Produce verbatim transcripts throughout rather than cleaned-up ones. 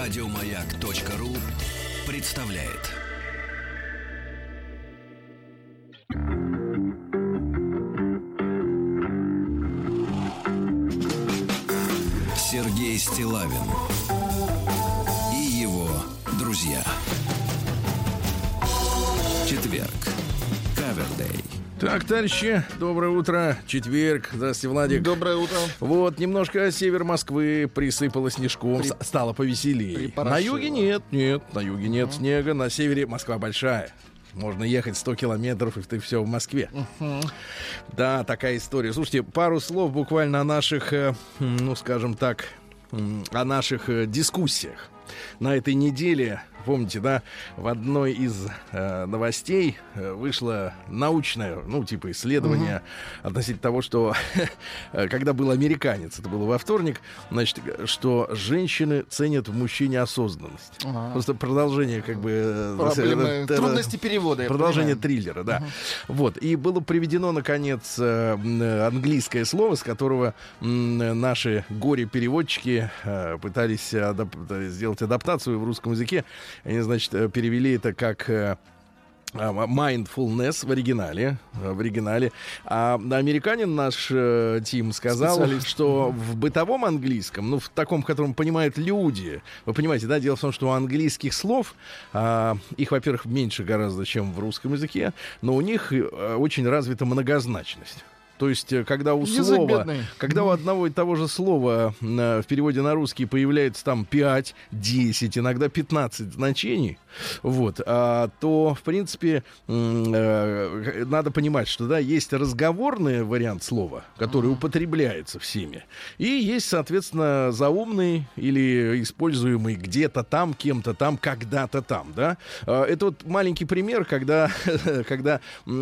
Радиомаяк.ру представляет. Сергей Стиллавин и его друзья. Четверг. Кавердей. Так, товарищи, доброе утро. Четверг. Здравствуйте, Владик. Доброе утро. Вот, немножко север Москвы присыпало снежком. При... Стало повеселее. На юге нет, нет, на юге нет uh-huh. снега. На севере Москва большая. Можно ехать сто километров, и ты все в Москве. Uh-huh. Да, такая история. Слушайте, пару слов буквально о наших, ну, скажем так, о наших дискуссиях. На этой неделе, помните, да, в одной из э, новостей э, вышло научное, ну, типа исследование uh-huh. относительно того, что когда был американец, это было во вторник, значит, что женщины ценят в мужчине осознанность. Uh-huh. Просто продолжение, как бы... Проблемы, э, э, трудности перевода. Продолжение триллера, да. Uh-huh. Вот. И было приведено, наконец, э, английское слово, с которого э, наши горе-переводчики э, пытались адап- сделать адаптацию в русском языке. Они, значит, перевели это как mindfulness в оригинале, в оригинале. А американин наш э, Тим сказал, специалист, что в бытовом английском, ну, в таком, в котором понимают люди, вы понимаете, да, дело в том, что у английских слов, э, их, во-первых, меньше гораздо, чем в русском языке, но у них э, очень развита многозначность. То есть, когда у слова, когда у одного и того же слова э, в переводе на русский появляется там пять, десять, иногда пятнадцать значений, вот, а, то, в принципе, э, надо понимать, что, да, есть разговорный вариант слова, который употребляется всеми, и есть, соответственно, заумный или используемый где-то там, кем-то там, когда-то там, да. Это вот маленький пример, когда, когда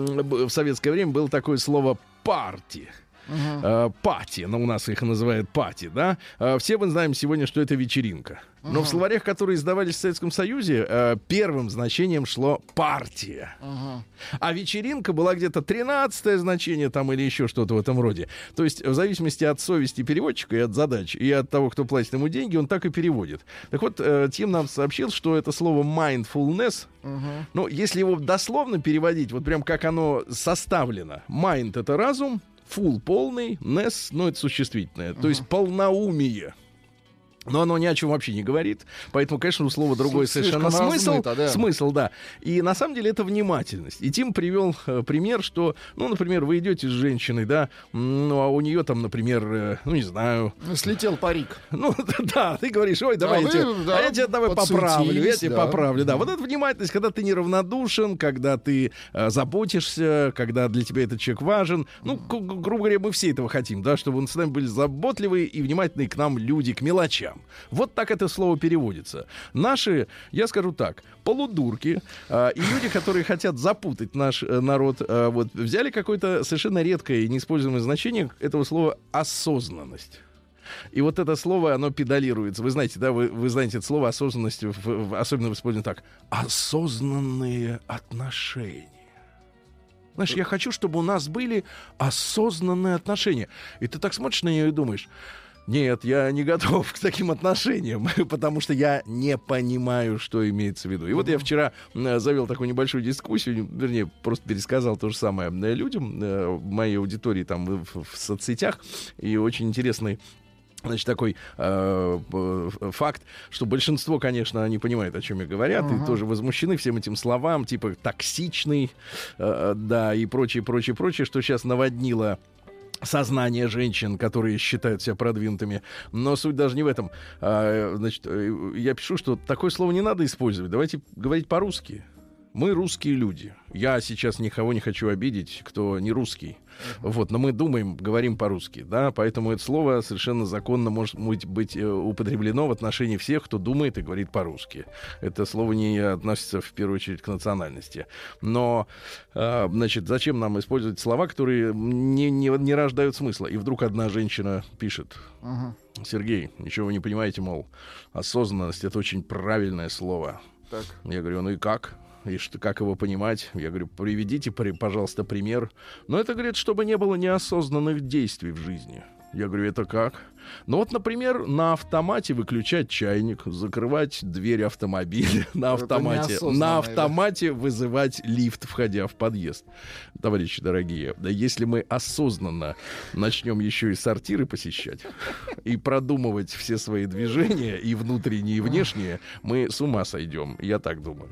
в советское время было такое слово «парти». Uh-huh. Пати, ну, у нас их называют пати, да. Все мы знаем сегодня, что это вечеринка. Uh-huh. Но в словарях, которые издавались в Советском Союзе, первым значением шло партия. Uh-huh. А вечеринка была где-то тринадцатое значение там или еще что-то в этом роде. То есть в зависимости от совести переводчика и от задач, и от того, кто платит ему деньги, он так и переводит. Так вот, Тим нам сообщил, что это слово mindfulness, uh-huh. ну, если его дословно переводить, вот прям как оно составлено. Mind — это разум, full — полный, ness, ну, это существительное, uh-huh. то есть полноумие. Но оно ни о чем вообще не говорит. Поэтому, конечно, у слова другой совершенно смысл. Размыто, да. Смысл, да. И на самом деле это внимательность. И Тим привел э, пример, что, ну, например, вы идете с женщиной, да, ну, а у нее там, например, э, ну, не знаю. Слетел парик. Ну, да, ты говоришь, ой, давай, а я, вы, тебе, да, а я тебя давай поправлю, я тебе да. поправлю. Да, вот эта внимательность, когда ты неравнодушен, когда ты э, заботишься, когда для тебя этот человек важен. Ну, к- грубо говоря, мы все этого хотим, да, чтобы с нами были заботливые и внимательные к нам люди, к мелочам. Вот так это слово переводится. Наши, я скажу так, полудурки э, и люди, которые хотят запутать наш э, народ, э, вот, взяли какое-то совершенно редкое и неиспользуемое значение этого слова «осознанность». И вот это слово, оно педалируется. Вы знаете, да, вы, вы знаете это слово «осознанность», в, в, особенно в использовании так. Осознанные отношения. Знаешь, я хочу, чтобы у нас были осознанные отношения. И ты так смотришь на нее и думаешь... Нет, я не готов к таким отношениям, потому что я не понимаю, что имеется в виду. И вот я вчера завел такую небольшую дискуссию, вернее, просто пересказал то же самое людям в моей аудитории там в, в соцсетях. И очень интересный, значит, такой э, факт, что большинство, конечно, не понимает, о чем я говорят, uh-huh. и тоже возмущены всем этим словам, типа токсичный, э, да, и прочее, прочее, прочее, что сейчас наводнило сознание женщин, которые считают себя продвинутыми. Но суть даже не в этом. А, значит, я пишу, что такое слово не надо использовать. Давайте говорить по-русски. Мы русские люди. Я сейчас никого не хочу обидеть, кто не русский. Uh-huh. Вот, но мы думаем, говорим по-русски, да, поэтому это слово совершенно законно может быть употреблено в отношении всех, кто думает и говорит по-русски. Это слово не относится в первую очередь к национальности. Но, э, значит, зачем нам использовать слова, которые не, не, не рождают смысла? И вдруг одна женщина пишет: uh-huh. Сергей, ничего вы не понимаете, мол, осознанность — это очень правильное слово. Так. Я говорю, ну и как? И что, как его понимать? Я говорю, приведите, пожалуйста, пример. Но это, говорит, чтобы не было неосознанных действий в жизни. Я говорю, это как? Ну вот, например, на автомате выключать чайник, закрывать дверь автомобиля на автомате, на автомате вызывать лифт, входя в подъезд. Товарищи дорогие, если мы осознанно начнем еще и сортиры посещать и продумывать все свои движения, и внутренние, и внешние, мы с ума сойдем, я так думаю.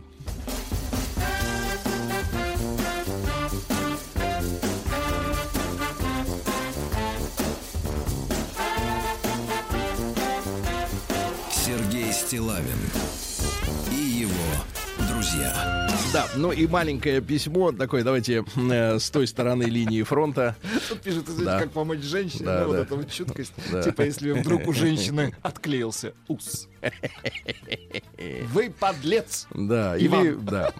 Стиллавин и его друзья. Да, ну и маленькое письмо такое, давайте э, с той стороны линии фронта. Тут пишет, извините, да. Как помочь женщине, да, ну, да. вот эта вот чуткость. Да. Типа, если вдруг у женщины отклеился ус. Вы подлец. Да, Иван. или, да.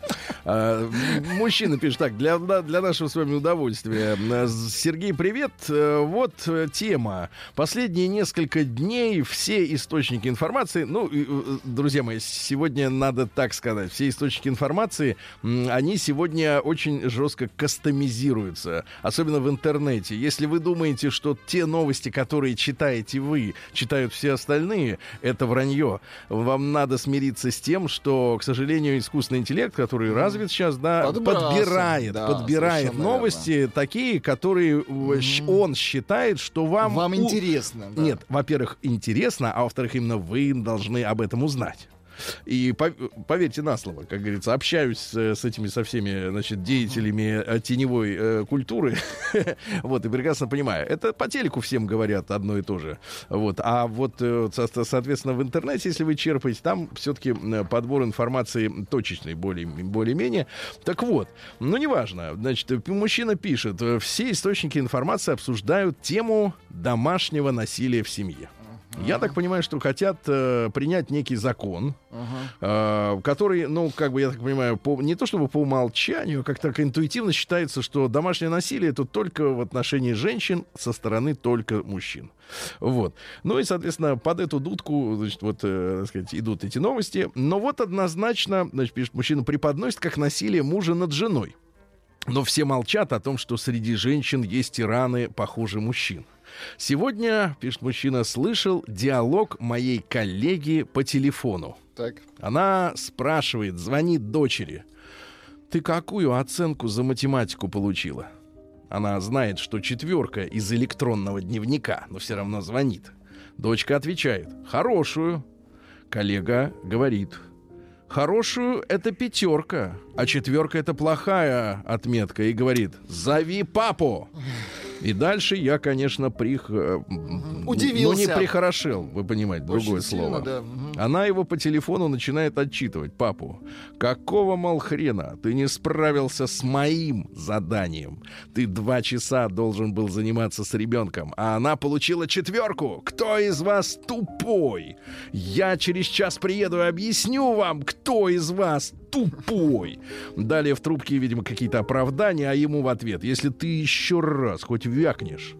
А, мужчина пишет так, для, для нашего с вами удовольствия. Сергей, привет. Вот тема. Последние несколько дней все источники информации, ну, друзья мои, сегодня надо так сказать, все источники информации, они сегодня очень жестко кастомизируются, особенно в интернете. Если вы думаете, что те новости, которые читаете вы, читают все остальные, это вранье. Вам надо смириться с тем, что, к сожалению, искусственный интеллект, который развит сейчас, да, подбирает, да, подбирает новости верно. Такие, которые mm-hmm. он считает, что вам... Вам у... интересно. Да. Нет, во-первых, интересно, а во-вторых, именно вы должны об этом узнать. И поверьте на слово, как говорится, общаюсь с, с этими, со всеми, значит, деятелями теневой э, культуры, вот, и прекрасно понимаю, это по телеку всем говорят одно и то же, вот, а вот, э, со- соответственно, в интернете, если вы черпаете, там все-таки подбор информации точечный, более, более-менее, так вот, ну, неважно, значит, мужчина пишет, все источники информации обсуждают тему домашнего насилия в семье. Я так понимаю, что хотят э, принять некий закон, uh-huh. э, который, ну, как бы, я так понимаю, по, не то чтобы по умолчанию, как так интуитивно считается, что домашнее насилие — это только в отношении женщин со стороны только мужчин. Вот. Ну и, соответственно, под эту дудку, значит, вот, э, так сказать, идут эти новости. Но вот однозначно, значит, пишет, мужчина преподносит как насилие мужа над женой. Но все молчат о том, что среди женщин есть тираны похуже мужчин. Сегодня, пишет мужчина, слышал диалог моей коллеги по телефону. Так. Она спрашивает, звонит дочери: ты какую оценку за математику получила? Она знает, что четверка из электронного дневника, но все равно звонит. Дочка отвечает: хорошую. Коллега говорит: хорошую — это пятерка, а четверка — это плохая отметка. И говорит: зови папу. И дальше я, конечно, прих... удивился. Ну, не прихорошел, вы понимаете, другое очень слово. Сильно, да. Она его по телефону начинает отчитывать: папу, какого, мол, хрена ты не справился с моим заданием? Ты два часа должен был заниматься с ребенком, а она получила четверку. Кто из вас тупой? Я через час приеду и объясню вам, кто из вас тупой. Далее в трубке, видимо, какие-то оправдания, а ему в ответ: если ты еще раз хоть вякнешь,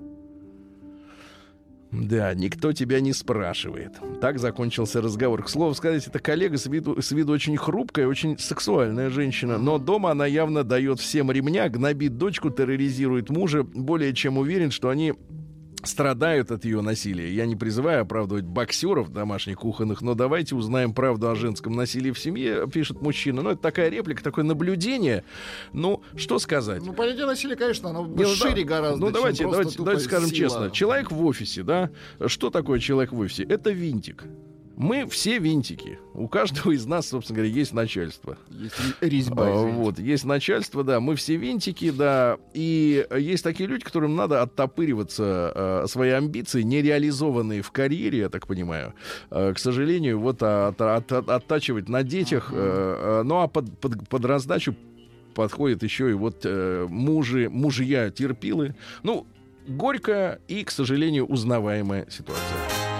да, никто тебя не спрашивает. Так закончился разговор. К слову сказать, эта коллега с виду, с виду очень хрупкая, очень сексуальная женщина, но дома она явно дает всем ремня, гнобит дочку, терроризирует мужа. Более чем уверен, что они страдают от ее насилия. Я не призываю оправдывать боксеров домашних кухонных, но давайте узнаем правду о женском насилии в семье, пишет мужчина. Ну, это такая реплика, такое наблюдение. Ну, что сказать? Ну, понятие насилия, конечно, оно Не, шире да, гораздо, ну, давайте, чем давайте, давайте скажем сила. честно. Человек в офисе, да? Что такое человек в офисе? Это винтик. Мы все винтики. У каждого из нас, собственно говоря, есть начальство. Есть резьба. А, вот, есть начальство, да. Мы все винтики, да. И есть такие люди, которым надо оттопыриваться а, свои амбиции, нереализованные в карьере, я так понимаю. А, к сожалению, вот от, от, от, оттачивать на детях. Uh-huh. А, ну а под, под, под раздачу подходят еще и вот а, мужи, мужья терпилы. Ну, горькая и, к сожалению, узнаваемая ситуация.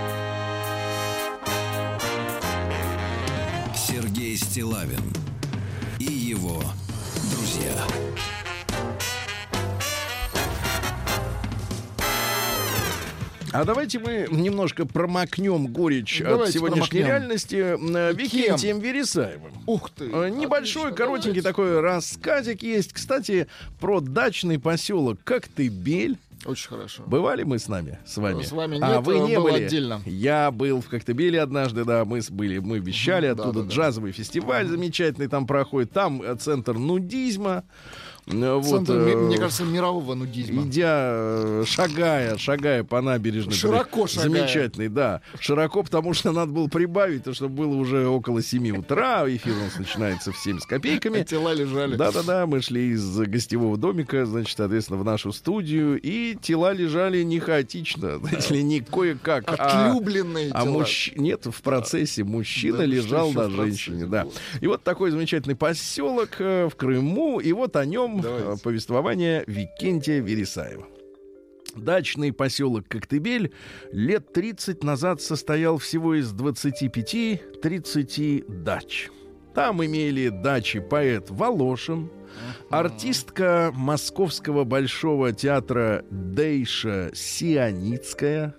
Сергей Стиллавин и его друзья. А давайте мы немножко промокнем горечь давайте от сегодняшней промокнем. реальности Викентием Вересаевым. Ух ты! Небольшой, отлично, коротенький давайте. такой рассказик есть. Кстати, про дачный поселок Коктебель. Очень хорошо. Бывали мы с нами, с вами? С вами нет, а вы не были? Отдельно. Я был в Коктебеле однажды, да, мы были, мы вещали да, оттуда, да, да. джазовый фестиваль замечательный там проходит, там центр нудизма. Центр, вот, мне кажется, мирового нудизма. Идя, шагая, шагая по набережной. Широко шагая. Замечательный, да. Широко, потому что надо было прибавить, то, чтобы было уже около семи утра. Эфир у нас начинается в семь с копейками. А тела лежали. Да-да-да, мы шли из гостевого домика, значит, соответственно, в нашу студию. И тела лежали не хаотично, знаете ли, не кое-как. Отлюбленные а, тела. А мужч... Нет, в процессе мужчина да, лежал на женщине. Да. И вот такой замечательный поселок в Крыму. И вот о нем Давайте. повествование Викентия Вересаева. Дачный поселок Коктебель лет тридцать назад состоял всего из двадцати пяти-тридцати дач. Там имели дачи поэт Волошин, артистка Московского Большого театра Дейша Сианицкая,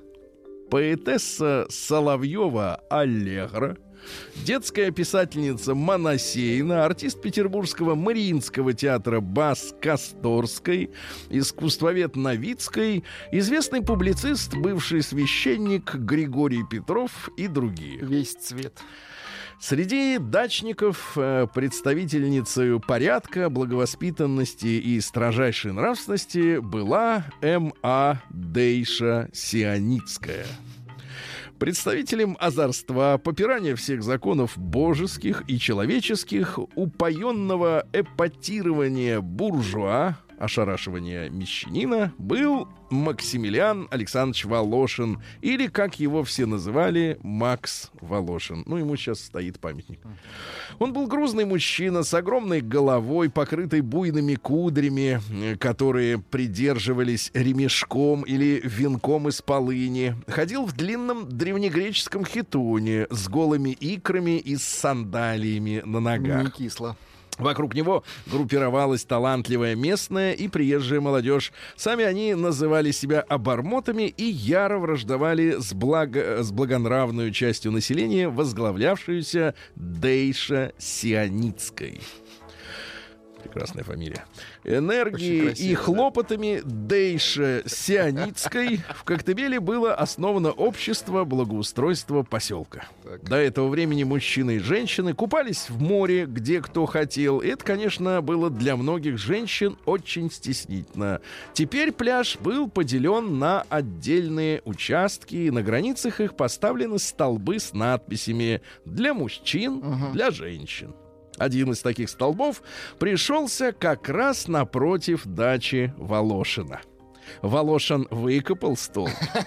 поэтесса Соловьева Аллегра, детская писательница Моносеина, артист Петербургского Мариинского театра Бас Косторской, искусствовед Новицкой, известный публицист, бывший священник Григорий Петров и другие. Весь цвет. Среди дачников представительницей порядка, благовоспитанности и строжайшей нравственности была М А Дейша Сианицкая. Представителем озорства, попирания всех законов божеских и человеческих, упоенного эпатирования буржуа, ошарашивания мещанина, был Максимилиан Александрович Волошин, или, как его все называли, Макс Волошин. Ну, ему сейчас стоит памятник. Он был грузный мужчина с огромной головой, покрытой буйными кудрями, которые придерживались ремешком или венком из полыни. Ходил в длинном древнегреческом хитоне с голыми икрами и с сандалиями на ногах. Не кисло. Вокруг него группировалась талантливая местная и приезжая молодежь. Сами они называли себя обормотами и яро враждовали с, благо... с благонравной частью населения, возглавлявшуюся Дейша Сианицкой. Прекрасная фамилия. Энергией и хлопотами Дейша Сианицкой в Коктебеле было основано общество благоустройства поселка. Так. До этого времени мужчины и женщины купались в море, где кто хотел. И это, конечно, было для многих женщин очень стеснительно. Теперь пляж был поделен на отдельные участки, и на границах их поставлены столбы с надписями «Для мужчин», угу. «Для женщин». Один из таких столбов пришелся как раз напротив дачи Волошина. Волошин выкопал столб,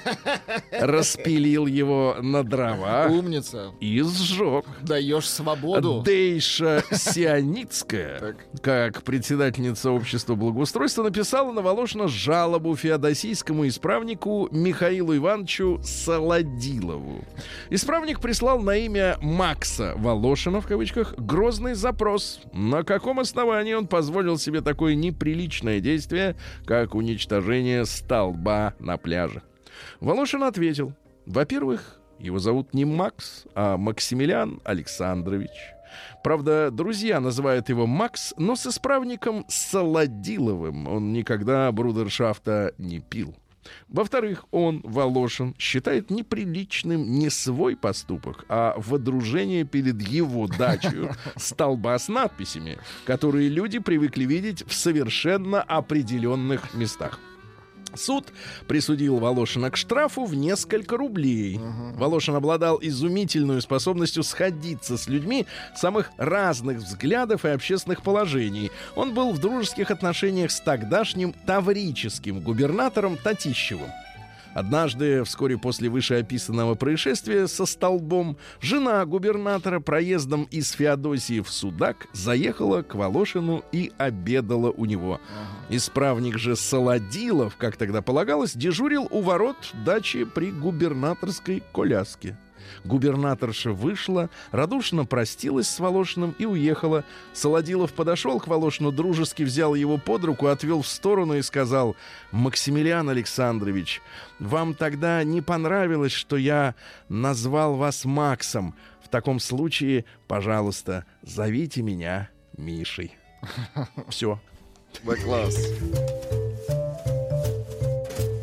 распилил его на дрова. Умница. И сжег. Даешь свободу. Дейша Сианицкая, как председательница общества благоустройства, написала на Волошина жалобу феодосийскому исправнику Михаилу Ивановичу Солодилову. Исправник прислал на имя Макса Волошина, в кавычках, грозный запрос. На каком основании он позволил себе такое неприличное действие, как уничтожение столба на пляже? Волошин ответил: во-первых, его зовут не Макс, а Максимилиан Александрович. Правда, друзья называют его Макс, но с исправником Солодиловым он никогда брудершафта не пил. Во-вторых, он, Волошин, считает неприличным не свой поступок, а водружение перед его дачей столба с надписями, которые люди привыкли видеть в совершенно определенных местах. Суд присудил Волошина к штрафу в несколько рублей. Uh-huh. Волошин обладал изумительной способностью сходиться с людьми самых разных взглядов и общественных положений. Он был в дружеских отношениях с тогдашним таврическим губернатором Татищевым. Однажды, вскоре после вышеописанного происшествия со столбом, жена губернатора проездом из Феодосии в Судак заехала к Волошину и обедала у него. Ага. Исправник же Солодилов, как тогда полагалось, дежурил у ворот дачи при губернаторской коляске. Губернаторша вышла, радушно простилась с Волошиным и уехала. Солодилов подошел к Волошину, дружески взял его под руку, отвел в сторону и сказал: «Максимилиан Александрович, вам тогда не понравилось, что я назвал вас Максом. В таком случае, пожалуйста, зовите меня Мишей». Все. Да, класс.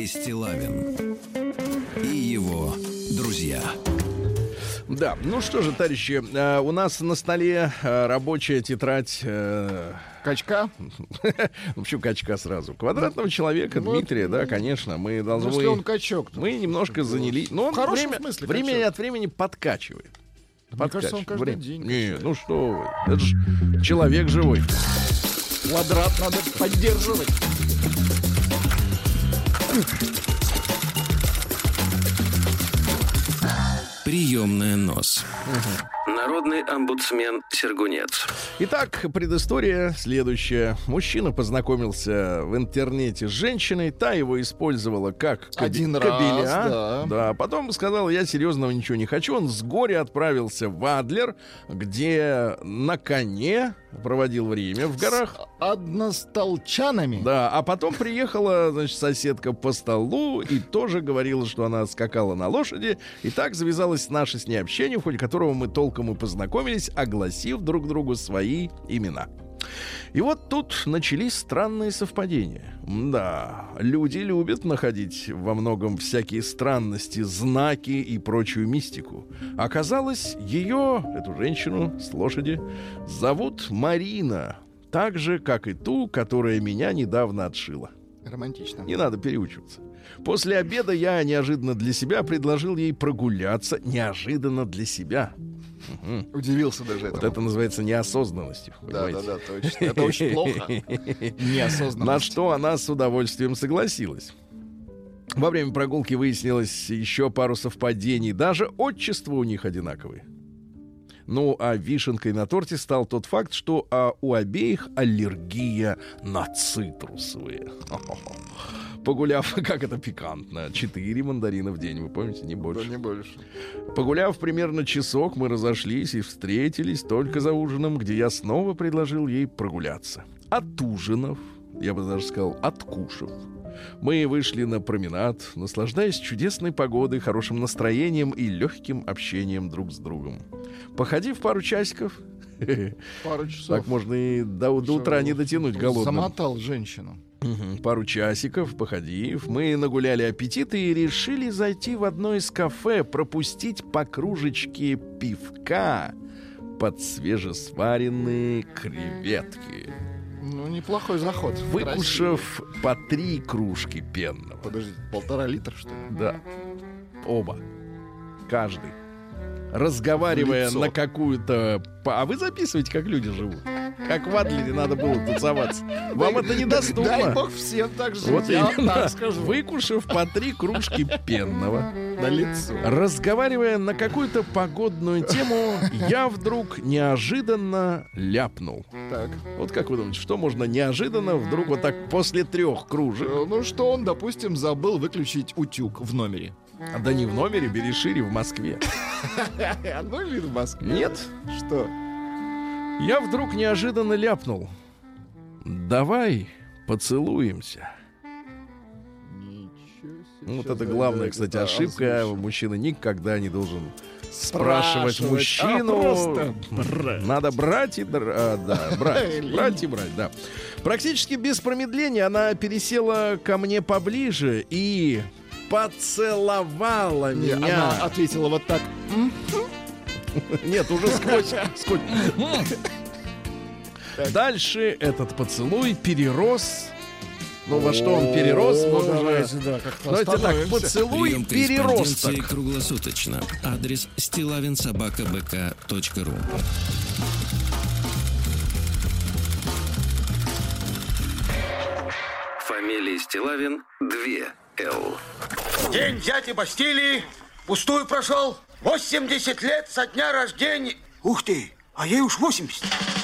Сергей Стиллавин и его друзья. Да, ну что же, товарищи, э, у нас на столе э, рабочая тетрадь... Э, качка? В общем, качка сразу. Квадратного человека, ну, Дмитрия, да, конечно. Мы должны... Ну, если он качок. Мы немножко занялись. Но он время, смысле, время от времени подкачивает. Мне подкачивает. Кажется, он каждый время. День Нет, ну что вы, это же человек живой. Квадрат надо поддерживать. Приемная нос. Угу. Народный омбудсмен Сергунец. Итак, предыстория следующая. Мужчина познакомился в интернете с женщиной, та его использовала как один кабеля. раз, да. Да, потом сказал, я серьезного ничего не хочу. Он с горя отправился в Адлер, где на коне проводил время в горах. С одностолчанами? Да, а потом приехала, значит, соседка по столу и тоже говорила, что она скакала на лошади. И так завязалось наше с ней общение, в ходе которого мы толком и познакомились, огласив друг другу свои имена. И вот тут начались странные совпадения. Да, люди любят находить во многом всякие странности, знаки и прочую мистику. Оказалось, ее, эту женщину с лошади, зовут Марина, так же, как и ту, которая меня недавно отшила. Романтично. Не надо переучиваться. После обеда я неожиданно для себя предложил ей прогуляться. Неожиданно для себя. Угу. Удивился даже этому. Вот это называется неосознанностью. Да, да, да, точно. Это очень плохо. Неосознанность. На что она с удовольствием согласилась. Во время прогулки выяснилось еще пару совпадений. Даже отчества у них одинаковые. Ну, а вишенкой на торте стал тот факт, что а, у обеих аллергия на цитрусовые. Погуляв, как это пикантно, четыре мандарина в день, вы помните, не больше. Да, не больше. Погуляв примерно часок, мы разошлись и встретились только за ужином, где я снова предложил ей прогуляться. Отужинав, я бы даже сказал, откушав, мы вышли на променад, наслаждаясь чудесной погодой, хорошим настроением и легким общением друг с другом. Походив пару часиков, пару часов, так можно и до, до утра не дотянуть голодным. Замотал женщину. Угу. Пару часиков, походив, мы нагуляли аппетиты и решили зайти в одно из кафе, пропустить по кружечке пивка под свежесваренные креветки. Ну, неплохой заход. Выкушав по три кружки пенного. Подождите, полтора литра, что ли? Да. Оба. Каждый. Разговаривая на какую-то... А вы записываете, как люди живут? Как в Адлере надо было тусоваться. Вам дай, это недоступно. Дай бог всем так же. Вот я именно, так скажу. Выкушав по три кружки пенного, на лицо, разговаривая на какую-то погодную тему, я вдруг неожиданно ляпнул. Так. Вот как вы думаете, что можно неожиданно вдруг вот так после трех кружек? Ну что он, допустим, забыл выключить утюг в номере. А да не в номере, бери шире, в Москве. Номер в Москве? Нет. Что? Я вдруг неожиданно ляпнул. Давай поцелуемся. Ничего себе. Ну, вот это главная, кстати, ошибка. Мужчина никогда не должен спрашивать, спрашивать мужчину. А брать. Надо брать и а, да, брать. Брать и брать, да. Практически без промедления она пересела ко мне поближе и поцеловала Не, меня. Она ответила вот так. Нет, уже сквозь, сквозь. Дальше этот поцелуй перерос. Ну, во что он перерос? Вот давайте, да, давайте так, поцелуй переросток. Круглосуточно. Адрес стиллавин собака бэ ка точка ру. Фамилия Стиллавин два эл. День дяди Бастилии пустую прошел. восемьдесят лет со дня рождения. Ух ты, а ей уж восемьдесят.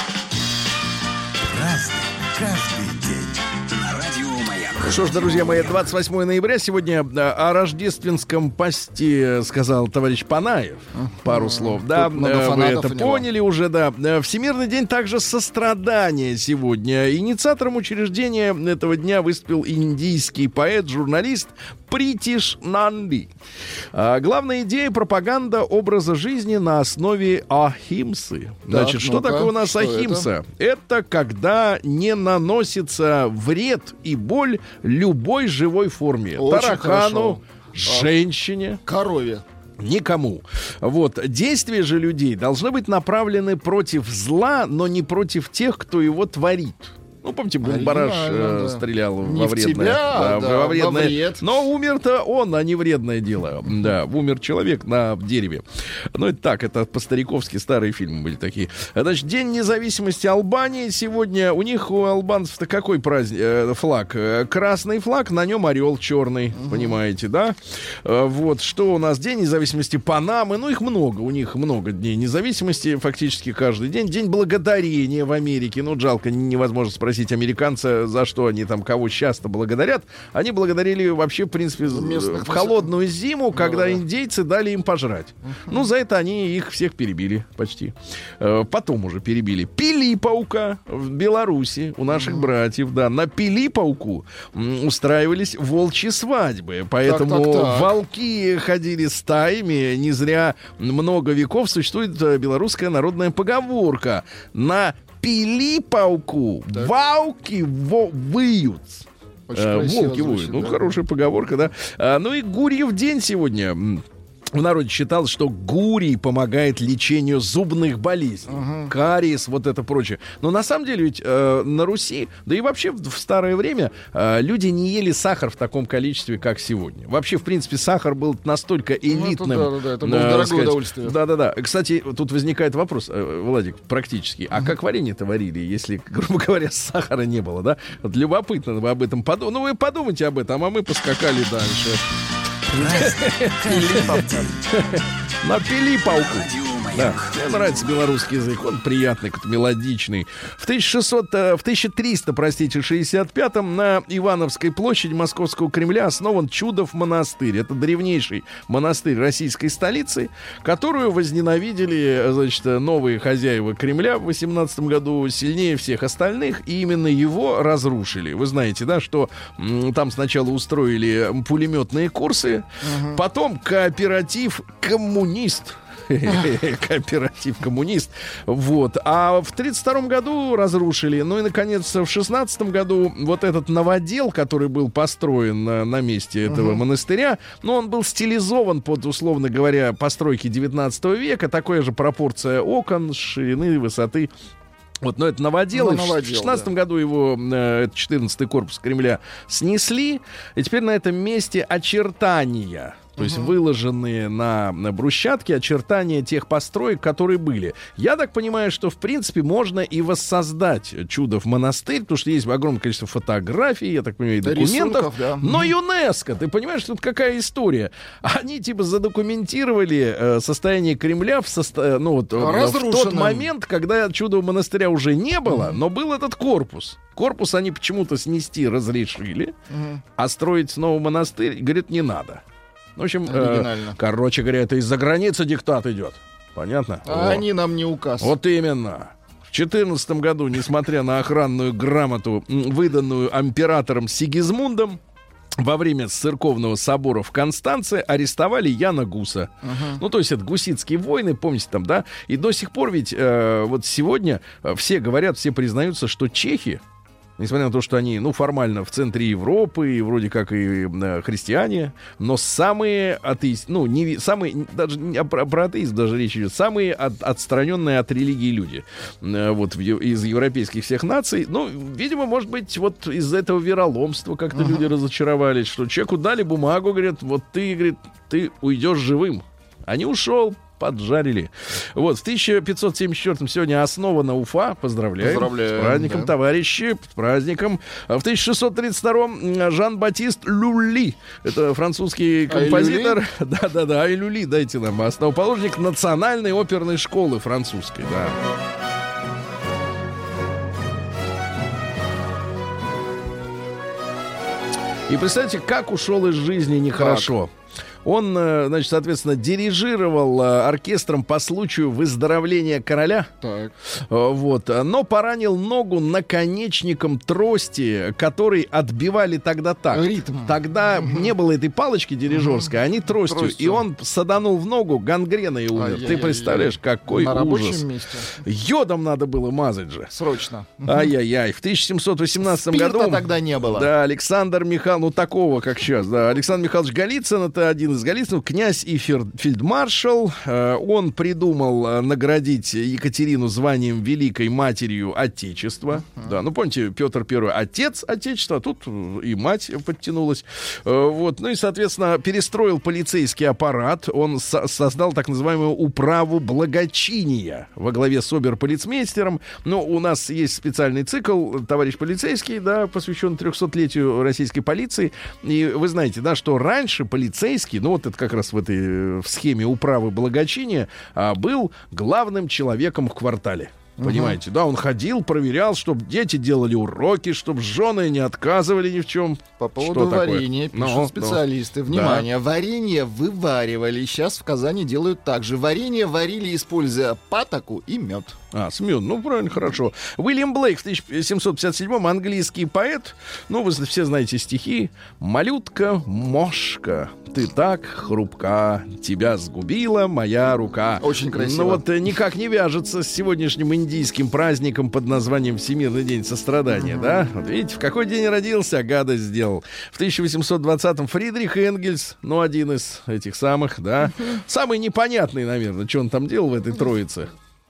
Разный, каждый день. Ну что ж, друзья мои, двадцать восьмое ноября. Сегодня о рождественском посте сказал товарищ Панаев. Пару слов. Да, вы это поняли уже, да. Всемирный день также сострадания сегодня. Инициатором учреждения этого дня выступил индийский поэт, журналист Притиш Нанди. А, главная идея — пропаганда образа жизни на основе ахимсы. Значит, так, что ну-ка, такое у нас ахимса? Это? это когда не наносится вред и боль любой живой форме. Очень таракану, хорошо. Женщине, корове. Никому. Вот. Действия же людей должны быть направлены против зла, но не против тех, кто его творит. Ну, помните, Бумбараш э, да. стрелял не во вредное. Тебя, да, да, во вредное. Во вред. Но умер-то он, а не вредное дело. Да, умер человек на дереве. Ну, это так, это по-стариковски старые фильмы были такие. Значит, День независимости Албании сегодня. У них, у албанцев-то какой праздник, э, флаг? Красный флаг, на нем орел черный. Угу. Понимаете, да? Э, вот, что у нас? День независимости Панамы. Ну, их много, у них много дней независимости, фактически каждый день. День благодарения в Америке. Ну, жалко, невозможно спросить американца, за что они там кого часто благодарят. Они благодарили вообще, в принципе, местных в холодную зиму, когда ну, индейцы дали им пожрать. Uh-huh. Ну, за это они их всех перебили почти. Потом уже перебили. Пилипаука в Беларуси у наших uh-huh. братьев, да. На Пилипауку устраивались волчьи свадьбы. Поэтому так, так, так. волки ходили стаями. Не зря много веков существует белорусская народная поговорка. На Пилипауку так. вауки во- выют. А, волки воют. Ну, да. Хорошая поговорка, да. А, ну и Гурьев день сегодня. В народе считалось, что гурий помогает лечению зубных болезней. Uh-huh. Кариес, вот это прочее. Но на самом деле ведь э, на Руси, да и вообще в, в старое время э, люди не ели сахар в таком количестве, как сегодня. Вообще, в принципе, сахар был настолько элитным. Ну, это, да, да, это было э, дорогое сказать, удовольствие. Да-да-да. Кстати, тут возникает вопрос, э, Владик, практически. А uh-huh. как варенье-то варили, если, грубо говоря, сахара не было, да? Вот любопытно вы об этом подумайте. Ну, вы подумайте об этом, а мы поскакали дальше. На Пилипауку. Да, мне нравится белорусский язык, он приятный, как-то мелодичный. В тысяча шестьсот, в тысяча триста, простите, шестьдесят пятом на Ивановской площади Московского Кремля основан Чудов монастырь. Это древнейший монастырь российской столицы, которую возненавидели, значит, новые хозяева Кремля в восемнадцатом году сильнее всех остальных, и именно его разрушили. Вы знаете, да, что м, там сначала устроили пулеметные курсы, угу. потом кооператив «Коммунист». Кооператив «Коммунист». Вот. А в тридцать втором году разрушили. Ну и, наконец, в шестнадцатом году вот этот новодел, который был построен на, на месте этого uh-huh. монастыря, ну, он был стилизован под, условно говоря, постройки девятнадцатого века. Такая же пропорция окон, ширины, высоты. Вот, но это новодел. Ну, новодел в шестнадцатом да. году его, э, четырнадцатый корпус Кремля, снесли. И теперь на этом месте очертания. То uh-huh. есть выложенные на, на брусчатке очертания тех построек, которые были. Я так понимаю, что в принципе можно и воссоздать Чудов монастырь, потому что есть огромное количество фотографий, я так понимаю, и документов. Рисунков, да. Но ЮНЕСКО, ты понимаешь, что это какая история? Они типа задокументировали э, состояние Кремля в, состо... ну, вот, в тот момент, когда Чудова монастыря уже не было, uh-huh. но был этот корпус. Корпус они почему-то снести разрешили, uh-huh. а строить снова монастырь, говорит, не надо. В общем, э, короче говоря, это из-за границы диктат идет. Понятно? А вот. Они нам не указ. Вот именно. В четырнадцатом году, несмотря на охранную грамоту, выданную императором Сигизмундом, во время церковного собора в Констанце арестовали Яна Гуса. Uh-huh. Ну, то есть это гуситские войны, помните там, да? И до сих пор ведь э, вот сегодня все говорят, все признаются, что чехи, несмотря на то, что они, ну, формально в центре Европы, и вроде как и э, христиане, но самые атеисты, ну, не, самые, даже не, про, про атеизм даже речь идет, самые от, отстраненные от религии люди, э, вот в, из европейских всех наций. Ну, видимо, может быть, вот из-за этого вероломства как-то uh-huh. люди разочаровались, что человеку дали бумагу, говорят, вот ты, говорит, ты уйдешь живым. А не ушел, поджарили. Вот, в тысяча пятьсот семьдесят четвёртом сегодня основана Уфа. Поздравляем. Поздравляем. С праздником, да. товарищи. С праздником. В тысяча шестьсот тридцать втором Жан-Батист Люли. Это французский композитор. Да-да-да, Ай Люли, дайте нам. Основоположник Национальной оперной школы французской, да. И представьте, как ушел из жизни нехорошо. Он, значит, соответственно, дирижировал оркестром по случаю выздоровления короля. Так. Вот. Но поранил ногу наконечником трости, который отбивали тогда так. Ритм. Тогда угу. не было этой палочки дирижерской, а они тростью. тростью. И он саданул в ногу, гангреной умер. А, Ты представляешь, какой На ужас. Месте. Йодом надо было мазать же. Срочно. Ай-яй-яй. В тысяча семьсот восемнадцатом Спирта году... тогда не было. Да, Александр Михайлович, ну такого, как сейчас, да. Александр Михайлович Голицын, это один из Голицынов, князь и фельдмаршал. Э, он придумал э, наградить Екатерину званием Великой Матерью Отечества. Uh-huh. Да, ну помните, Петр Первый отец Отечества, а тут и мать подтянулась. Э, вот, ну и, соответственно, перестроил полицейский аппарат. Он со- создал так называемую управу благочиния во главе с оберполицмейстером. Но у нас есть специальный цикл «Товарищ полицейский», да, посвящен трехсотлетию российской полиции. И вы знаете, да, что раньше полицейский, ну вот это как раз в этой в схеме управы благочиния, а, был главным человеком в квартале. Понимаете, угу. да, он ходил, проверял, чтобы дети делали уроки, чтобы жены не отказывали ни в чем. По поводу что варенья такое? пишут ну, специалисты. ну. Внимание, да. варенье вываривали. Сейчас в Казани делают так же. Варенье варили, используя патоку и мед. А, с медом, ну правильно, хорошо. Уильям Блейк в тысяча семьсот пятьдесят седьмом, английский поэт. Ну, вы все знаете стихи. «Малютка, мошка, ты так хрупка, тебя сгубила моя рука». Очень красиво. Ну вот никак не вяжется с сегодняшним индийским праздником под названием Всемирный день сострадания, mm-hmm. да? Вот видите, в какой день родился, а гадость сделал. В тысяча восемьсот двадцатом Фридрих Энгельс, ну, один из этих самых, да. Mm-hmm. Самый непонятный, наверное, что он там делал в этой троице.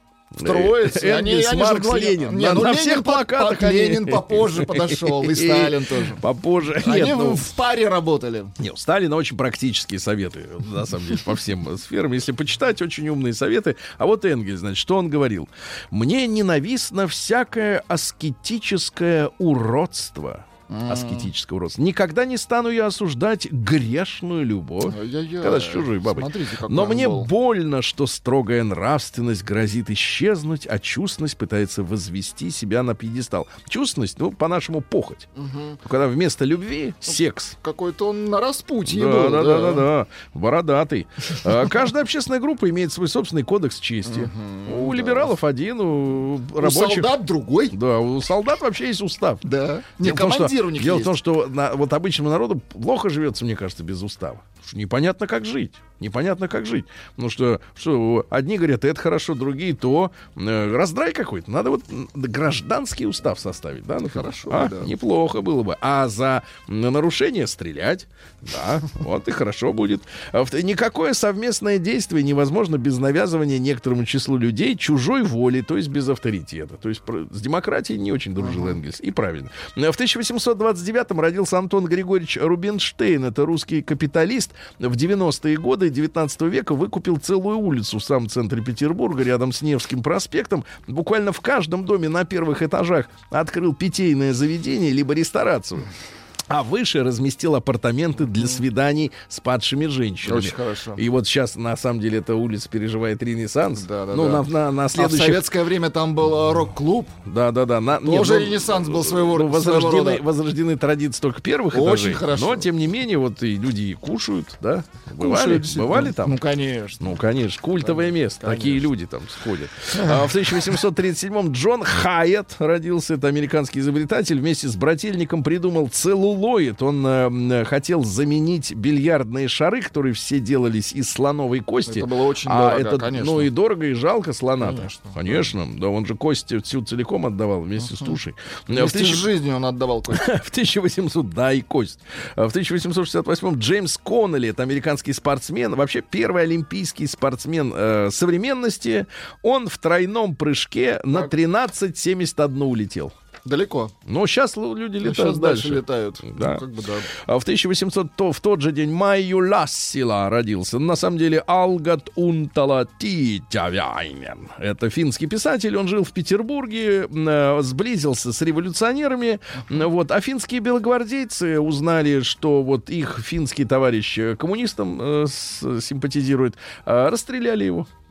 В Троице. Энгельс, они, Маркс, они Ленин. Не, на, ну, на Ленин всех по, плакатах по, они... Ленин попозже подошел, и Сталин тоже. Попозже. Они Нет, ну... в паре работали. Не, у Сталина очень практические советы, на самом деле, по всем сферам. Если почитать, очень умные советы. А вот Энгельс, значит, что он говорил? «Мне ненавистно всякое аскетическое уродство». Аскетического роста. Никогда не стану я осуждать грешную любовь, Ай-яй-яй. когда с чужой бабой. Смотрите, Но мне был. больно, что строгая нравственность грозит исчезнуть, а чувственность пытается возвести себя на пьедестал. Чувственность, ну, по-нашему, похоть. Угу. Когда вместо любви секс. Какой-то он на распутье да, был. Да, да, да, да, да. Бородатый. Каждая общественная группа имеет свой собственный кодекс чести. У либералов один, у рабочих... У солдат другой. Да, у солдат вообще есть устав. Да. Не, командир у них Дело есть. в том, что на, вот обычному народу плохо живется, мне кажется, без устава. Непонятно, как жить. Непонятно, как жить. Ну что, что одни говорят, это хорошо, другие то. Э, раздрай какой-то. Надо вот гражданский устав составить, да? Ну, хорошо, а, да. Неплохо было бы. А за нарушение стрелять, да, вот и хорошо будет. Никакое совместное действие невозможно без навязывания некоторому числу людей чужой воли, то есть без авторитета. То есть с демократией не очень дружил Энгельс. И правильно. В тысяча восемьсот двадцать девятом родился Антон Григорьевич Рубинштейн. Это русский капиталист. В девяностые годы девятнадцатого века выкупил целую улицу в самом центре Петербурга, рядом с Невским проспектом. Буквально в каждом доме на первых этажах открыл питейное заведение либо ресторацию. А выше разместил апартаменты для свиданий с падшими женщинами. Очень хорошо. И вот сейчас, на самом деле, эта улица переживает ренессанс. Да, да, ну, да. На, на, на следующих... А в советское время там был рок-клуб. Да, да, да. На... Тоже Нет, ренессанс был своего, ну, своего рода. возрождены, возрождены традиции только первых Очень этажей. хорошо. Но, тем не менее, вот и люди кушают, да? Бывали, Кушают, бывали там? Ну, конечно. Ну, конечно. Культовое Конечно, место. конечно. Такие люди там сходят. А в тысяча восемьсот тридцать седьмом Джон Хайетт родился. Это американский изобретатель. Вместе с брательником придумал целлулоид. Он э, хотел заменить бильярдные шары, которые все делались из слоновой кости. Это было очень а дорого, это, конечно. Ну и дорого, и жалко слона-то. Конечно. Конечно. Да, он же кость всю целиком отдавал вместе uh-huh. с тушей. Вместе в тысяча... с жизнью он отдавал кость. В тысяча восемьсот, да, и кость. В тысяча восемьсот шестьдесят восьмом Джеймс Коннелли, это американский спортсмен, вообще первый олимпийский спортсмен э, современности. Он в тройном прыжке так. на тринадцать семьдесят один улетел. Далеко. Но сейчас люди летают сейчас дальше. дальше летают. Да. Ну, как бы, да. А в тысяча восемьсотом то, в тот же день Майю Лассила родился. На самом деле Алгат Унтала Титявяйнен. Это финский писатель. Он жил в Петербурге, э, сблизился с революционерами. Uh-huh. Вот. А финские белогвардейцы узнали, что вот их финский товарищ коммунистам э, с, симпатизирует. Э, расстреляли его.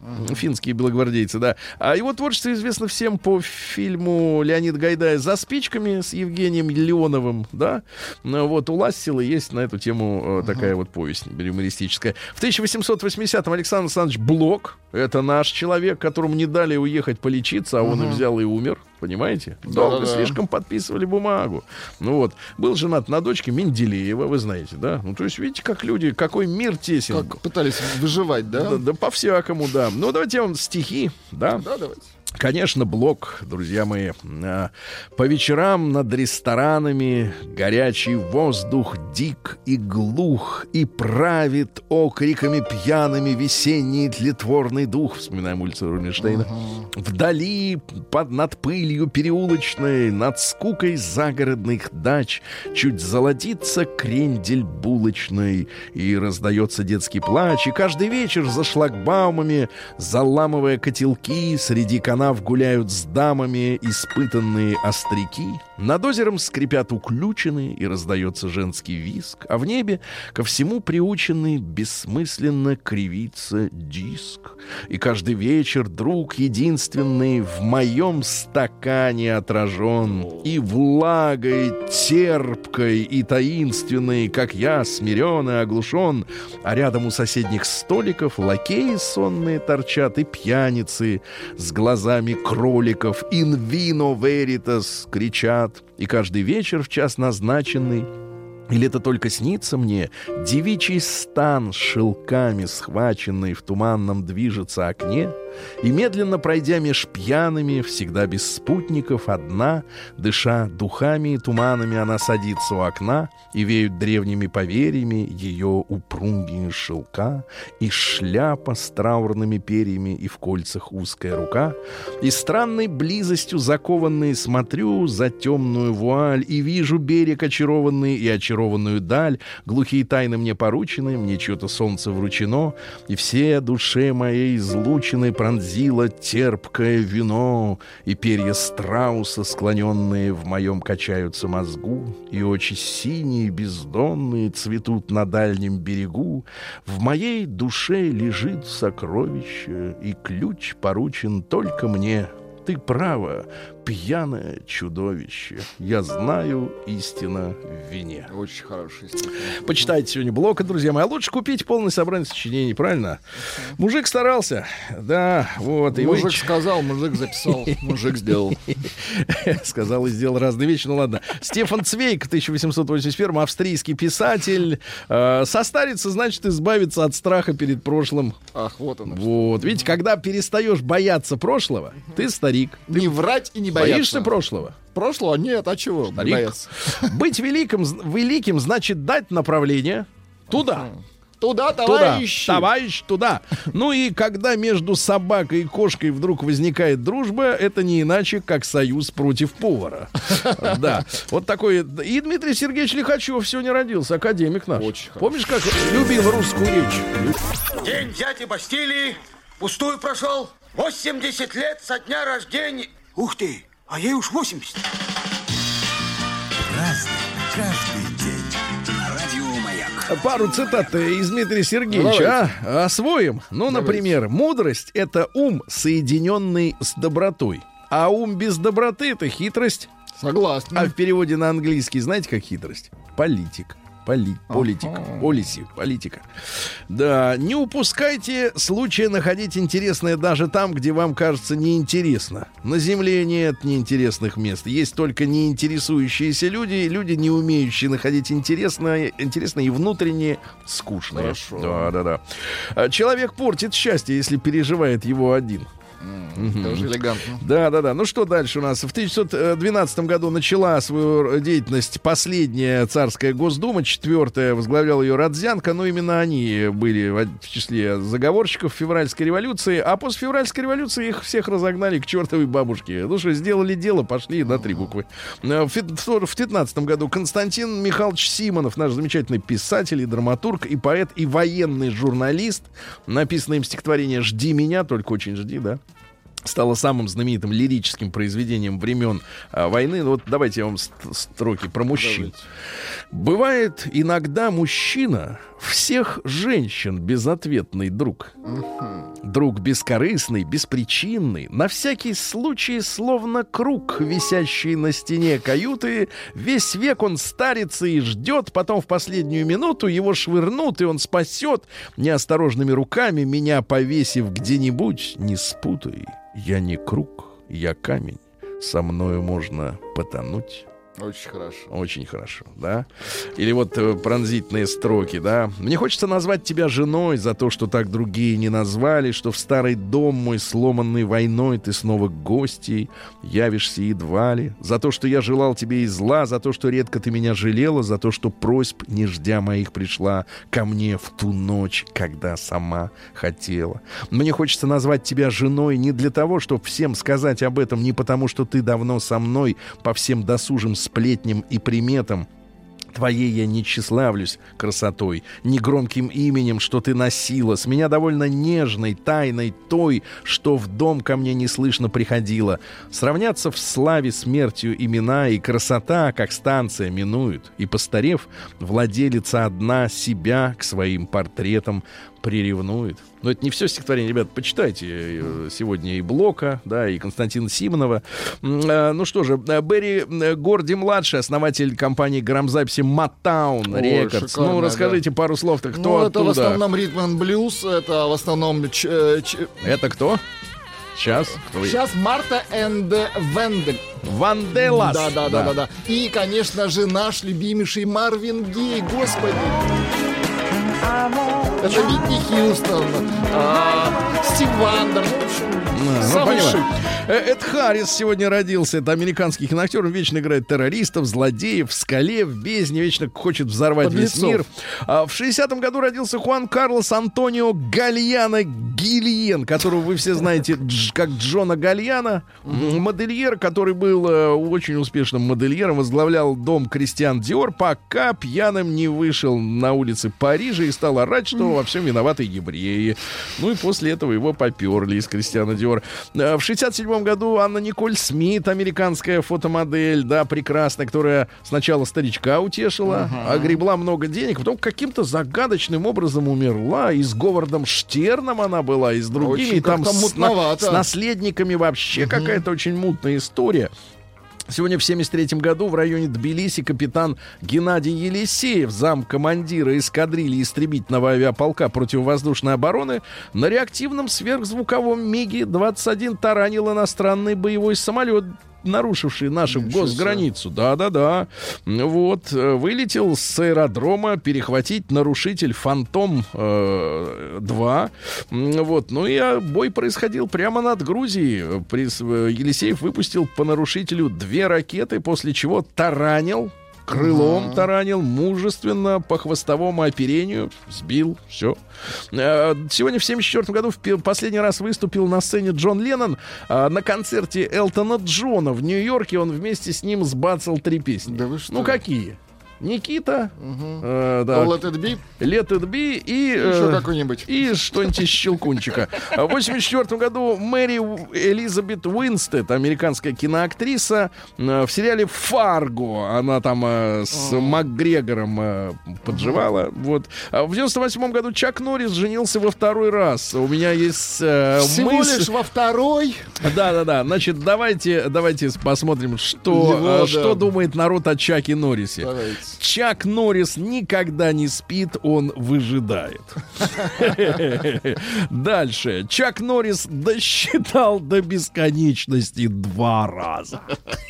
Uh-huh. Финские белогвардейцы, да. А его творчество известно всем по фильму Леонида Гайдая «За спичками» с Евгением Леоновым, да. Вот у Лассила есть на эту тему uh-huh. такая вот повесть юмористическая. В тысяча восемьсот восьмидесятом Александр Александрович Блок, это наш человек, которому не дали уехать полечиться, а он uh-huh. и взял и умер. Понимаете? Долго Да-да-да. слишком подписывали бумагу. Ну вот. Был женат на дочке Менделеева, вы знаете, да? Ну, то есть, видите, как люди, какой мир тесен. Как пытались выживать, да? Да, да по-всякому, да. Ну, давайте я вам стихи, да? Да, давайте. Конечно, Блок, друзья мои. По вечерам над ресторанами горячий воздух дик и глух, и правит окриками пьяными весенний тлетворный дух. Вспоминаем улицу Рубинштейна. Uh-huh. Вдали, под, над пылью переулочной, над скукой загородных дач, чуть золотится крендель булочной, и раздается детский плач. И каждый вечер за шлагбаумами, заламывая котелки, среди каналов гуляют с дамами испытанные остряки. Над озером скрипят уключены, и раздается женский визг, а в небе ко всему приученный бессмысленно кривится диск. И каждый вечер друг единственный в моем стакане отражен, и влагой терпкой и таинственной, как я, смирен и оглушен, а рядом у соседних столиков лакеи сонные торчат и пьяницы с глазами кроликов «In vino veritas» кричат. И каждый вечер в час назначенный, или это только снится мне, девичий стан с шелками схваченный в туманном движется окне, и медленно пройдя меж пьяными, всегда без спутников, одна, дыша духами и туманами, она садится у окна, и веют древними поверьями ее упругие шелка, и шляпа с траурными перьями, и в кольцах узкая рука, и странной близостью закованный смотрю за темную вуаль, и вижу берег очарованный и очарованную даль, глухие тайны мне поручены, мне чье-то солнце вручено, и все душе моей излучены пронзило терпкое вино, и перья страуса, склоненные в моем качаются мозгу, и очи синие, бездонные, цветут на дальнем берегу. В моей душе лежит сокровище, и ключ поручен только мне. Ты права, пьяное чудовище. Я знаю, истина в вине. Очень хороший стих. Почитайте сегодня Блока, друзья мои. А лучше купить полное собрание сочинений, правильно? Uh-huh. Мужик старался. Да, вот. И мужик вы... сказал, мужик записал, мужик сделал. Сказал и сделал разные вещи. Ну ладно. Стефан Цвейк, тысяча восемьсот восемьдесят первый, австрийский писатель. Состариться значит избавиться от страха перед прошлым. Ах, вот он. Вот. Видите, когда перестаешь бояться прошлого, ты старик. Не врать и не бояться. Боишься прошлого? Прошлого? Нет, а чего? Бояться. Быть великим, великим значит дать направление туда. Туда, товарищ. Туда, товарищ, туда. Ну и когда между собакой и кошкой вдруг возникает дружба, это не иначе, как союз против повара. Да. Вот такой. И Дмитрий Сергеевич Лихачев сегодня родился, академик наш. Очень Помнишь, как любил русскую речь? День взятия Бастилии пустую прошел. восемьдесят лет со дня рождения. Ух ты, а ей уж восемьдесят. Разный, каждый день. На радио Маяк. Пару цитат из Дмитрия Сергеевича а? освоим. Ну, Давайте. Например, мудрость — это ум, соединенный с добротой. А ум без доброты — это хитрость. Согласен. А в переводе на английский знаете, как хитрость? Политик. Поли, политика, ага. полиси, политика. Да, не упускайте случая находить интересное даже там, где вам кажется неинтересно. На Земле нет неинтересных мест. Есть только неинтересующиеся люди, люди, не умеющие находить интересное, интересное и внутренне скучное. Хорошо. Да, да, да. Человек портит счастье, если переживает его один. Mm, тоже элегантно. Да, да, да. Ну что дальше у нас? В тысяча девятьсот двенадцатом году начала свою деятельность последняя царская Госдума, четвертая, возглавлял ее Родзянко, но именно они были в числе заговорщиков февральской революции, а после февральской революции их всех разогнали к чертовой бабушке. Ну что, сделали дело, пошли на три буквы. В пятнадцатом году Константин Михайлович Симонов, наш замечательный писатель и драматург, и поэт, и военный журналист, написано им стихотворение «Жди меня», только очень жди, да. стало самым знаменитым лирическим произведением времен а, войны. Вот давайте я вам ст- строки про мужчин. Давайте. Бывает иногда мужчина всех женщин безответный друг. Uh-huh. Друг бескорыстный, беспричинный, на всякий случай словно круг, висящий на стене каюты. Весь век он старится и ждет, потом в последнюю минуту его швырнут, и он спасет. Неосторожными руками меня повесив где-нибудь, не спутай. Я не круг, я камень. Со мною можно потонуть. Очень хорошо. Очень хорошо, да? Или вот э, пронзительные строки, да? Мне хочется назвать тебя женой за то, что так другие не назвали, что в старый дом мой, сломанный войной, ты снова гостей явишься едва ли. За то, что я желал тебе и зла, за то, что редко ты меня жалела, за то, что просьб, не ждя моих, пришла ко мне в ту ночь, когда сама хотела. Мне хочется назвать тебя женой не для того, чтобы всем сказать об этом, не потому, что ты давно со мной по всем досужим сплетням и приметам. Твоей я не тщеславлюсь красотой, ни громким именем, что ты носила, с меня довольно нежной, тайной той, что в дом ко мне неслышно приходила. Сравняться в славе смертью имена и красота, как станция, минуют, и, постарев, владелица одна себя к своим портретам приревнует. Но это не все стихотворение, ребят, почитайте сегодня и Блока, да, и Константина Симонова. Ну что же, Берри Горди-младший, основатель компании грамзаписи Motown Records. Ну, расскажите да. пару слов-то, кто ну, оттуда? Это в основном ритм энд блюз, это в основном... Ч- ч- это кто? Сейчас. Сейчас Марта энд Вендель. Ванделас. Да, да, да, да, да. И, конечно же, наш любимейший Марвин Гей, господи. Это Витни Хьюстон, а, Стив Вандер, в общем, ну, самый шик. Эд Харрис сегодня родился. Это американский киноактер. Он вечно играет террористов, злодеев, в «Скале», в «Бездне». Вечно хочет взорвать Подлецов. Весь мир. А в шестидесятом году родился Хуан Карлос Антонио Гальяно Гильен, которого вы все знаете как Джона Гальяно. Mm-hmm. Модельер, который был э, очень успешным модельером, возглавлял дом Кристиан Диор, пока пьяным не вышел на улицы Парижа и стал орать, что mm-hmm. во всем виноваты евреи. Ну и после этого его поперли из Кристиана Диор. В шестьдесят седьмом году Анна Николь Смит, американская фотомодель, да, прекрасная, которая сначала старичка утешила, uh-huh. огребла много денег, потом каким-то загадочным образом умерла. И с Говардом Штерном она была, и с другими, и там с, на, с наследниками вообще uh-huh. какая-то очень мутная история. Сегодня в семьдесят третьем году в районе Тбилиси капитан Геннадий Елисеев, замкомандира эскадрильи истребительного авиаполка противовоздушной обороны, на реактивном сверхзвуковом МиГе двадцать один таранил иностранный боевой самолет, нарушивший нашу Ничего госграницу. Да-да-да. Вот. Вылетел с аэродрома перехватить нарушитель Фантом два. Вот. Ну и бой происходил прямо над Грузией. Елисеев выпустил по нарушителю две ракеты, после чего таранил, крылом uh-huh. таранил, мужественно по хвостовому оперению сбил. Все. Сегодня в семьдесят четвёртом году в последний раз выступил на сцене Джон Леннон. На концерте Элтона Джона в Нью-Йорке. Он вместе с ним сбацал три песни. Да вы что? Ну какие? Никита, uh-huh. э, да, Let It Be, Let It Be и, еще э, какой-нибудь. И что-нибудь из Щелкунчика. В восемьдесят четвёртом году Мэри Элизабет Уинстед, американская киноактриса, э, в сериале «Фарго». Она там э, с uh-huh. МакГрегором э, подживала. Uh-huh. Вот. А в девяносто восьмом году Чак Норрис женился во второй раз. У меня есть э, Всего мысль... лишь во второй? Да-да-да. Значит, давайте, давайте посмотрим, что, Его, э, да. что думает народ о Чаке Норрисе. Давайте. Чак Норрис никогда не спит, он выжидает. Дальше. Чак Норрис досчитал до бесконечности два раза.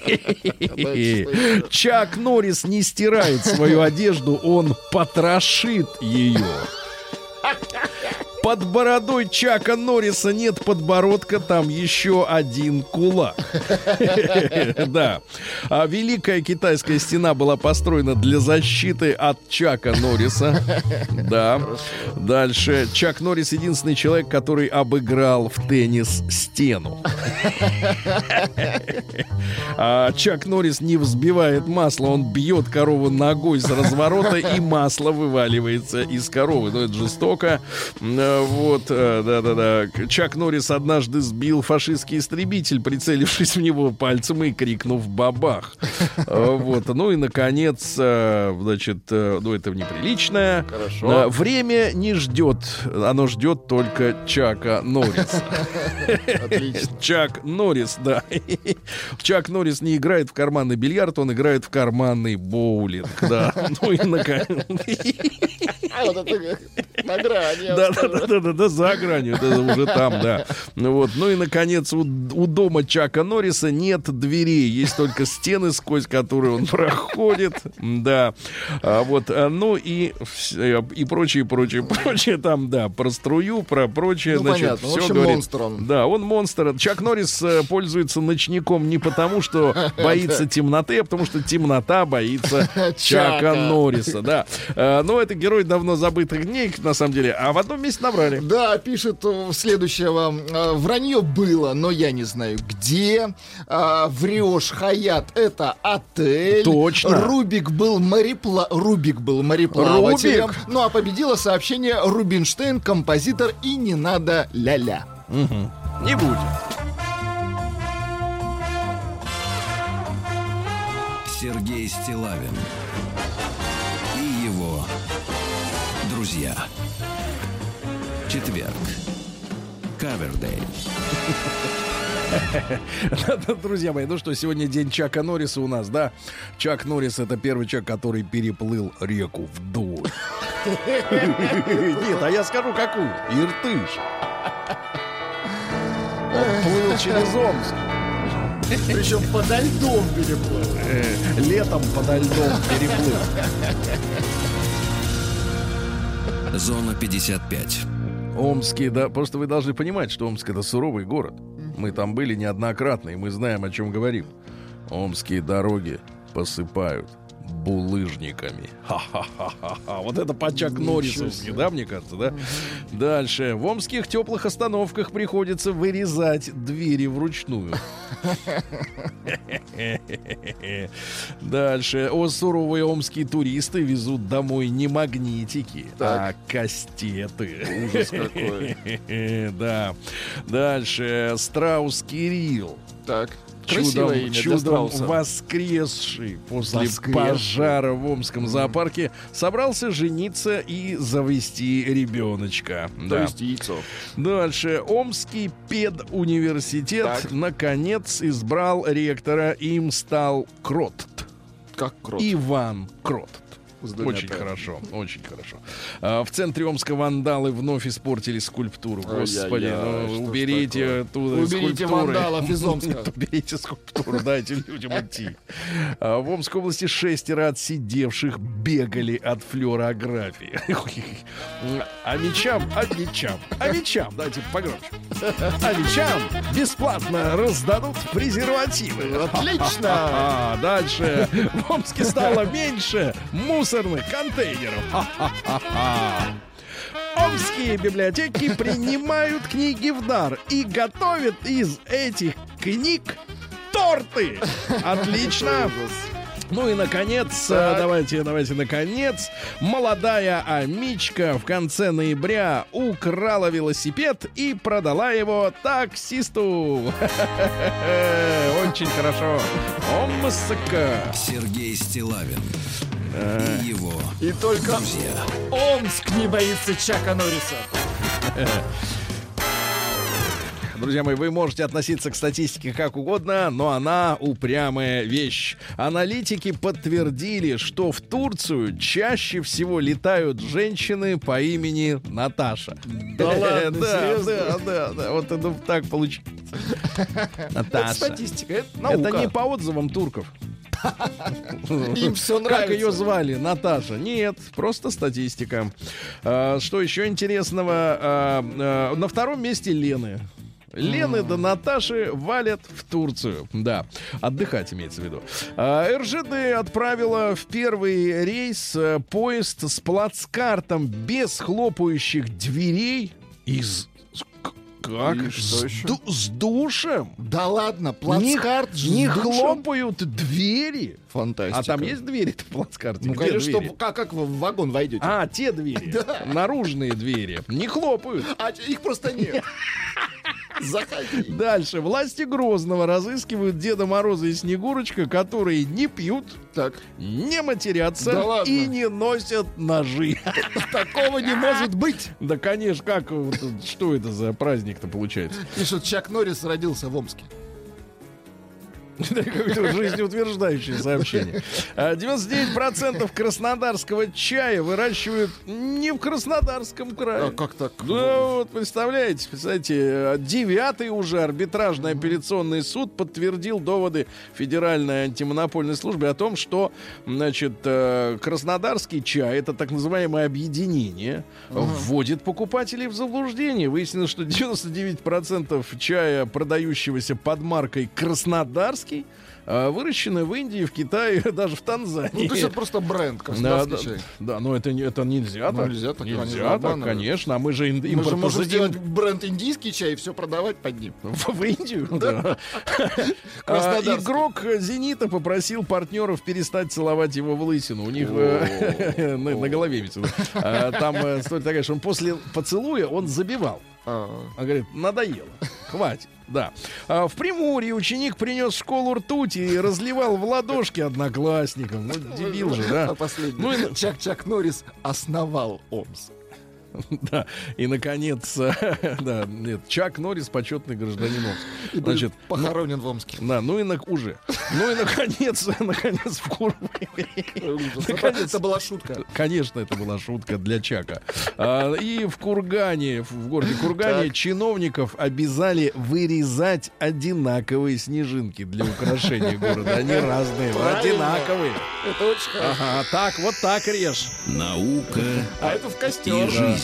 Чак Норрис не стирает свою одежду, он потрошит ее. Под бородой Чака Норриса нет подбородка, там еще один кулак. Да. А Великая Китайская стена была построена для защиты от Чака Норриса. Да. Дальше. Чак Норрис единственный человек, который обыграл в теннис стену. А Чак Норрис не взбивает масло, он бьет корову ногой с разворота, и масло вываливается из коровы. Ну, это жестоко. Вот, да-да-да. Чак Норрис однажды сбил фашистский истребитель, прицелившись в него пальцем и крикнув «бабах». Вот, ну и, наконец, значит, ну это неприличное. Хорошо. Время не ждет, оно ждет только Чака Норриса. Отлично. Чак Норрис, да. Чак Норрис не играет в карманный бильярд, он играет в карманный боулинг, да. Ну и наконец... А вот это на грани. Да, да, да, да, да, да, за гранью, это уже там, да. Ну вот, ну и наконец у, у дома Чака Норриса нет дверей, есть только стены, сквозь которые он проходит, да. А вот, ну и и прочее, прочее, прочее там, да, про струю, про прочее, ну, значит, понятно. все в общем, говорит. Монстр он. Да, он монстр. Чак Норрис э, пользуется ночником не потому, что боится темноты, а потому что темнота боится Чака Норриса, да. Но это герой давно забытых дней, на самом деле, а в одном месте набрали. Да, пишет следующее вам. Вранье было, но я не знаю где. А, врешь, Хаят, это отель. Точно. Рубик был морепла... Рубик был мореплавателем. Рубик. Ну а победило сообщение Рубинштейн, композитор, и не надо ля-ля. Угу. Не будет. Сергей Стиллавин и его друзья. Четверг. Кавердей. Друзья мои, ну что, сегодня день Чака Норриса у нас, да? Чак Норрис — это первый человек, который переплыл реку вдоль. Нет, а я скажу, какую? Иртыш. Он плыл через Омск. Причем подо льдом переплыл. Летом подо льдом переплыл. Зона пятьдесят пять. Омский, да, просто вы должны понимать, что Омск — это суровый город. Мы там были неоднократно, и мы знаем, о чем говорим. Омские дороги посыпают булыжниками. Ха-ха-ха-ха. Вот это по Чак Норрисовски, да, мне кажется, да? Дальше. В омских теплых остановках приходится вырезать двери вручную. Дальше. О, суровые омские туристы везут домой не магнитики, а кастеты. Ужас какой. Да. Дальше. Страус Кирилл. Так. Чудом, Красивое имя чудом для страуса. воскресший после Воскресший. пожара в Омском зоопарке собрался жениться и завести ребеночка. То Да. есть яйцо. Дальше. Омский педуниверситет Так. наконец избрал ректора. Им стал Крот. Как крот. Иван Крот. С двумя Очень «п». хорошо, очень хорошо. А, в центре Омска вандалы вновь испортили скульптуру. Господи, Ай-яй-яй, ну, что ж уберите оттуда Уберите скульптуры. вандалов из Омска. Уберите скульптуру, дайте людям идти. А, в Омской области шестеро отсидевших бегали от флюорографии. А мечам, а мечам, а мечам, давайте погромче. А мечам бесплатно раздадут презервативы. Отлично! А, дальше. В Омске стало меньше мусорных контейнеров. Ха-ха-ха-ха. Омские библиотеки принимают книги в дар и готовят из этих книг торты. Отлично. Ну и, наконец, Так. давайте, давайте, наконец, молодая Амичка в конце ноября украла велосипед и продала его таксисту. Очень хорошо. Омска. Сергей Стиллавин и его И только друзья. Омск не боится Чака Норриса. Друзья мои, вы можете относиться к статистике как угодно, но она упрямая вещь. Аналитики подтвердили, что в Турцию чаще всего летают женщины по имени Наташа. Да ладно, Да, серьезно? да, да, да. Вот это так получилось. Это Наташа. статистика, это наука. Это не по отзывам турков. Им все нравится. Как ее звали? Наташа? Нет, просто статистика. А, что еще интересного? А, а, на втором месте Лены. Лены да Наташи валят в Турцию. Да, отдыхать имеется в виду. А, эр жэ дэ отправила в первый рейс а, поезд с плацкартом без хлопающих дверей из Как? И что С, еще? ду- с душем? Да ладно, Не, плацкарт же не с душем. хлопают двери. Фантастика. А там есть двери-то в плацкарте? Ну, Где конечно, двери? как, как вы в вагон войдете? А, те двери. Наружные двери. Не хлопают. А их просто нет. Заходи. Дальше. Власти Грозного разыскивают Деда Мороза и Снегурочка, которые не пьют, Так, не матерятся Да ладно? и не носят ножи. такого не может быть. Да, конечно, как, вот, что это за праздник-то получается? Пишут, Чак Норрис родился в Омске. Какое-то жизнеутверждающее сообщение. А, девяносто девять процентов краснодарского чая выращивают не в Краснодарском крае. А как так? Да, вот, представляете, представляете, девятый уже арбитражный апелляционный суд подтвердил доводы Федеральной антимонопольной службы о том, что, значит, э, краснодарский чай, это так называемое объединение, вводит покупателей в заблуждение. Выяснилось, что девяносто девять процентов чая, продающегося под маркой «Краснодарский», э, выращены в Индии, в Китае, даже в Танзании. Ну, то есть это просто бренд, Да, краснодарский да, чай. да, но это, не- это нельзя Ну, так. нельзя так, конечно, Нельзя так, обманывают. конечно. А мы же ин- Мы же импорт можем сделать задим бренд индийский чай и все продавать под ним. в, в Индию. Да. А, Краснодарский. игрок «Зенита» попросил партнеров перестать целовать его в лысину. У них э, на на голове имеется в виду. А, Там э, история такая, что он после поцелуя он забивал. А, Он говорит, надоело, хватит. Да. А в Приморье ученик принес в школу ртуть и разливал в ладошки одноклассникам. Ну, дебил же, да? А последний. Ну и- Чак Чак Норрис основал Омск. Да. И, наконец, да, нет, Чак Норрис, почетный гражданин Омска. И был Значит, похоронен в Омске. да, ну и на, уже. Ну и, наконец, наконец, в Кур... Ужас. Это, Наконец. это была шутка. Конечно, это была шутка для Чака. А, и в Кургане, в городе Кургане, Так. чиновников обязали вырезать одинаковые снежинки для украшения города. Они разные, Правильно. одинаковые. Это очень хорошо. Ага, так, вот так режь. Наука А это в и костер. жизнь.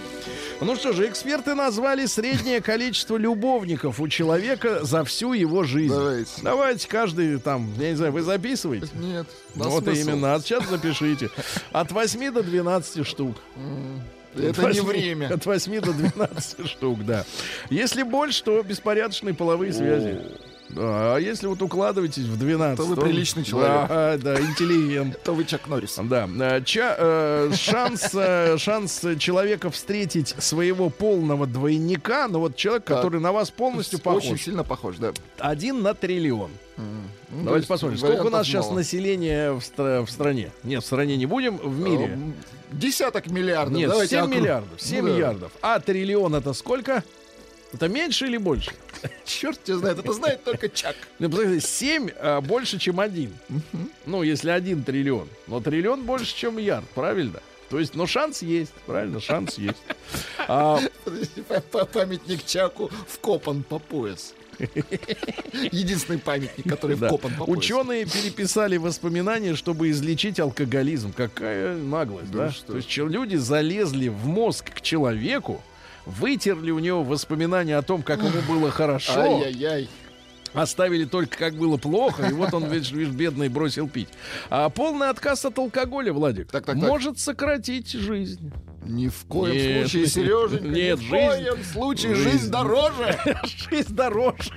Ну что же, эксперты назвали среднее количество любовников у человека за всю его жизнь. Давайте. Давайте каждый там, я не знаю, вы записываете? Нет. Ну, на вот смысл. именно, а сейчас запишите. От восьми до двенадцати штук. От Это не восьми- время. От восьми до двенадцати штук, да. Если больше, то беспорядочные половые связи. Да, а если вот укладываетесь в двенадцать, То вы приличный человек. Да, да, интеллигент. То вы Чак Норрис. Да, э, ча- э, шанс, э, шанс человека встретить своего полного двойника, ну вот человек, Так. который на вас полностью Очень похож, сильно похож, да. один на триллион. Ну, то Давайте есть посмотрим, сколько у вариантов нас сейчас мало. населения в, стра- в стране. Нет, в стране не будем, в мире. М, Десяток миллиардов. Нет, Давайте семь округ. миллиардов. семь Ну да. миллиардов. А триллион это сколько? Это меньше или больше? Черт тебя знает, это знает только Чак. Ну, посмотрите, семь а, больше, чем один. Ну, если один триллион. Но триллион больше, чем ярд, правильно? То есть, ну, шанс есть, правильно, шанс есть. А, Подожди, п- п- Памятник Чаку вкопан по пояс. Единственный памятник, который да. вкопан по пояс. Ученые переписали воспоминания, чтобы излечить алкоголизм. Какая наглость, Да да? что? То есть че- люди залезли в мозг к человеку, вытерли у него воспоминания о том, как ему было хорошо, Ай-яй-яй. оставили только как было плохо, и вот он, видишь, видишь, бедный, бросил пить. А полный отказ от алкоголя, Владик, Так, так, так. может сократить жизнь. Ни в коем Нет, случае, Сереженька, нет, ни в жизнь- коем случае жизнь- жизнь дороже. Жизнь дороже.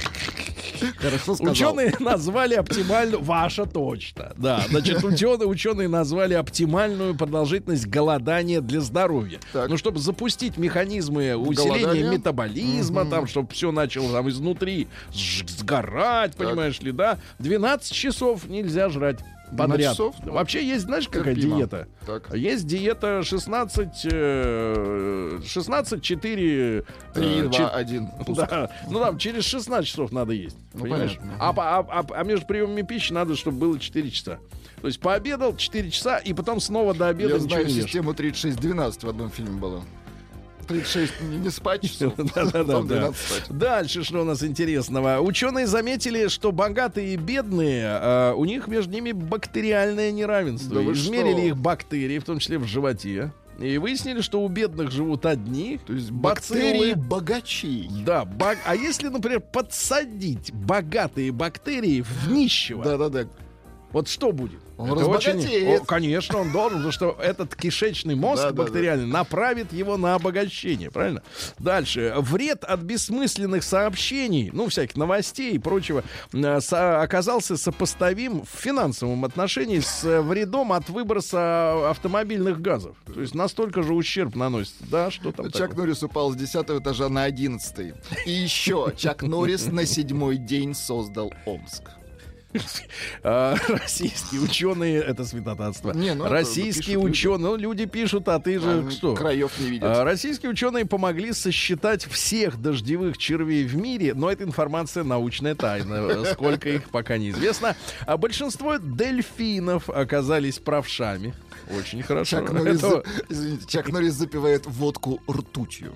Хорошо сказал. Ученые назвали оптимальную... Ваша точно. Да, значит, ученые, ученые назвали оптимальную продолжительность голодания для здоровья. Так. Ну, чтобы запустить механизмы усиления Голодания? метаболизма, там, чтобы все начало там изнутри сж- сгорать, понимаешь ли, да? двенадцать часов нельзя жрать подряд. часов? Вообще есть, знаешь, какая Терпимо. диета? Так. Есть диета шестнадцать, э, шестнадцать четыре... Три, э, два, чет- один. Да, ну там через шестнадцать часов надо есть. Ну, понимаешь? понятно. А, по- а, а- а между приемами пищи надо, чтобы было четыре часа. То есть пообедал четыре часа, и потом снова до обеда Я ничего знаю не ешь. систему тридцать шесть двенадцать в одном фильме было. тридцать шесть не, не спать часов, Да-да-да, потом да. двенадцать спать. Дальше что у нас интересного? Ученые заметили, что богатые и бедные, а, у них между ними бактериальное неравенство. Да вы Измерили что? их бактерии, в том числе в животе. И выяснили, что у бедных живут одни. То есть бациллы. бактерии богачей. Да, баг- а если, например, подсадить богатые бактерии в нищего, Да-да-да. Вот что будет? Он Это разбогатеет. очень... О, конечно, он должен, потому что этот кишечный мозг Да, да, бактериальный направит его на обогащение, правильно? Дальше. Вред от бессмысленных сообщений, ну, всяких новостей и прочего, э, со- оказался сопоставим в финансовом отношении с э, вредом от выброса автомобильных газов. То есть настолько же ущерб наносится. Да, что там Чак такое? Норрис упал с десятого этажа на одиннадцатый. И еще Чак Норрис на седьмой день создал Омск. А, российские ученые, это святотатство. Не, ну, это российские пишут ученые, ну, люди пишут, а ты же А, что? краев не видят. А, российские ученые помогли сосчитать всех дождевых червей в мире, но эта информация научная тайна. Сколько их, пока неизвестно. А большинство дельфинов оказались правшами. Очень хорошо. Чак Норрис, Это- за- извините, Чак Норрис запивает водку ртутью.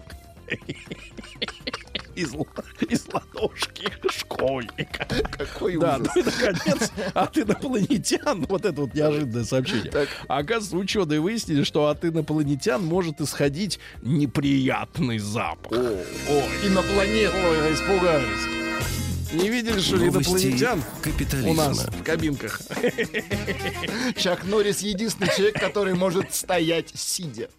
Из, л- из ладошки школьника. Какой Да, ужас. ну и наконец, от инопланетян, вот это вот неожиданное сообщение. Так. Оказывается, ученые выяснили, что от инопланетян может исходить неприятный запах. Ой, Инопланет. ой, испугались. Не видели, что ли, Новости инопланетян капитализма. у нас в кабинках? Чак Норрис единственный человек, который может стоять сидя.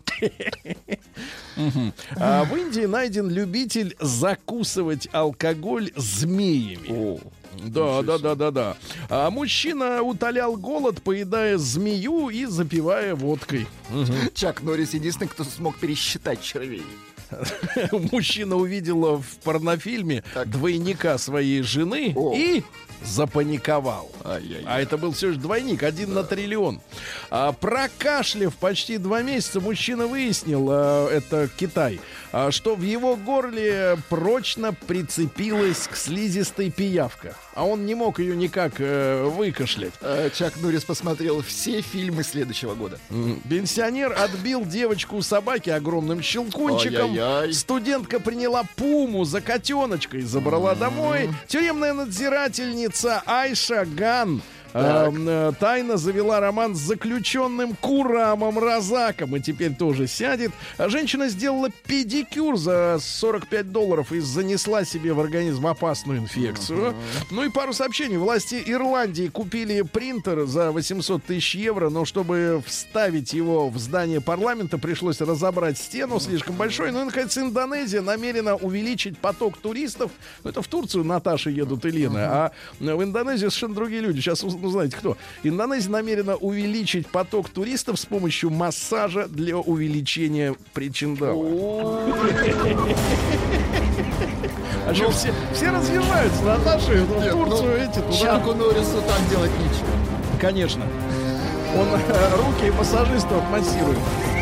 А в Индии найден любитель закусывать алкоголь змеями. Да, да, да, да, да. А мужчина утолял голод, поедая змею и запивая водкой. Чак Норрис единственный, кто смог пересчитать червей. Мужчина увидел в порнофильме Так. двойника своей жены О. и запаниковал. Ай-яй-яй. А это был все же двойник, один на триллион. А, прокашляв почти два месяца, мужчина выяснил, а, это Китай, а, что в его горле прочно прицепилась к слизистой пиявка. А он не мог ее никак э, выкашлять. Э, Чак Норрис посмотрел все фильмы следующего года. М, Пенсионер отбил девочку у собаки огромным щелкунчиком. Ай-яй-яй. Студентка приняла пуму за котеночка и забрала домой. Тюремная надзирательница Айша Ган э, э, тайно завела роман с заключенным Курамом Разаком и теперь тоже сядет. А женщина сделала педикюр за сорок пять долларов и занесла себе в организм опасную инфекцию. Ну и пару сообщений. Власти Ирландии купили принтер за восемьсот тысяч евро, но чтобы вставить его в здание парламента, пришлось разобрать стену, слишком большой. Ну и, наконец, Индонезия намерена увеличить поток туристов. Ну, это в Турцию Наташи едут и Лена, а в Индонезии совершенно другие люди. Сейчас узнаете, кто. Индонезия намерена увеличить поток туристов с помощью массажа для увеличения причиндала. А что, все, все разъезжаются, Наташи, в Нет, Турцию, ну, эти, туда. Чаку Норрису там делать нечего. Конечно. Он э, руки массажистов массирует.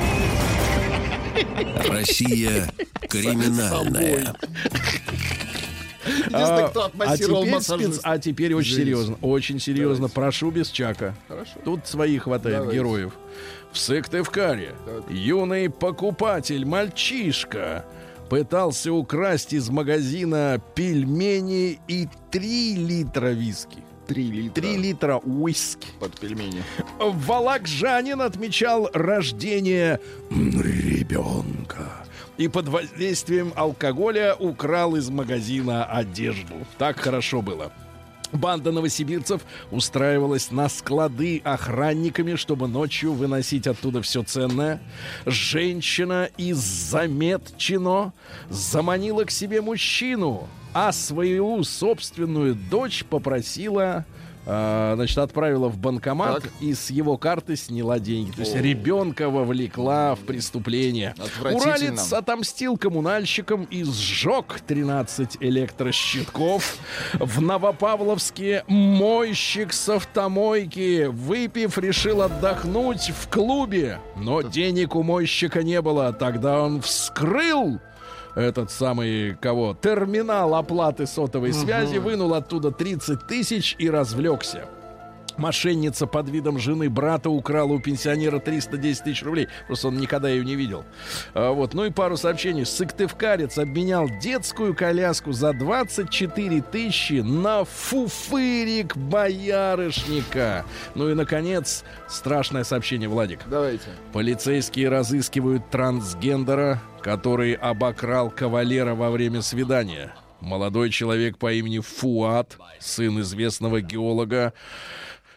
Россия криминальная. Единственный, кто отмассировал теперь массажист. спец- а теперь очень Жесть. серьезно. Очень серьезно. Давайте. Прошу без Чака. Хорошо. Тут своих хватает Давайте. героев. В Сыктывкаре Так. юный покупатель, мальчишка, пытался украсть из магазина пельмени и три литра виски. Три литра Три литра уиски. под пельмени. Волокжанин отмечал рождение ребенка и под воздействием алкоголя украл из магазина одежду. Так хорошо было. Банда новосибирцев устраивалась на склады охранниками, чтобы ночью выносить оттуда все ценное. Женщина из Заметчино заманила к себе мужчину, а свою собственную дочь попросила, э, значит, отправила в банкомат Так. и с его карты сняла деньги. То есть О. ребенка вовлекла в преступление. Отвратительно. Уралец отомстил коммунальщикам и сжег тринадцать электрощитков. В Новопавловске мойщик с автомойки, выпив, решил отдохнуть в клубе. Но денег у мойщика не было. Тогда он вскрыл этот самый, кого, терминал оплаты сотовой связи, вынул оттуда тридцать тысяч и развлекся. Мошенница под видом жены брата украла у пенсионера триста десять тысяч рублей. Просто он никогда ее не видел. А, вот. Ну и пару сообщений. Сыктывкарец обменял детскую коляску за двадцать четыре тысячи на фуфырик боярышника. Ну и, наконец, страшное сообщение, Владик. Давайте. Полицейские разыскивают трансгендера, который обокрал кавалера во время свидания. Молодой человек по имени Фуат, сын известного геолога,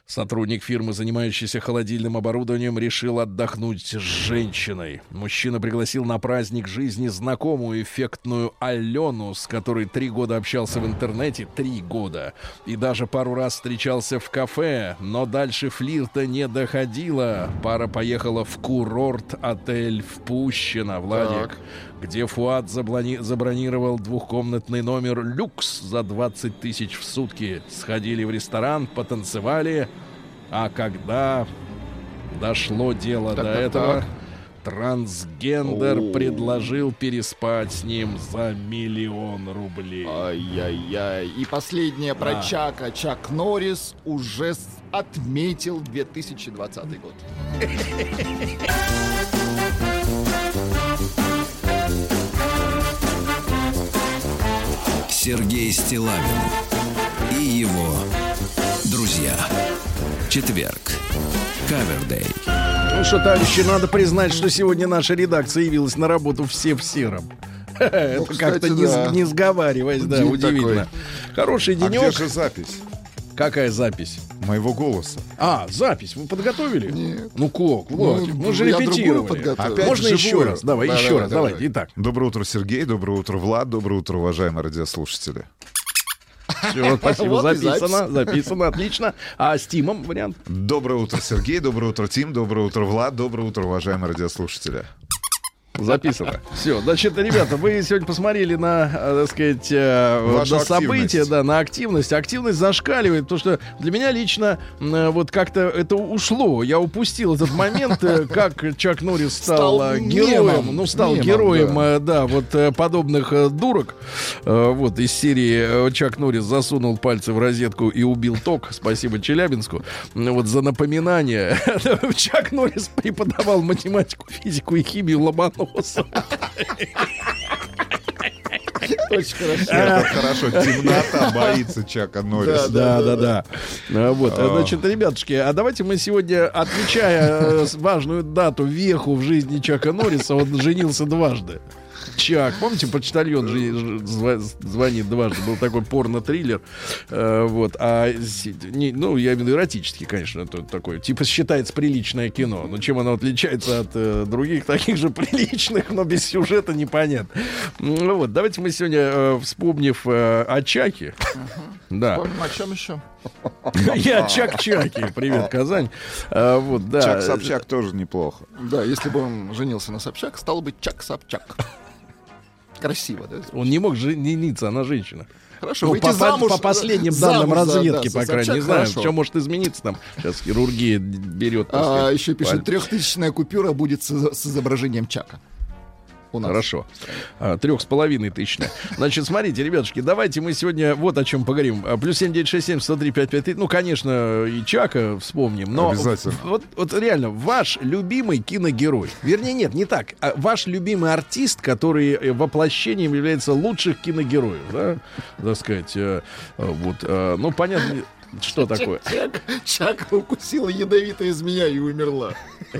Сотрудник фирмы, занимающийся холодильным оборудованием, решил отдохнуть с женщиной. Мужчина пригласил на праздник жизни знакомую эффектную Алену, с которой три года общался в интернете. Три года. И даже пару раз встречался в кафе. Но дальше флирта не доходило. Пара поехала в курорт-отель в Пущино, Владик, так. где Фуад заблони- забронировал двухкомнатный номер люкс за двадцать тысяч в сутки. Сходили в ресторан, потанцевали. А когда дошло дело так, до так, этого, так. трансгендер О-о-о. предложил переспать с ним за миллион рублей. Ай-яй-яй. И последнее про а. Чака. Чак Норрис уже отметил две тысячи двадцатый год. Сергей Стиллавин и его друзья. Четверг. Кавердей. Ну что, товарищи, надо признать, что сегодня наша редакция явилась на работу все в сером. Ну, это кстати, как-то да. не, не сговариваясь, да, день удивительно. Такой. Хороший денек. А где же запись? Какая запись? Моего голоса. А, запись. Вы подготовили? Нет. Ну как, Владик, ну, мы же репетировали. Опять можно живую? еще раз? Давай, да, еще давай, раз. Давай. давай. Итак. Доброе утро, Сергей. Доброе утро, Влад. Доброе утро, уважаемые радиослушатели. Все, спасибо, вот записано, записано, отлично. А с Тимом вариант? Доброе утро, Сергей. Доброе утро, Тим. Доброе утро, Влад. Доброе утро, уважаемые радиослушатели. Записано. Все, значит, ребята, вы сегодня посмотрели на, так сказать, на события, да, на активность. Активность зашкаливает, потому что для меня лично вот как-то это ушло. Я упустил этот момент, как Чак Норрис стал, стал героем, мемом, ну, стал мемом, героем, да. да, вот подобных дурок. Вот из серии Чак Норрис засунул пальцы в розетку и убил ток. Спасибо Челябинску. Вот за напоминание. Чак Норрис преподавал математику, физику и химию Ломоносову. Очень хорошо. Это хорошо. Темнота боится Чака Норриса. Да, да, да. да. Вот, значит, ребятушки, а давайте мы сегодня, отмечая важную дату, веху в жизни Чака Норриса, он женился дважды. Чак, помните, почтальон же звонит дважды, был такой порно-триллер, э, вот, а, не, ну, я имею в виду эротический, конечно, это такой, типа считается приличное кино, но чем оно отличается от э, других таких же приличных, но без сюжета непонятно. Ну вот, давайте мы сегодня, э, вспомнив э, о Чаке, да. Вспомним о чем еще? Я Чак-Чаки, привет, Казань. А, вот, да. Чак-Собчак тоже неплохо. Да, если бы он женился на Собчак, стал бы Чак-Собчак. Красиво, да? Он не мог жениться, она женщина. Хорошо, ну, выйти по, замуж, по последним данным замуж, разведки, да, по крайней мере, не знаю, что может измениться там. Сейчас хирургия берет. А, сказать, еще пишет, трехтысячная купюра будет с, с изображением Чака. У нас. Хорошо. А, трех с половиной тысячная. Значит, смотрите, ребятушки, давайте мы сегодня вот о чем поговорим. Плюс семь девять шесть семь сто три пять пять три. Ну, конечно, и Чака вспомним. Но обязательно. Вот, вот реально, ваш любимый киногерой. Вернее, нет, не так. А ваш любимый артист, который воплощением является лучших киногероев. Да? Так сказать. Э, вот. Э, ну, понятно. Что такое? Чак, Чак укусила ядовитая змея и умерла.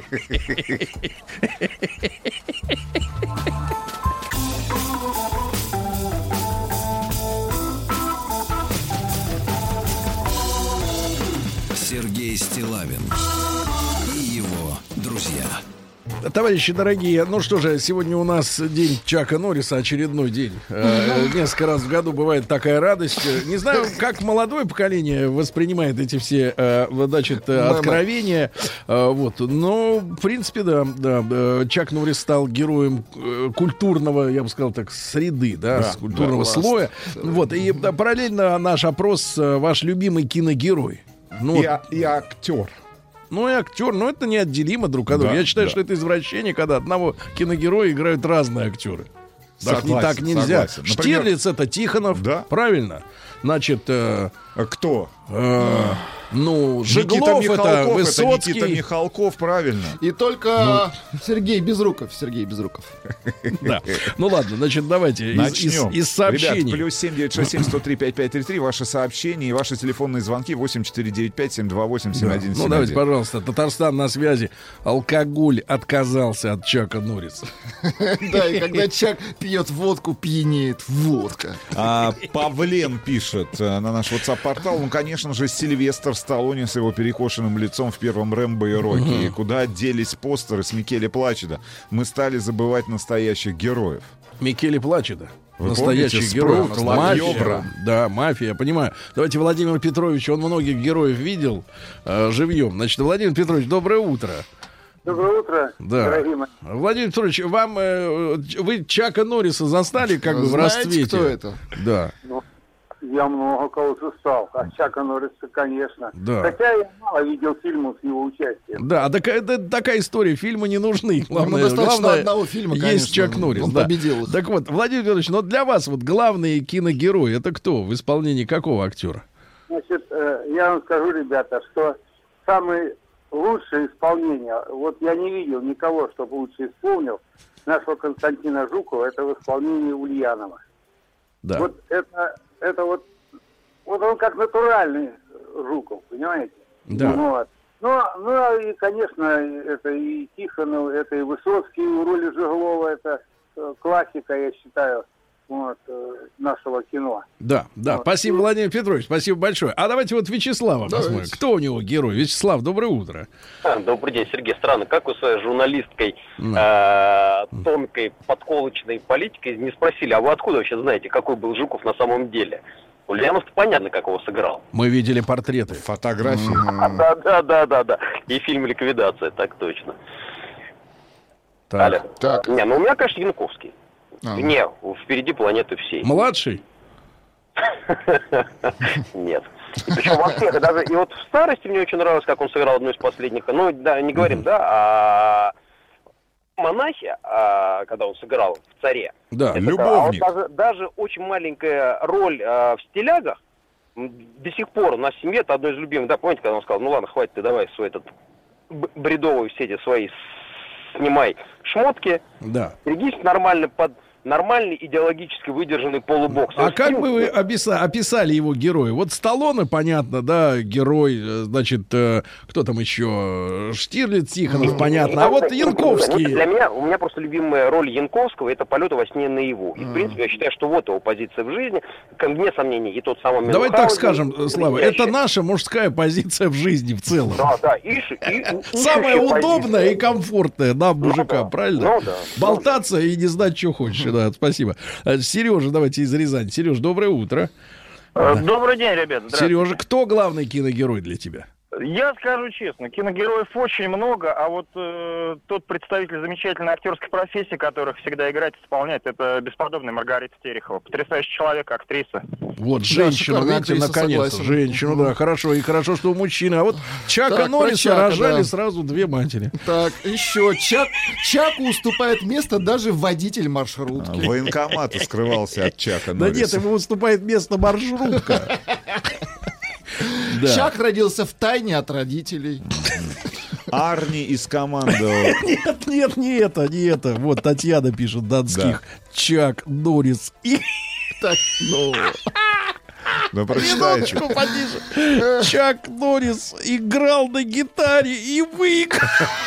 Сергей Стиллавин и его друзья. Товарищи дорогие, ну что же, сегодня у нас день Чака Норриса, очередной день. Э, несколько раз в году бывает такая радость. Не знаю, как молодое поколение воспринимает эти все, э, значит, откровения. Э, вот, но, в принципе, да, да, Чак Норрис стал героем э, культурного, я бы сказал так, среды, да, да, культурного да, слоя. Вот, и да, параллельно наш опрос, ваш любимый киногерой. Ну, и, и актер. Ну и актер, но это неотделимо друг от друга. Да, Я считаю, да. что это извращение, когда одного киногероя играют разные актеры. Так, не, так нельзя. Согласен. Штирлиц — это Тихонов, да? Правильно? Значит, э, а кто? Э, ну, Жеглов — это Высоцкий. Это Никита Михалков, правильно. И только ну. Сергей Безруков. Сергей Безруков. Да. Ну ладно, значит, давайте начнем. Из, из, из сообщений. Ребят, плюс семь девять шесть семь сто три пять пять три три. Ваши сообщения и ваши телефонные звонки восемь четыре девять пять семь два восемь семь один семь один. Ну давайте, пожалуйста, Татарстан на связи. Алкоголь отказался от Чака Норриса. Да, и когда Чак пьет водку, пьянеет водка. Павлен пишет на наш WhatsApp-портал. Ну, конечно же, Сильвестр Сталлоне с его перекошенным лицом в первом «Рэмбо» и «Рокки». И куда делись постеры с Микеле Плачидо? Мы стали забывать настоящих героев. Микеле Плачидо. Вы Настоящий помните, герой. Спрэнг, Мафия. Лакьёбра? Да, мафия, я понимаю. Давайте Владимир Петрович, он многих героев видел э, живьем. Значит, Владимир Петрович, доброе утро. Доброе утро, Да. дорогие мои. Владимир Петрович, вам э, вы Чака Норриса застали как бы в Знаете, расцвете? кто это? Да. Ну, я много кого застал. А Чака Норриса, конечно. Да. Хотя я мало видел фильмов с его участием. Да, так, это такая история, фильмы не нужны. Главное, Ну, достаточно главное, одного фильма, есть конечно, Чак Норрис. он Да. победил их. Так вот, Владимир Петрович, но для вас вот главный киногерой это кто? В исполнении какого актера? Значит, э, я вам скажу, ребята, что самое лучшее исполнение, вот я не видел никого, чтобы лучше исполнил, нашего Константина Жукова, это в исполнении Ульянова. Да. Вот это, это вот, вот он как натуральный Жуков, понимаете? Да. Вот. Ну, ну и, конечно, это и Тихонов, это и Высоцкий в роли Жиглова, это э, классика, я считаю, вот, э, нашего кино. Да, да. Вот. Спасибо, Владимир Петрович, спасибо большое. А давайте вот Вячеслава Давайте. посмотрим. Кто у него герой? Вячеслав, доброе утро. Добрый день, Сергей. Странно, как вы своей журналисткой, э, тонкой, подколочной политикой не спросили, а вы откуда вообще знаете, какой был Жуков на самом деле? Ульянов-то понятно, как его сыграл. Мы видели портреты. Фотографии. Да, да, да, да, да. И фильм «Ликвидация», так точно. Так. Алло. Так. Не, ну у меня, конечно, Янковский. А. Не, впереди планеты всей. Младший? Нет. И причем во всех, и даже и вот в старости мне очень нравилось, как он сыграл одну из последних. Ну, да, не говорим, да, а монахи, а, когда он сыграл в «Царе». Да. Это, Любовник. а вот даже, даже очень маленькая роль а, в «Стилягах», м, до сих пор у нас в семье это одно из любимых. Да, помните, когда он сказал, ну ладно, хватит, ты давай свой этот б- бредовые все эти свои с- снимай шмотки, Да. берегись нормально под нормальный идеологически выдержанный полубокс. А как бы вы описа- описали его героя? Вот Сталлоне, понятно, да, герой, э, значит, э, кто там еще? Штирлиц, Тихонов, понятно. А вот Янковский. Для меня, у меня просто любимая роль Янковского — это «Полеты во сне наяву». И, в принципе, я считаю, что вот его позиция в жизни, как вне сомнений, и тот самый Давай так Мюнхгаузен, скажем, Слава, блестящий. это наша мужская позиция в жизни в целом. Да, да, ищ- и, и- Самая ищущая удобная позиция. и комфортная нам, мужикам, да. правильно? Ну да. Болтаться и не знать, что хочешь. Да, спасибо. Сережа, давайте из Рязани. Сереж, доброе утро. Добрый день, ребят. Сережа, кто главный киногерой для тебя? Я скажу честно, киногероев очень много, а вот э, тот представитель замечательной актерской профессии, которых всегда играть, исполняет, это бесподобная Маргарита Терехова. Потрясающий человек, актриса. Вот, женщину, шикарная видите, актриса, наконец-то. согласен. Женщину, да, хорошо. И хорошо, что у мужчины. А вот Чака Так, про Норриса Чака, рожали да. сразу две матери. Так, еще. Чак, Чаку уступает место даже водитель маршрутки. Военкомат скрывался от Чака Да нет, Норриса. ему уступает место маршрутка. Да. Чак родился в тайне от родителей. Арни из команды. Нет, нет, не это, не это. Вот Татьяна пишет, Донских. Чак Норрис. И Так, ну... Ну, прочитайте. минуточку, потише. Чак Норрис играл на гитаре и выиграл.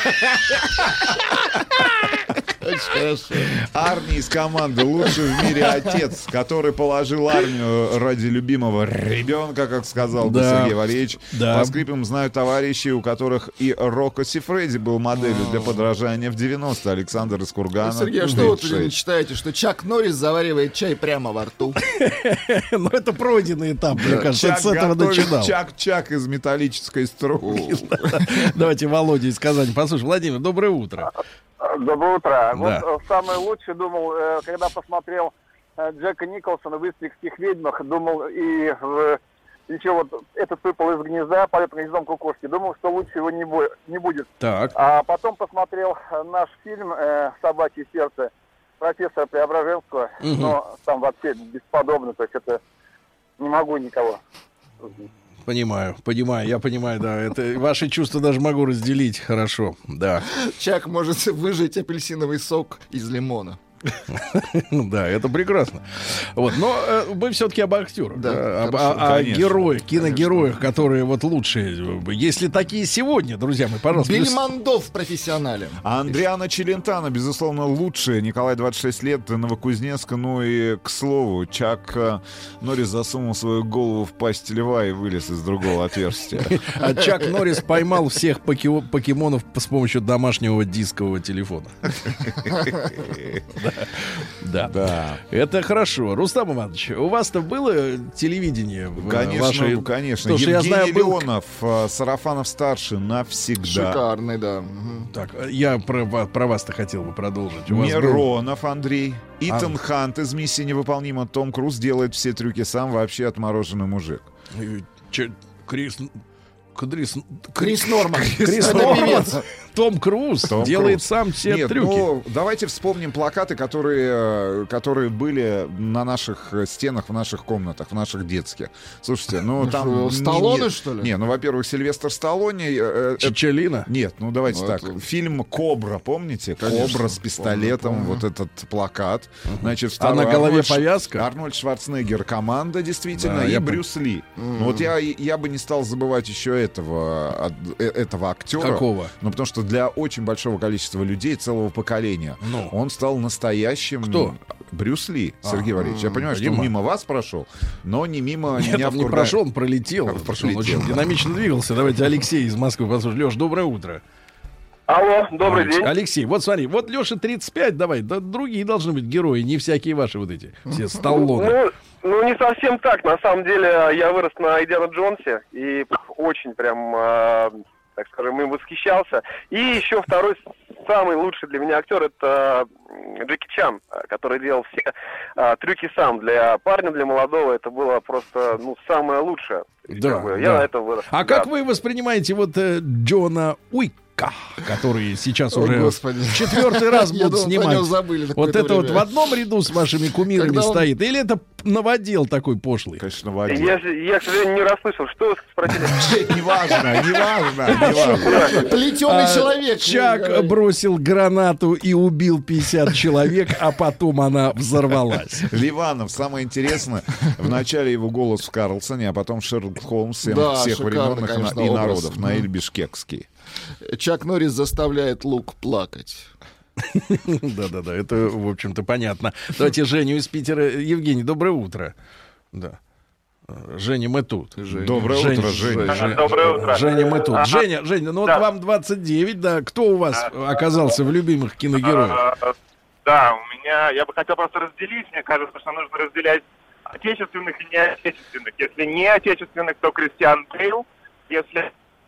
Очень хорошо. Арни из команды «Лучший в мире отец», который положил армию ради любимого ребенка, как сказал бы Да. Сергей Валерьевич. Да. По скрипам знаю товарищи, у которых и Рокко Сифреди был моделью для подражания в девяностые. Александр из Кургана. Сергей, а что вы бывший. читаете, что Чак Норрис заваривает чай прямо во рту? Ну, это пройденный этап, мне кажется. Чак Это с этого готовит начинал. Чак-чак из металлической струны. Давайте Володя из Казани послушаем. Владимир, доброе утро. Доброе утро. Да. Вот э, самое лучшее, думал, э, когда посмотрел э, Джека Николсона в «Истрикских ведьмах», думал, и в, еще вот этот выпал из гнезда, полет гнездом кукушки, думал, что лучше его не, бу- не будет. Так. А потом посмотрел э, наш фильм э, «Собачье сердце» профессора Преображенского, Мгм. но там вообще бесподобно, то есть это не могу никого. Понимаю, понимаю, я понимаю, да. Это ваши чувства даже могу разделить. Хорошо, да. Чак может выжать апельсиновый сок из лимона. Да, это прекрасно. Вот, но э, мы все-таки об актерах, Да, да, об- хорошо. о, о Конечно. героях, киногероях, которые вот лучшие. Если такие сегодня, друзья мои, пожалуйста. плюс- Бельмондов профессионале. А Андриана Челентано, безусловно, лучшая. Николай, двадцать шесть лет, Новокузнецк. Ну и, к слову, Чак э, Норрис засунул свою голову в пасть льва и вылез из другого отверстия. А Чак Норрис поймал всех поки- покемонов с помощью домашнего дискового телефона. Да. Да. Это хорошо. Рустам Иванович, у вас-то было телевидение? в Конечно, вашей- ну, конечно. Потому что я Евгений знаю, был- Леонов, э, Сарафанов-старший, навсегда. Шикарный, да. Мгм. Так, я про, ва- про вас-то хотел бы продолжить. У вас был- Миронов Андрей. Итан А. Хант из «Миссии невыполнима». Том Круз делает все трюки сам, вообще отмороженный мужик. Э, че- Крис... Крис... Крис Норман. Крис Это Норман. певец. Том Круз Том делает Круз. сам все Нет, трюки. ну, давайте вспомним плакаты, которые, э, которые были на наших э, стенах, в наших комнатах, в наших детских. Слушайте, ну Ну там... что, не- Сталлоне, не- что ли? Не, ну, во-первых, Сильвестр Сталлоне... э, э, это- Чичолина. Нет, ну давайте Ну, так. это- Фильм «Кобра», помните? Конечно, «Кобра» с пистолетом, помню, вот этот плакат. Значит, А на второй голове Арнольд Ш- повязка? Арнольд Шварценеггер, команда, действительно, Да, и я Брюс Ли. Ну, вот я, я бы не стал забывать еще этого, от- э, этого актера. Какого? Ну, потому что для очень большого количества людей, целого поколения, Ну. он стал настоящим... Кто? Брюс Ли, Сергей А, Валерьевич. Я понимаю, что он понимаю. мимо вас прошел, но не мимо Нет, меня он в не Кургане. прошел, он пролетел. Как Потому что он пролетел, очень да. динамично двигался. Давайте Алексей из Москвы послушаем. Леш, доброе утро. Алло, добрый день. Алексей, вот смотри, вот Леша тридцать пять, давай, да, другие должны быть герои, не всякие ваши вот эти, все Сталлоне. Ну, ну, не совсем так. На самом деле, я вырос на Индиана Джонсе и очень прям, э, так скажем, им восхищался. И еще второй самый лучший для меня актер — это Джеки Чан, который делал все э, трюки сам. Для парня, для молодого это было просто, ну, самое лучшее. Да, Как бы, да. Я на это вырос. А да. как вы воспринимаете вот э, Джона Уика, который сейчас О, уже Господи. четвертый раз Я будут думал, про него снимать? забыли на Вот какое-то это вот время. в одном ряду с вашими кумирами Когда он- стоит? Или это новодел такой пошлый? Конечно, Вадим. Я, же- я, к сожалению, не расслышал. Что вы спросили? Неважно, неважно, неважно. Плетеный А, человек. Чак бросил гранату и убил пятьдесят человек, а потом она взорвалась. Ливанов, самое интересное, в начале его голос в Карлсоне, а потом Шерлок Холмс всем- Да, всех шикарный, времен конечно, и образ. народов, Мгм. Наиль Бишкекский. Чак Норрис заставляет Лук плакать. Да-да-да, это, в общем-то, понятно. Давайте Женю из Питера. Евгений, доброе утро. Да. Женя, мы тут. Доброе Жень, утро, Женя. Жень, Доброе утро. Женя, мы тут. Ага. Женя, Женя, ну Да. вот вам двадцать девять, да. Кто у вас оказался в любимых киногероях? А, Да, у меня, я бы хотел просто разделить. Мне кажется, что нужно разделять отечественных и неотечественных. Если не отечественных, то Кристиан Бейл. Если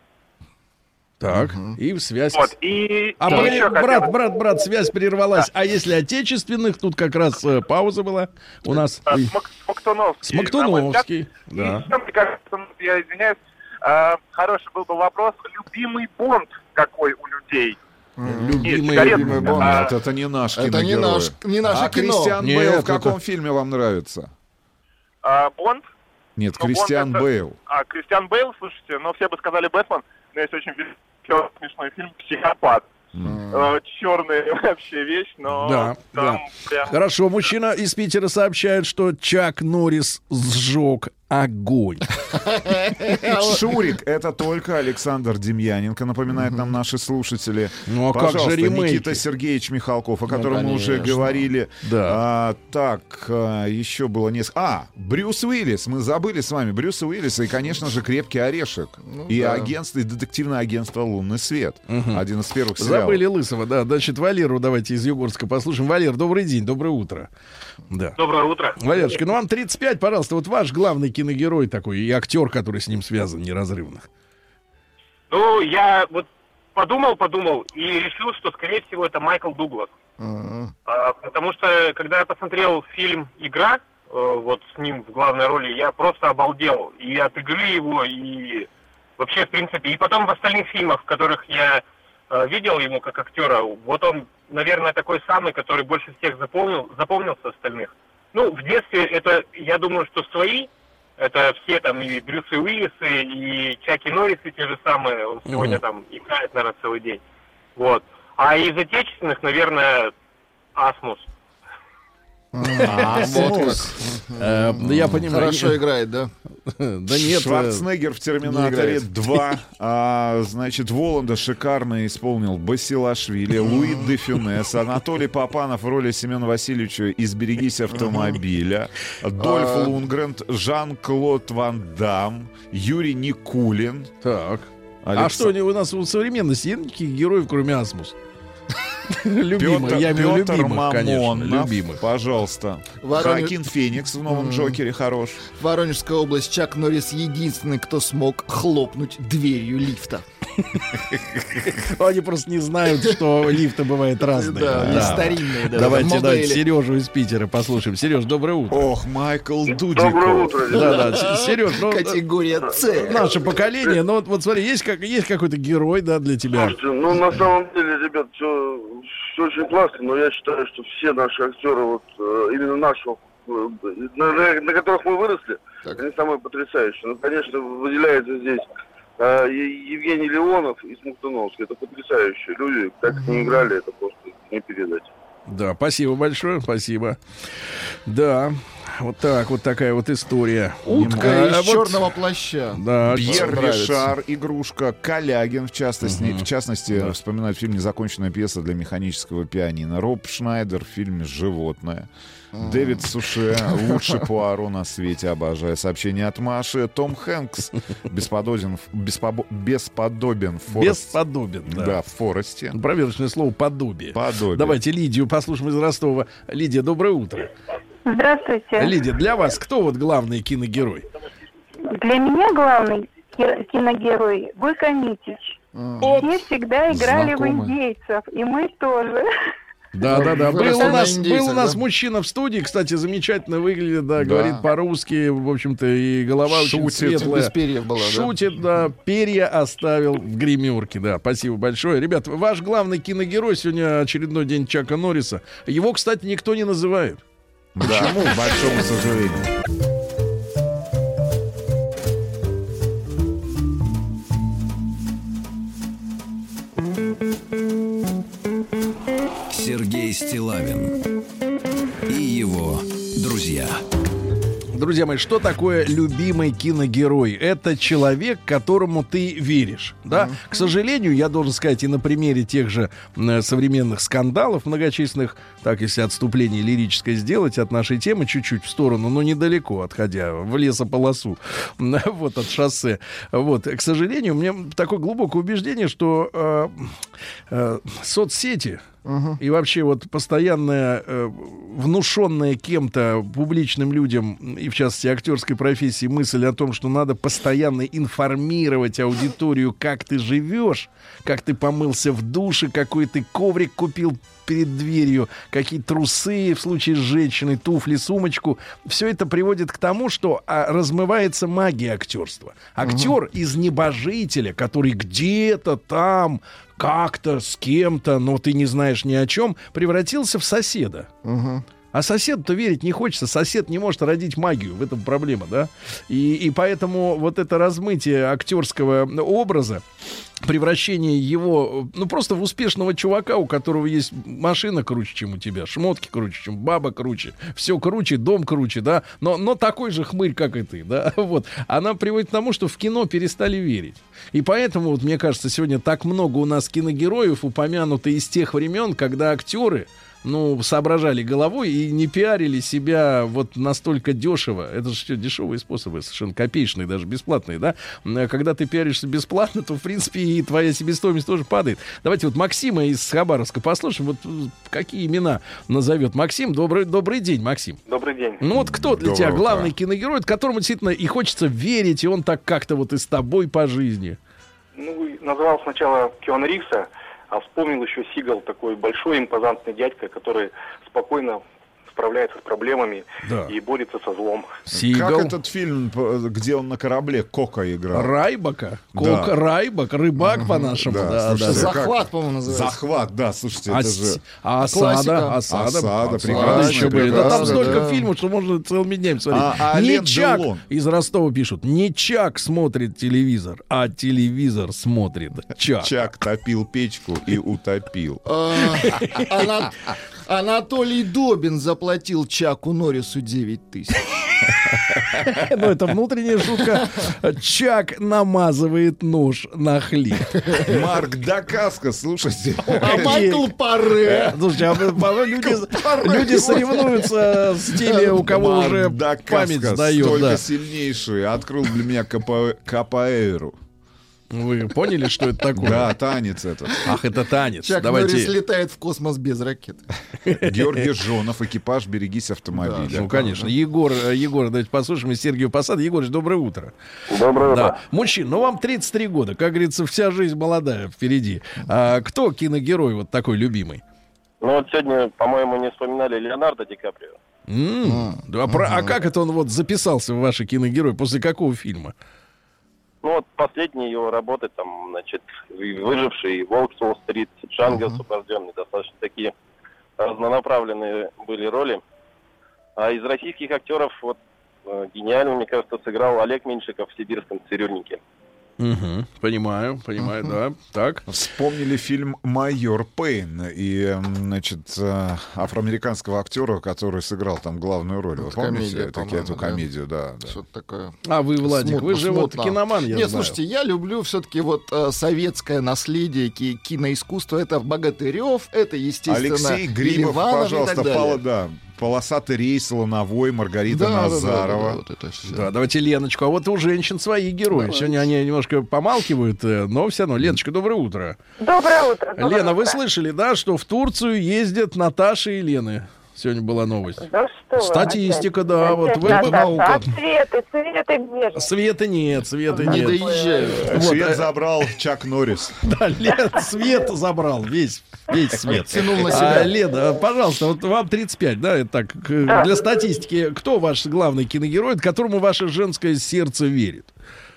Так, и в связь. вот и, А и блин, еще брат, хотел- брат, брат, связь прервалась. А если отечественных, тут как раз э, пауза была у нас. А, Ой, Смак- Смоктуновский. Смоктуновский, на мой да. взгляд. И, мне кажется, я извиняюсь, а, хороший был бы вопрос. Любимый Бонд какой у людей? Любимый, сигареты. любимый Бонд. Бонд. Нет, это не наш Это не киногерой. наш, не наше А кино. Кристиан Нет, Бейл в это- каком фильме вам нравится? А, Бонд? Нет, Ну, Кристиан Бонд это- Бейл. А, Кристиан Бейл, слушайте, ну все бы сказали Бэтмен, но есть очень веселый, смешной фильм «Психопат». Э, черная вообще вещь, но Да, там да. прям... Хорошо, мужчина из Питера сообщает, что Чак Норрис сжег огонь. Шурик, это только Александр Демьяненко, напоминают нам наши слушатели. Ну, а как же Пожалуйста, ремейки? Никита Сергеевич Михалков, о котором мы уже конечно. говорили. Да. А, так, а, еще было несколько. А, Брюс Уиллис, мы забыли с вами Брюса Уиллиса и, конечно же, «Крепкий орешек». и да. агентство, и детективное агентство «Лунный свет». Один из первых сериалов. Забыли Лысого, да. Значит, Валеру давайте из Югорска послушаем. Валер, добрый день, доброе утро. Да. Доброе утро. Валерочка, ну вам тридцать пять, пожалуйста, вот ваш главный киногерой такой и актер, который с ним связан неразрывно. Ну, я вот подумал, подумал и решил, что, скорее всего, это Майкл Дуглас. Ага. А, потому что, когда я посмотрел фильм «Игра», э, вот с ним в главной роли, я просто обалдел. И от игры его, и вообще, в принципе, и потом в остальных фильмах, в которых я э, видел ему как актера, вот он, наверное, такой самый, который больше всех запомнил, запомнился остальных. Ну, в детстве это, я думаю, что свои, это все там и Брюсы Уиллисы, и Чаки Норрисы те же самые, он сегодня там играет, наверное, целый день. Вот. А из отечественных, наверное, Асмус. А, вот как. Я понимаю. Хорошо играет, да? Да нет. Шварценеггер в «Терминаторе два». А, значит, Воланда шикарно исполнил Басилашвили, Луи де Фюнес, Анатолий Папанов в роли Семена Васильевича из «Берегись автомобиля», Дольф Лундгрен, Жан-Клод Ван Дам, Юрий Никулин. Так. Алекс... А что у нас в современности нет никаких героев, кроме Асмус? Любимый, я имею в виду любимых, конечно, любимых. Пожалуйста. Воронеж... Хакин Феникс в новом Джокере хорош. Воронежская область. Чак Норрис единственный, кто смог хлопнуть дверью лифта. Они просто не знают, что лифты бывают разные. Да, да. Старинные. Да, давайте, давайте Сережу из Питера послушаем. Сереж, доброе утро. Ох, Майкл Дудиков. Доброе утро. Да, да, Сереж, ну, категория С. Наше поколение. Но вот, вот смотри, есть, как, есть какой-то герой, да, для тебя? Слушайте, ну на самом деле, ребят, все, все очень классно, но я считаю, что все наши актеры, вот именно нашего, на, на, на которых мы выросли, так. Они самые потрясающие. Ну, конечно, выделяется здесь Uh, Евгений Леонов и Смоктуновский. Это потрясающие люди. Как они играли, это просто не передать. Да, спасибо большое, спасибо. Да, вот так, вот такая вот история. Утка а, из вот... черного плаща. Да, Пьер Ришар, игрушка, Калягин, в частности, угу. в частности да. вспоминает фильм «Незаконченная пьеса для механического пианино». Роб Шнайдер в фильме «Животное». Дэвид Суше, лучший Пуаро на свете, обожаю. Сообщение от Маши. Том Хэнкс, бесподобен, беспобо, бесподобен в Форесте. Бесподобен, да. Да, в Форесте. Проверочное слово «подобие». Подобие. Давайте Лидию послушаем из Ростова. Лидия, доброе утро. Здравствуйте. Лидия, для вас кто вот главный киногерой? Для меня главный киногерой Бойко Митич. Вот. Все всегда играли Знакомый. в индейцев, и мы тоже. Да, да, да. Был у нас, индейцах, был у нас да? мужчина в студии, кстати, замечательно выглядит, да, Да. говорит по-русски, в общем-то, и голова очень Шутит, светлая. без перьев была, да? Шутит, да, перья оставил в гримерке, да. Спасибо большое. Ребят, ваш главный киногерой сегодня очередной день Чака Норриса. Его, кстати, никто не называет. Почему? К большому сожалению. Сергей Стиллавин и его друзья. Друзья мои, что такое любимый киногерой? Это человек, которому ты веришь, да? Mm-hmm. К сожалению, я должен сказать, и на примере тех же э, современных скандалов многочисленных, так, если отступление лирическое сделать от нашей темы чуть-чуть в сторону, но недалеко, отходя в лесополосу, вот, от шоссе. Вот, к сожалению, у меня такое глубокое убеждение, что э, э, соцсети, Uh-huh. и вообще вот постоянная, э, внушенная кем-то публичным людям, и в частности актерской профессии, мысль о том, что надо постоянно информировать аудиторию, как ты живешь, как ты помылся в душе, какой ты коврик купил перед дверью, какие трусы в случае с женщиной, туфли, сумочку. Все это приводит к тому, что а, размывается магия актерства. Актер uh-huh. из небожителя, который где-то там как-то с кем-то, но ты не знаешь ни о чем, превратился в соседа. Uh-huh. А соседу-то верить не хочется. Сосед не может родить магию. В этом проблема, да? И, и поэтому вот это размытие актерского образа, превращение его, ну, просто в успешного чувака, у которого есть машина круче, чем у тебя, шмотки круче, чем баба круче, все круче, дом круче, да, но, но такой же хмырь, как и ты, да, вот. Она приводит к тому, что в кино перестали верить. И поэтому, вот, мне кажется, сегодня так много у нас киногероев, упомянуты из тех времен, когда актеры, ну, соображали головой и не пиарили себя вот настолько дешево. Это же все дешевые способы, совершенно копеечные, даже бесплатные, да? Когда ты пиаришься бесплатно, то, в принципе, и твоя себестоимость тоже падает. Давайте вот Максима из Хабаровска послушаем. Вот какие имена назовет Максим. Добрый, добрый день, Максим. Добрый день. Ну вот кто для Доброе тебя утро. главный киногерой, которому действительно и хочется верить, и он так как-то вот и с тобой по жизни? Ну, назвал сначала Киану Ривза, а вспомнил еще Сигал, такой большой импозантный дядька, который спокойно справляется с проблемами, да, и борется со злом. Сигал. Как этот фильм, где он на корабле Кока играл? Райбака. Кока, да. Райбак, рыбак угу, по-нашему. Да, да, слушайте, да. Захват, Как... по-моему, называется. Захват, да, слушайте, а это с... же... А осада, осада, осада, прекрасно еще были. Да там столько да. фильмов, что можно целыми днями смотреть. А, а не Чак, из Ростова пишут, не Чак смотрит телевизор, а телевизор смотрит Чак. Чак топил печку и утопил. Анатолий Добин заплатил Чаку Норрису девять тысяч. Ну, это внутренняя шутка. Чак намазывает нож на хлеб. Марк Дакаска, слушайте. А Майкл Паре. Слушайте, а люди, люди соревнуются с теми, у кого Марк уже Дакаска, память сдает. столько Да. сильнейший. Открыл для меня капо- капоэйру. Вы поняли, что это такое? Да, танец это. Ах, это танец. Чак Давайте. Норрис летает в космос без ракет. Георгий Жонов, экипаж, берегись автомобиля. Да, ну, конечно. Егор, Егор, давайте послушаем из Сергея Посада. Егорыч, доброе утро. Доброе утро. Да. Мужчина, ну вам тридцать три года. Как говорится, вся жизнь молодая впереди. А кто киногерой вот такой любимый? Ну вот сегодня, по-моему, не вспоминали Леонардо Ди Каприо. М-м, да, про- а как это он вот записался в ваши киногерои? После какого фильма? Ну вот последние его работы, там, значит, «Выживший», «Волк с Уолл-стрит», «Джанго освобожденный», достаточно такие разнонаправленные были роли. А из российских актеров вот э, гениально, мне кажется, сыграл Олег Меньшиков в «Сибирском цирюльнике». Угу, понимаю, понимаю, uh-huh. да. Так. Вспомнили фильм «Майор Пейн» и, значит, афроамериканского актера, который сыграл там главную роль. Вы помните таки, эту комедию? Да, да. Что-то такое. А вы, Владик, Смутно, вы же смутно. вот киноман, я Нет, знаю. слушайте, я люблю все-таки вот э, советское наследие ки- киноискусства. Это Богатырев, это, естественно, Алексей Грибов, Ливанов пожалуйста, и так далее. пала, да. «Полосатый рейс», Лановой, Маргарита Да, да, Назарова. да, да, да, вот это всё. Да, давайте Леночку. А вот у женщин свои герои. Давайте. Сегодня они немножко помалкивают, э, но все равно. Леночка, доброе утро. Доброе утро. доброе Лена, вы утро. слышали, да, что в Турцию ездят Наташа и Лена? Сегодня была новость. Да что вы, Статистика, опять? да, вот Опять вы надо. наука. А Светы, Светы где же? Света нет, Света Не нет. доезжают. Вот, Свет э, забрал Чак Норрис. Да, Лен, свет забрал, весь, весь свет. Тянул на А, себя. Лена, пожалуйста, вот вам тридцать пять, да, это так, к- Да. для статистики, кто ваш главный киногерой, которому ваше женское сердце верит?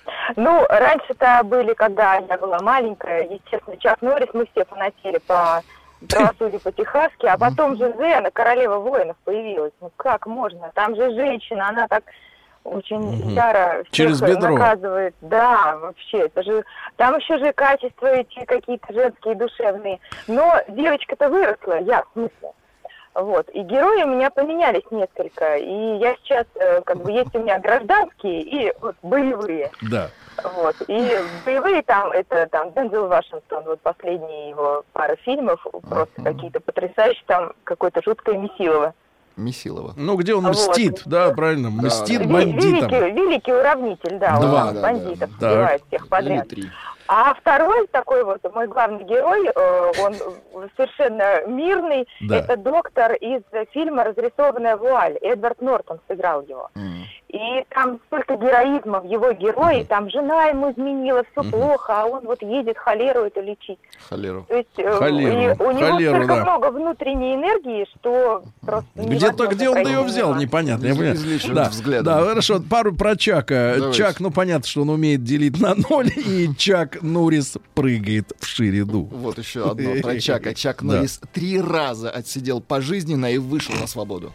Ну, раньше-то были, когда я была маленькая, естественно, Чак Норрис, мы все фанатели по правосудию по-техасски, а потом же Зена, королева воинов, появилась. Ну как можно? Там же женщина, она так очень Мгм. яро всех Через бедро. наказывает. Да, вообще, это же... Там еще же качества эти какие-то женские, душевные. Но девочка-то выросла, я в смысле. Вот. И герои у меня поменялись несколько. И я сейчас, э, как бы, есть у меня гражданские и вот, боевые. Да. Вот. И боевые там, это там Дензел Вашингтон, вот последние его пара фильмов, просто какие-то потрясающие, там какое-то жуткое месилово. Месилова. Ну, где он Вот. мстит, да, правильно, мстит Ви- бандитам. Великий, великий уравнитель, да, Два. он Да, бандитов да, да. убивает всех подряд. Или три. А второй такой вот, мой главный герой, э, он совершенно мирный, Да. это доктор из фильма «Разрисованная вуаль», Эдвард Нортон сыграл его. М. И там столько героизма в его герое, там жена ему изменила, все Мгм. плохо, а он вот едет холеру эту лечить. Холеру. То есть э, Холеру, и у него холеру, столько да. много внутренней энергии, что просто Где-то, невозможно где он пройти ее взял, мимо. непонятно. Я понимаю. Излечивает Да, взглядом. да, хорошо. Пару про Чака. Давайте. Чак, ну понятно, что он умеет делить на ноль, и Чак Норрис прыгает в шириду. Вот еще одно про Чака. Чак Да. Норрис три раза отсидел пожизненно и вышел на свободу.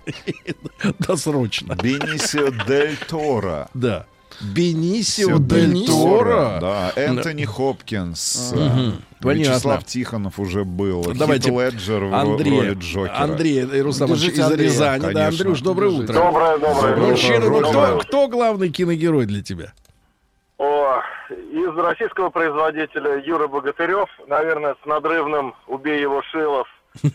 Досрочно. Бенисио Дель Торо. Да. Бенисио Всё, Дель Бенисио, Торо. Да, Энтони Хопкинс. Мгм. Понятно. Вячеслав Тихонов уже был. Давайте, Хит Леджер в Андрей, роли Джокера. Андрей Иерусалимович Держите из Андрея. Рязани. Да, Конечно. Андрюш, доброе Держите. утро. Доброе, доброе. Мужчина, ну доброе. кто, кто главный киногерой для тебя? О, из российского производителя Юра Богатырев, наверное, с надрывным «Убей его, Шилов».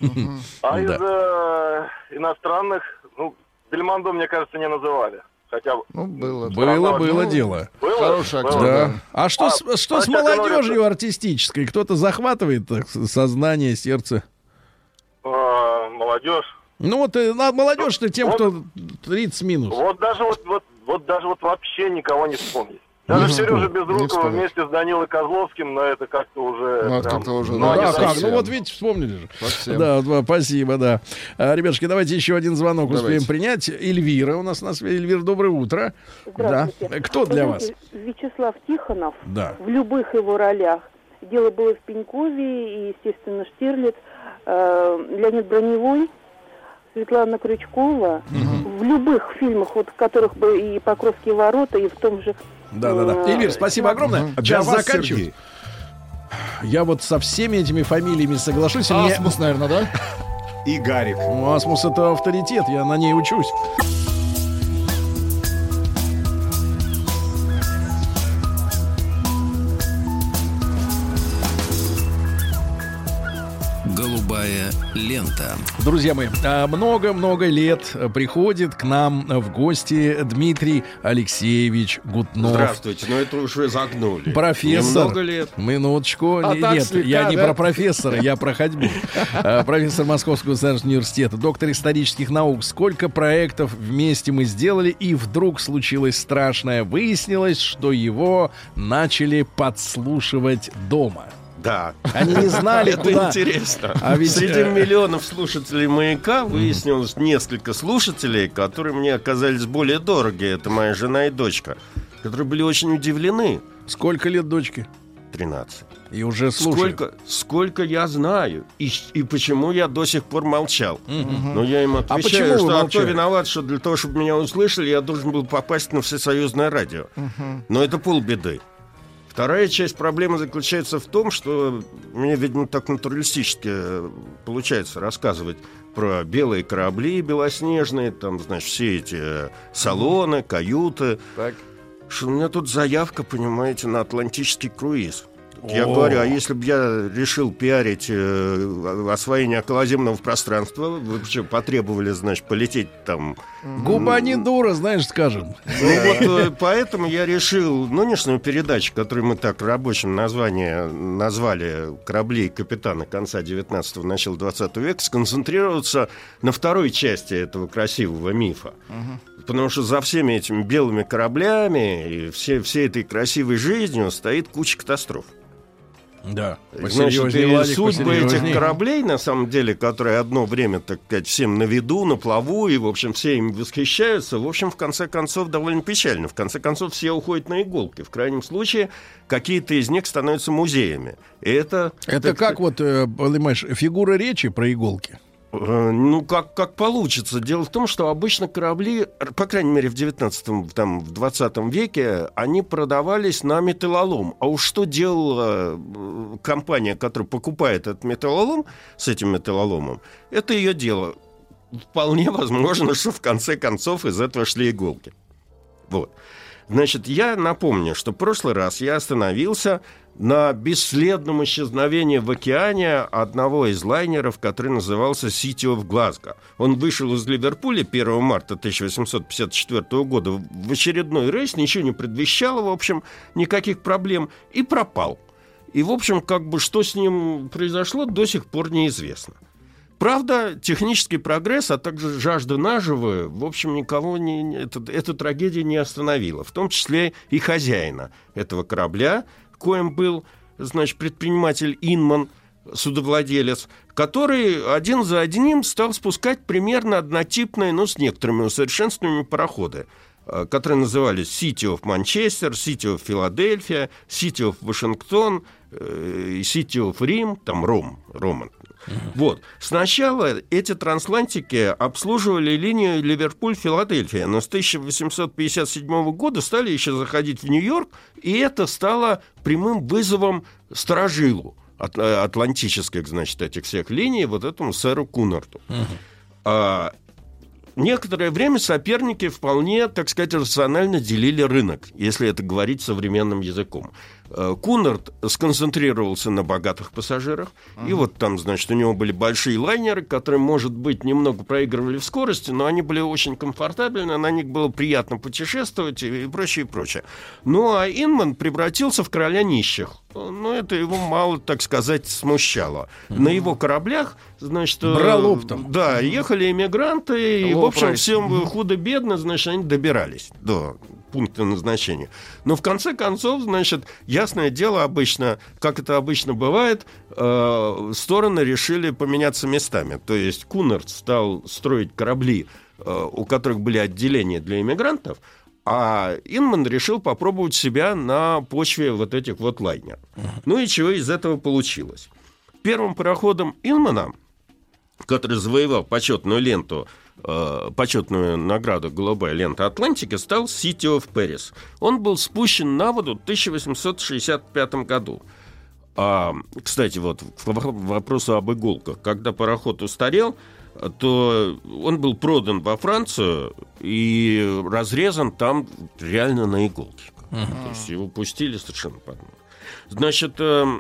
А из э, иностранных, ну, Бельмондо, мне кажется, не называли. Хотя бы. Ну, было. Было, было Ну, дело. Было? Хороший актер, Было? Да. да. А что, А, с, что с про Чака молодежью Норриса. артистической? Кто-то захватывает так, сознание, сердце? А, молодежь. Ну вот э, на- молодежь-то тем, Вот. кто тридцать минус. Вот даже вот, вот, вот даже вот вообще никого не вспомнить. Даже Не Сережа вспомнить, не Безрукова вспомнить. вместе с Данилой Козловским, но это как-то уже... Ну, это прям- как-то уже, ну, да, они Да, не как? совсем. Ну вот видите, вспомнили же. Совсем. Да, вот, спасибо, да. А, ребятушки, давайте еще один звонок Давайте. успеем принять. Эльвира у нас на связи. Эльвира, доброе утро. Здравствуйте. Да. Кто для вас? Знаете, Вячеслав Тихонов Да. в любых его ролях. Дело было в Пенькове, и, естественно, Штирлиц, э, Леонид Броневой, Светлана Крючкова. В любых фильмах, вот в которых бы и «Покровские ворота», и в том же... Да, да, да. э, Эльвир, спасибо огромное. Для Сейчас вас, и Гарик. Ну, Асмус — это авторитет, я на ней учусь. Голубая лента. Друзья мои, много-много лет приходит к нам в гости Дмитрий Алексеевич Гутнов. Здравствуйте, но это уже загнули. Профессор. Немного лет. Минуточку. А Нет, слегка, я не да? про профессора, я про ходьбу. Профессор Московского государственного университета, доктор исторических наук. Сколько проектов вместе мы сделали, и вдруг случилось страшное. Выяснилось, что его начали подслушивать дома. Да. Они не знали, это куда. интересно. А ведь... Среди миллионов слушателей «Маяка» выяснилось несколько слушателей, которые мне оказались более дороги. Это моя жена и дочка, которые были очень удивлены. Сколько лет дочке? тринадцать. И уже слушают. Сколько, сколько я знаю, и, и почему я до сих пор молчал. Угу. Но я им отвечаю, а что а кто виноват, что для того, чтобы меня услышали, я должен был попасть на всесоюзное радио. Угу. Но это полбеды. Вторая часть проблемы заключается в том, что мне, видимо, так натуралистически получается рассказывать про белые корабли белоснежные, там, значит, все эти салоны, каюты. Так. Что у меня тут заявка, понимаете, на атлантический круиз. Я О. говорю, а если бы я решил пиарить э, освоение околоземного пространства, вы что, потребовали, значит, полететь там... Губа не дура, знаешь, скажем. Ну вот э, поэтому я решил нынешнюю передачу, которую мы так в рабочем названии назвали «Корабли и капитаны конца девятнадцатого, начала двадцатого века», сконцентрироваться на второй части этого красивого мифа. Угу. Потому что за всеми этими белыми кораблями и все, всей этой красивой жизнью стоит куча катастроф. Да. Значит, и судьбы этих кораблей, на самом деле, которые одно время, так сказать, всем на виду, на плаву, и, в общем, все им восхищаются, в общем, в конце концов, довольно печально. В конце концов, все уходят на иголки. В крайнем случае, какие-то из них становятся музеями. И это... Это так, как вот, понимаешь, фигура речи про иголки? Ну, как, как получится. Дело в том, что обычно корабли, по крайней мере, в девятнадцатом, там, в двадцатом веке, они продавались на металлолом. А уж что делала компания, которая покупает этот металлолом, с этим металлоломом, это ее дело. Вполне возможно, что в конце концов из этого шли иголки. Вот. Значит, я напомню, что в прошлый раз я остановился на бесследном исчезновении в океане одного из лайнеров, который назывался City of Glasgow. Он вышел из Ливерпуля первого марта тысяча восемьсот пятьдесят четвёртого года в очередной рейс, ничего не предвещало, в общем, никаких проблем, и пропал. И, в общем, как бы что с ним произошло, до сих пор неизвестно. Правда, технический прогресс, а также жажда наживы, в общем, никого не, это, эта трагедия не остановила, в том числе и хозяина этого корабля, коим был, значит, предприниматель Инман, судовладелец, который один за одним стал спускать примерно однотипные, но с некоторыми усовершенствованиями пароходы, которые назывались City of Manchester, City of Philadelphia, City of Washington, City of Рим, там Ром, Роман. Вот. Сначала эти трансатлантики обслуживали линию Ливерпуль-Филадельфия, но с тысяча восемьсот пятьдесят седьмого года стали еще заходить в Нью-Йорк, и это стало прямым вызовом сторожилу от, атлантических, значит, этих всех линий, вот этому сэру Кунарту. Uh-huh. А, некоторое время соперники вполне, так сказать, рационально делили рынок, если это говорить современным языком. Кунард сконцентрировался на богатых пассажирах, uh-huh. и вот там, значит, у него были большие лайнеры, которые, может быть, немного проигрывали в скорости, но они были очень комфортабельны, на них было приятно путешествовать и прочее, и прочее. Ну, а Инман превратился в короля нищих. Ну, это его мало, так сказать, смущало. Uh-huh. На его кораблях, значит... Брал оптом. Да, ехали эмигранты, и, в общем, всем uh-huh. худо-бедно, значит, они добирались до пункта назначения. Но в конце концов, значит, ясное дело, обычно, как это обычно бывает, э, стороны решили поменяться местами. То есть Кунард стал строить корабли, э, у которых были отделения для иммигрантов, а Инман решил попробовать себя на почве вот этих вот лайнеров. Ну и чего из этого получилось? Первым пароходом Инмана, который завоевал почетную ленту, э, почетную награду «Голубая лента Атлантики», стал City of Paris. Он был спущен на воду в тысяча восемьсот шестьдесят пятом году. А, кстати, вот к вопросу об иголках. Когда пароход устарел, то он был продан во Францию и разрезан там реально на иголки. Uh-huh. То есть его пустили совершенно под нож. Значит,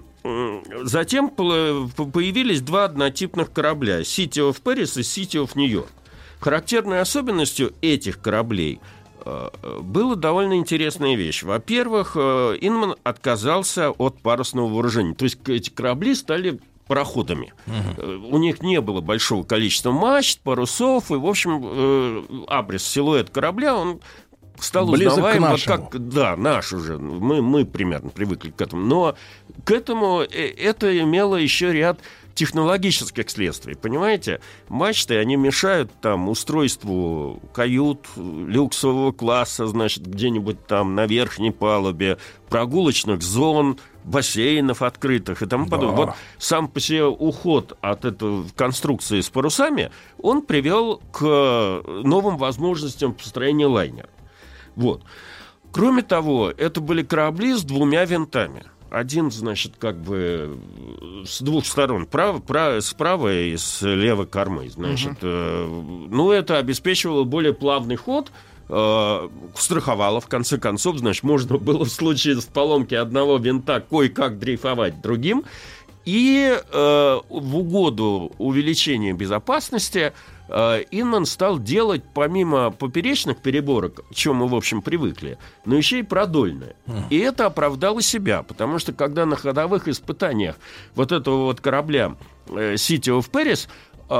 затем появились два однотипных корабля: City of Paris и City of New York. Характерной особенностью этих кораблей была довольно интересная вещь. Во-первых, Инман отказался от парусного вооружения. То есть эти корабли стали пароходами. Uh-huh. У них не было большого количества мачт, парусов, и, в общем, абрис, силуэт корабля, он стал узнаваем, вот как, да, наш уже, мы, мы примерно привыкли к этому, но к этому это имело еще ряд технологических следствий, понимаете? Мачты, они мешают там устройству кают люксового класса, значит, где-нибудь там на верхней палубе, прогулочных зон, бассейнов открытых и тому да. подобное. Вот сам по себе уход от этой конструкции с парусами, он привел к новым возможностям построения лайнера. Вот. Кроме того, это были корабли с двумя винтами. Один, значит, как бы с двух сторон, прав, прав, с правой и с левой кормы. Значит, угу. э, ну, это обеспечивало более плавный ход, э, страховало, в конце концов, значит, можно было в случае поломки одного винта кое-как дрейфовать другим. И э, в угоду увеличения безопасности Инман стал делать помимо поперечных переборок, к чему мы, в общем, привыкли, но еще и продольные. И это оправдало себя, потому что когда на ходовых испытаниях вот этого вот корабля City of Paris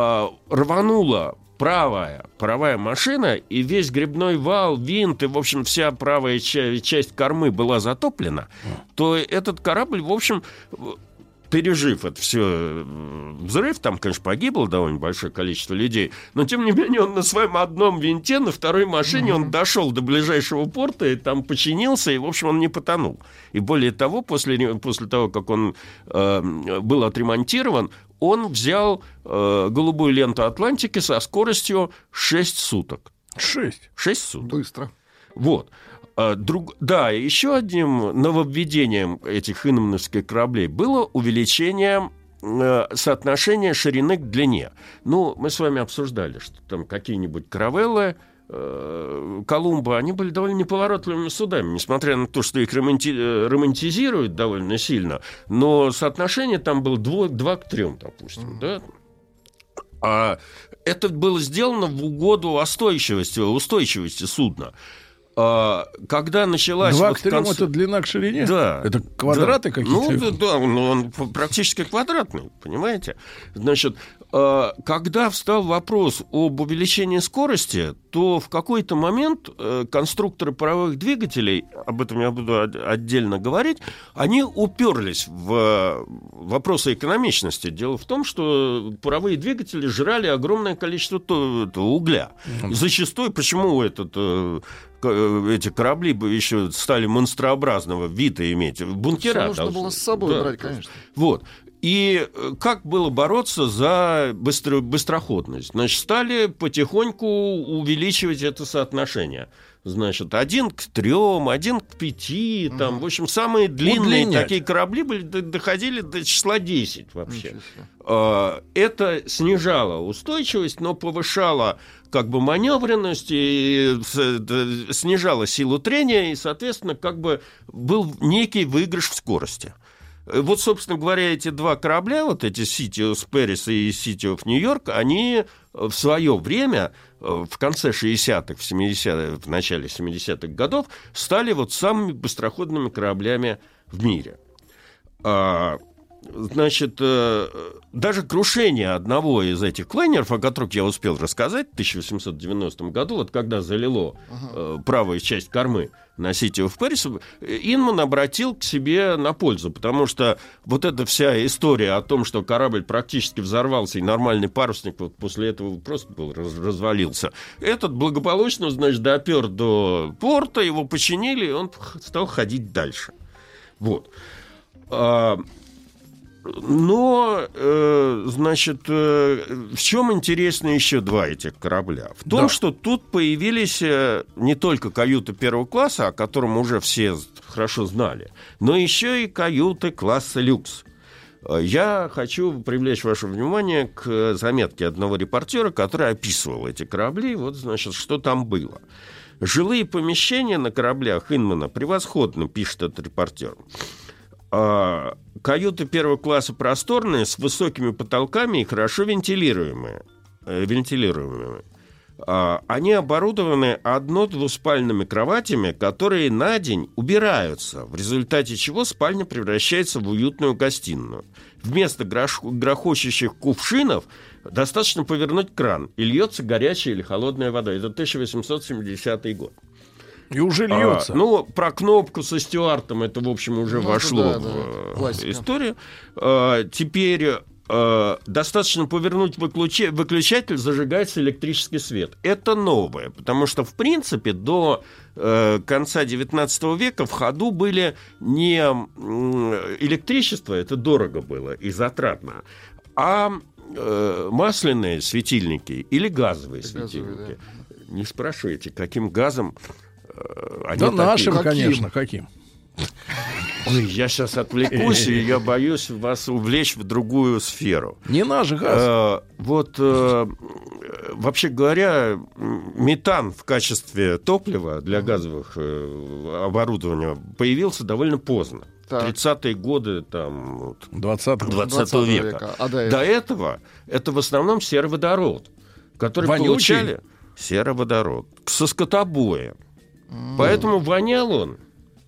рванула правая паровая машина, и весь гребной вал, винт, и, в общем, вся правая часть кормы была затоплена, то этот корабль, в общем, пережив это все взрыв, там, конечно, погибло довольно большое количество людей, но, тем не менее, он на своем одном винте, на второй машине, mm-hmm. он дошел до ближайшего порта и там починился, и, в общем, он не потонул. И более того, после, после того, как он э, был отремонтирован, он взял э, голубую ленту Атлантики со скоростью шесть суток. шесть? шесть суток. Быстро. Вот. Друг... Да, еще одним нововведением этих инмановских кораблей было увеличение э, соотношения ширины к длине. Ну, мы с вами обсуждали, что там какие-нибудь каравеллы э, Колумба, они были довольно неповоротливыми судами, несмотря на то, что их романти... романтизируют довольно сильно, но соотношение там было два к трем, допустим, mm-hmm. да? А это было сделано в угоду устойчивости, устойчивости судна. Когда началась... два вот к трем конце... это длина к ширине? Да. Это квадраты да. какие-то? Ну, да, ну, он практически квадратный, понимаете? Значит, когда встал вопрос об увеличении скорости, то в какой-то момент конструкторы паровых двигателей, об этом я буду отдельно говорить, они уперлись в вопросы экономичности. Дело в том, что паровые двигатели жрали огромное количество угля. И зачастую, почему этот... эти корабли бы еще стали монстрообразного вида иметь. Бункера. Все нужно было с собой да. брать, конечно. Вот. И как было бороться за быстро, быстроходность? Значит, стали потихоньку увеличивать это соотношение. Значит, один к трем, один к пяти, там, mm-hmm. в общем, самые длинные Удлинять. такие корабли были, доходили до числа десять вообще. Mm-hmm. Это снижало устойчивость, но повышало как бы маневренность и снижало силу трения, и, соответственно, как бы был некий выигрыш в скорости. Вот, собственно говоря, эти два корабля, вот эти City of Paris и City of New York, они в свое время, в конце шестидесятых, в семидесятых, в начале семидесятых годов, стали вот самыми быстроходными кораблями в мире. Значит, даже крушение одного из этих лайнеров, о которых я успел рассказать в тысяча восемьсот девяностом году, вот когда залило uh-huh. правую часть кормы на City of Paris, Инман обратил к себе на пользу, потому что вот эта вся история о том, что корабль практически взорвался, и нормальный парусник вот после этого просто был, раз, развалился, этот благополучно, значит, допер до порта, его починили, и он стал ходить дальше. Вот. Но, э, значит, э, в чем интересно еще два этих корабля? В том, да. что тут появились э, не только каюты первого класса, о котором уже все хорошо знали, но еще и каюты класса люкс. Я хочу привлечь ваше внимание к заметке одного репортера, который описывал эти корабли. Вот, значит, что там было. Жилые помещения на кораблях Инмана превосходно, пишет этот репортер. Каюты первого класса просторные, с высокими потолками и хорошо вентилируемые. вентилируемые. Они оборудованы одно-двуспальными кроватями, которые на день убираются, в результате чего спальня превращается в уютную гостиную. Вместо грош... грохочущих кувшинов достаточно повернуть кран, и льется горячая или холодная вода. Это тысяча восемьсот семидесятый год. И уже льется. А, ну, про кнопку со Стюартом это, в общем, уже ну, вошло да, в да, историю. А, теперь... достаточно повернуть выключатель, выключатель, зажигается электрический свет. Это новое, потому что, в принципе, до э, конца девятнадцатого века в ходу были не электричество, это дорого было и затратно, а э, масляные светильники или газовые, газовые светильники. Да. Не спрашивайте, каким газом э, они да такие. Нашим, каким? Конечно, каким. Ой, я сейчас отвлекусь, и я боюсь вас увлечь в другую сферу. Не наш газ. А, вот, а, вообще говоря, метан в качестве топлива для газовых а, оборудования появился довольно поздно. Так. тридцатые годы там, вот, двадцатого века. века. А до, до этого это в основном сероводород, который Вонючий. получали сероводород со скотобоя. Mm. Поэтому вонял он.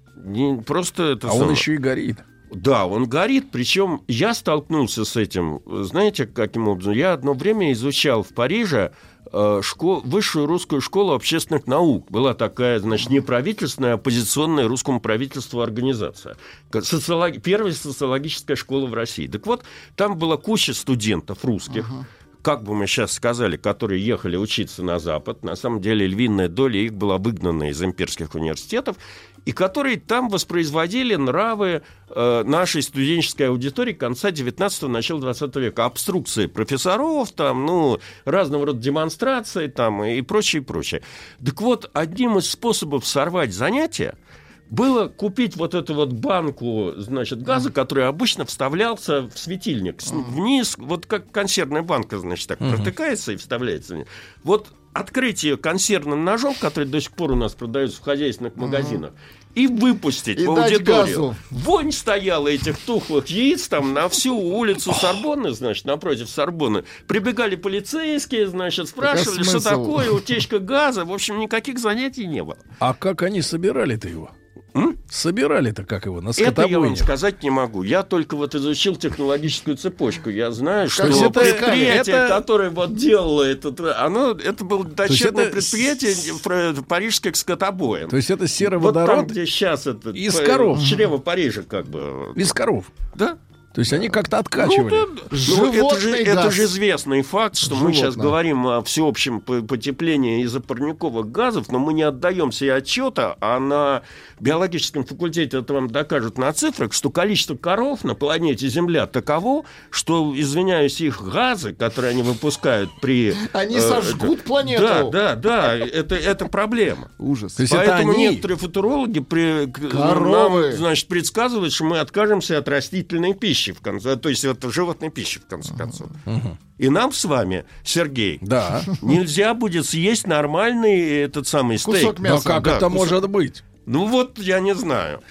Не просто это а самое. Он еще и горит. Да, он горит. Причем я столкнулся с этим. Знаете, каким образом? Я одно время изучал в Париже э, школ... высшую русскую школу общественных наук. Была такая, значит, неправительственная, оппозиционная русскому правительству организация. Социолог... Первая социологическая школа в России. Так вот, там была куча студентов русских. Uh-huh. Как бы мы сейчас сказали, которые ехали учиться на Запад, на самом деле львиная доля их была выгнана из имперских университетов, и которые там воспроизводили нравы э, нашей студенческой аудитории конца девятнадцатого, начала двадцатого века. Обструкции профессоров, там, ну, разного рода демонстрации там, и прочее, и прочее. Так вот, одним из способов сорвать занятия было купить вот эту вот банку, значит, газа, который обычно вставлялся в светильник вниз, вот как консервная банка, значит, так uh-huh. протыкается и вставляется вниз. Вот открыть ее консервным ножом, который до сих пор у нас продается в хозяйственных магазинах, uh-huh. и выпустить и в аудиторию. Вонь стояла этих тухлых яиц там на всю улицу Сорбонны, значит, напротив Сорбонны. Прибегали полицейские, значит, спрашивали, что такое, утечка газа. В общем, никаких занятий не было. А как они собирали-то его? М? Собирали-то как его? На скотобойне? Это я вам сказать не могу. Я только вот изучил технологическую цепочку. Я знаю, что это, предприятие, это... которое вот делало это, оно, это было дочернее это... предприятие парижских скотобоев. То есть это сероводород вот там, где сейчас это, из коров. Чрево Парижа как бы. Из коров. Да. То есть они как-то откачивали. Ну, да, ну, это, же, это же известный факт, что Животное. мы сейчас говорим о всеобщем потеплении из-за парниковых газов, но мы не отдаем себе отчета, а на биологическом факультете это вам докажут на цифрах, что количество коров на планете Земля таково, что, извиняюсь, их газы, которые они выпускают при... Они э, сожгут это, планету. Да, да, да, это, это проблема. Ужас. То есть Поэтому они... некоторые футурологи при, нам, значит, предсказывают, что мы откажемся от растительной пищи. В конце, то есть это животной пищи, в конце концов. Uh-huh. И нам с вами, Сергей, да. нельзя будет съесть нормальный этот самый стейк. Кусок мяса. Но как да, это кусок... может быть? Ну вот, я не знаю.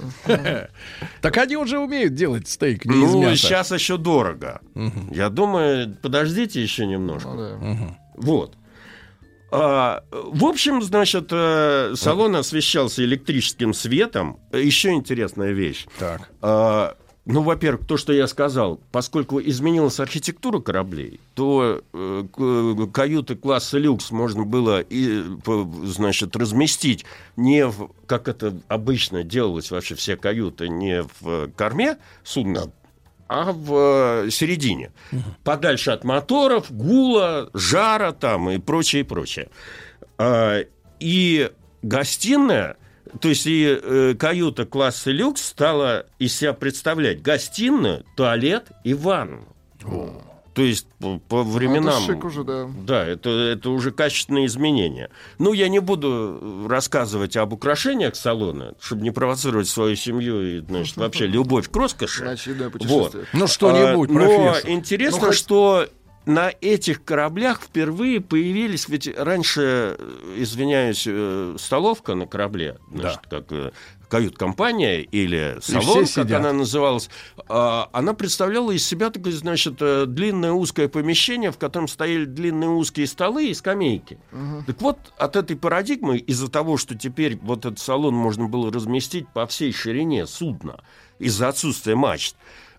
Так они уже умеют делать стейк не из мяса. Ну, сейчас еще дорого. Я думаю, подождите еще немножко. Вот. А, в общем, значит, салон освещался электрическим светом. Еще интересная вещь. Так. А, Ну, во-первых, то, что я сказал, поскольку изменилась архитектура кораблей, то э, каюты класса люкс можно было, и, значит, разместить не в, как это обычно делалось вообще все каюты, не в корме судна, а в середине. Угу. Подальше от моторов, гула, жара там и прочее, и прочее. А, и гостиная... То есть и э, каюта класса люкс стала из себя представлять гостиную, туалет и ванну. О. То То есть по, по временам... Это шик уже, да. Да, это, это уже качественные изменения. Ну, я не буду рассказывать об украшениях салона, чтобы не провоцировать свою семью и, значит, вообще любовь к роскоши. Очередное Вот. путешествие. Ну, что-нибудь, а, профессор. Но интересно, ну, хоть... что на этих кораблях впервые появились, ведь раньше, извиняюсь, столовка на корабле, значит, да. как кают-компания или салон, как она называлась, она представляла из себя такое, значит, длинное узкое помещение, в котором стояли длинные узкие столы и скамейки. Угу. Так вот, от этой парадигмы, из-за того, что теперь вот этот салон можно было разместить по всей ширине судна, из-за отсутствия мачт,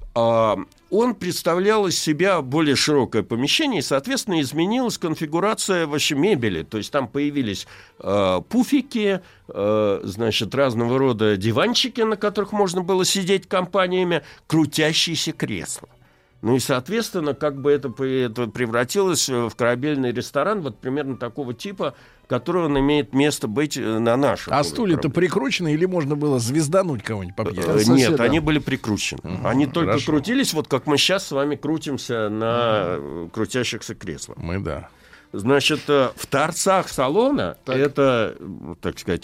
он представлял из себя более широкое помещение, и, соответственно, изменилась конфигурация вообще мебели. То есть там появились э, пуфики, э, значит, разного рода диванчики, на которых можно было сидеть компаниями, крутящиеся кресла. Ну и, соответственно, как бы это, это превратилось в корабельный ресторан вот примерно такого типа, который он имеет место быть на нашем. А стулья-то прикручены или можно было звездануть кого-нибудь по пьяни? Нет, они были прикручены. Угу, они только хорошо. крутились, вот как мы сейчас с вами крутимся на угу. крутящихся креслах. Мы, да. Значит, в торцах салона, так. это, так сказать,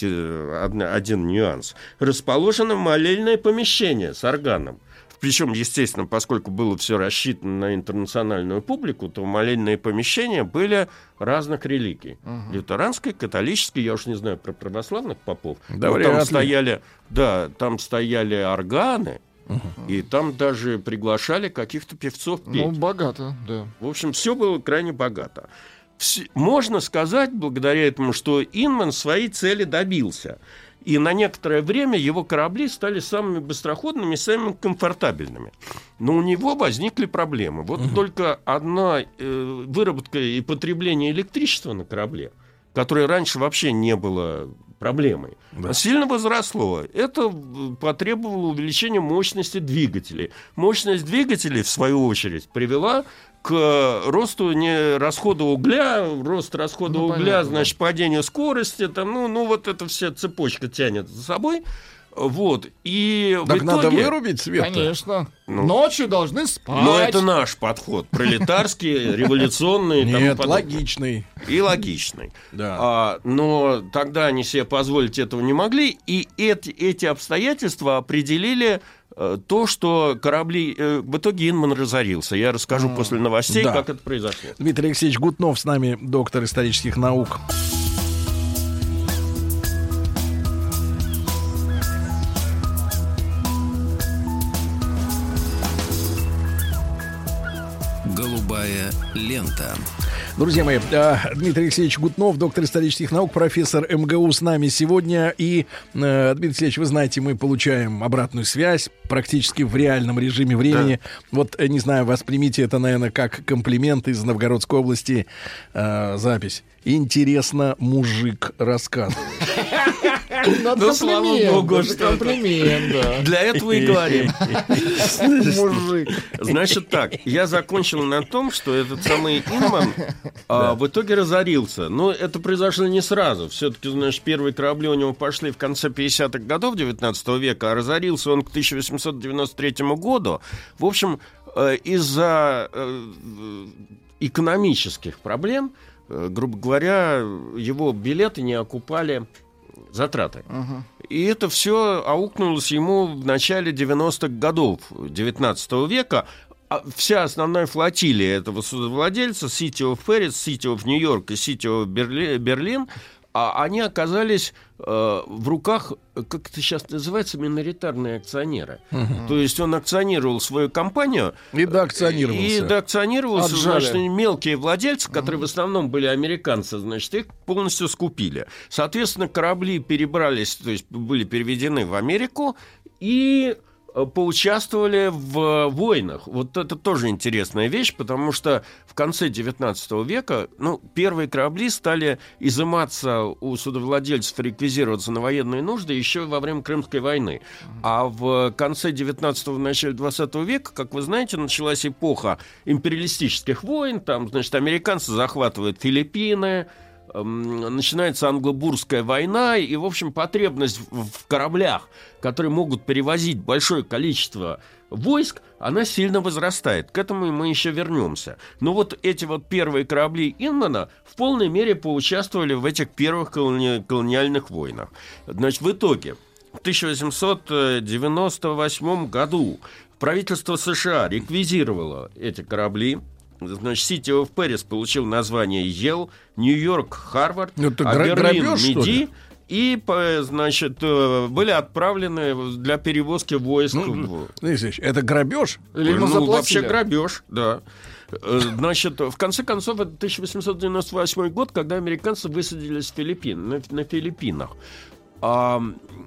один нюанс, расположено молельное помещение с органом. Причем, естественно, поскольку было все рассчитано на интернациональную публику, то молельные помещения были разных религий. Угу. Лютеранской, католической, я уж не знаю про православных попов. Да, но там стояли, да, там стояли органы, угу. и там даже приглашали каких-то певцов петь. Ну, богато, да. В общем, все было крайне богато. Можно сказать, благодаря этому, что Инман своей цели добился. И на некоторое время его корабли стали самыми быстроходными, самыми комфортабельными. Но у него возникли проблемы. Вот угу. только одна э, выработка и потребление электричества на корабле, которое раньше вообще не было проблемой, да. сильно возросло. Это потребовало увеличения мощности двигателей. Мощность двигателей, в свою очередь, привела к росту не расхода угля, рост расхода ну, угля, понятно, значит, да. падению скорости, там, ну, ну, вот эта вся цепочка тянет за собой. Вот. И так в итоге... надо вырубить свет. Конечно. Ну, ночью должны спать. Но это наш подход. Пролетарский, революционный. Нет, логичный. И логичный. Да. А, но тогда они себе позволить этого не могли. И эти, эти обстоятельства определили то, что корабли... В итоге Инман разорился. Я расскажу mm. после новостей, да. как это произошло. Дмитрий Алексеевич Гутнов с нами, доктор исторических наук. Голубая лента. Друзья мои, Дмитрий Алексеевич Гутнов, доктор исторических наук, профессор эм гэ у с нами сегодня. И, Дмитрий Алексеевич, вы знаете, мы получаем обратную связь практически в реальном режиме времени. Да. Вот, не знаю, воспримите это, наверное, как комплимент из Новгородской области. Э, запись. Интересно, мужик рассказывает. Ну, слава богу, что комплимент, да. Для этого и говорим. Мужик. Значит так, я закончил на том, что этот самый Инман а, в итоге разорился. Но это произошло не сразу. Все-таки, значит, первые корабли у него пошли в конце пятидесятых годов девятнадцатого века, а разорился он к тысяча восемьсот девяносто третьему году. В общем, из-за экономических проблем, грубо говоря, его билеты не окупали затраты. Uh-huh. И это все аукнулось ему в начале девяностых годов девятнадцатого века. Вся основная флотилия этого судовладельца, City of Paris, City of New York и City of Berlin, они оказались э, в руках, как это сейчас называется, миноритарные акционеры. Uh-huh. То есть он акционировал свою компанию. И доакционировался. И доакционировался, значит, мелкие владельцы, которые uh-huh. в основном были американцы, значит, их полностью скупили. Соответственно, корабли перебрались, то есть были переведены в Америку и поучаствовали в войнах. Вот это тоже интересная вещь, потому что в конце девятнадцатого века, ну, первые корабли стали изыматься у судовладельцев, реквизироваться на военные нужды еще во время Крымской войны. А в конце девятнадцатого, начале двадцатого века, как вы знаете, началась эпоха империалистических войн. Там, значит, американцы захватывают Филиппины, начинается англо-бурская война, и, в общем, потребность в кораблях, которые могут перевозить большое количество войск, она сильно возрастает. К этому мы еще вернемся. Но вот эти вот первые корабли Инмана в полной мере поучаствовали в этих первых колони- колониальных войнах. Значит, в итоге в тысяча восемьсот девяносто восьмом году правительство США реквизировало эти корабли. Значит, City of Paris получил название Йелл, Нью-Йорк, Харвард, Это а гра- Берлин, грабеж, Миди. И, значит, были отправлены для перевозки войск. Ну, это грабеж? Или ну, ну вообще грабеж, да. Значит, в конце концов, это тысяча восемьсот девяносто восьмой год, когда американцы высадились в Филиппин, на, на Филиппинах. А,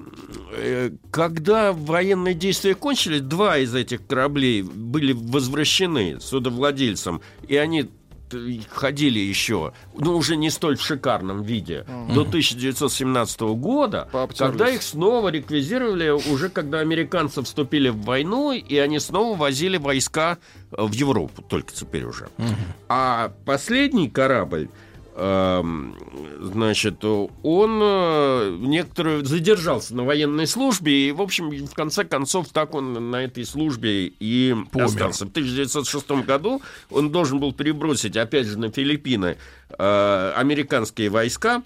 когда военные действия кончились, два из этих кораблей были возвращены судовладельцам, и они ходили еще, ну, уже не столь в шикарном виде, mm-hmm. до тысяча девятьсот семнадцатого года, когда их снова реквизировали, уже когда американцы вступили в войну, и они снова возили войска в Европу, только теперь уже. Mm-hmm. А последний корабль, значит, он некоторую задержался на военной службе, и, в общем, в конце концов, так он на этой службе и Помер. остался. В тысяча девятьсот шестом году он должен был перебросить, опять же, на Филиппины э, американские войска,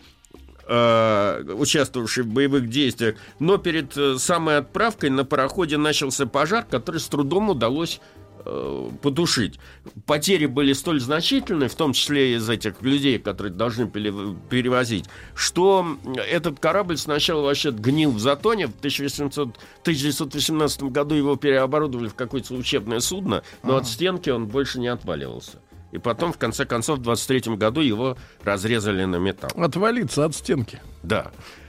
э, участвовавшие в боевых действиях, но перед самой отправкой на пароходе начался пожар, который с трудом удалось потушить. Потери были столь значительны, в том числе из этих людей, которые должны перевозить, что этот корабль сначала вообще гнил в затоне. В тысяча девятьсот восемнадцатом году его переоборудовали в какое-то учебное судно, но ага. от стенки он больше не отваливался. И потом, в конце концов, в двадцать третьем году его разрезали на металл. Отвалиться от стенки. Да.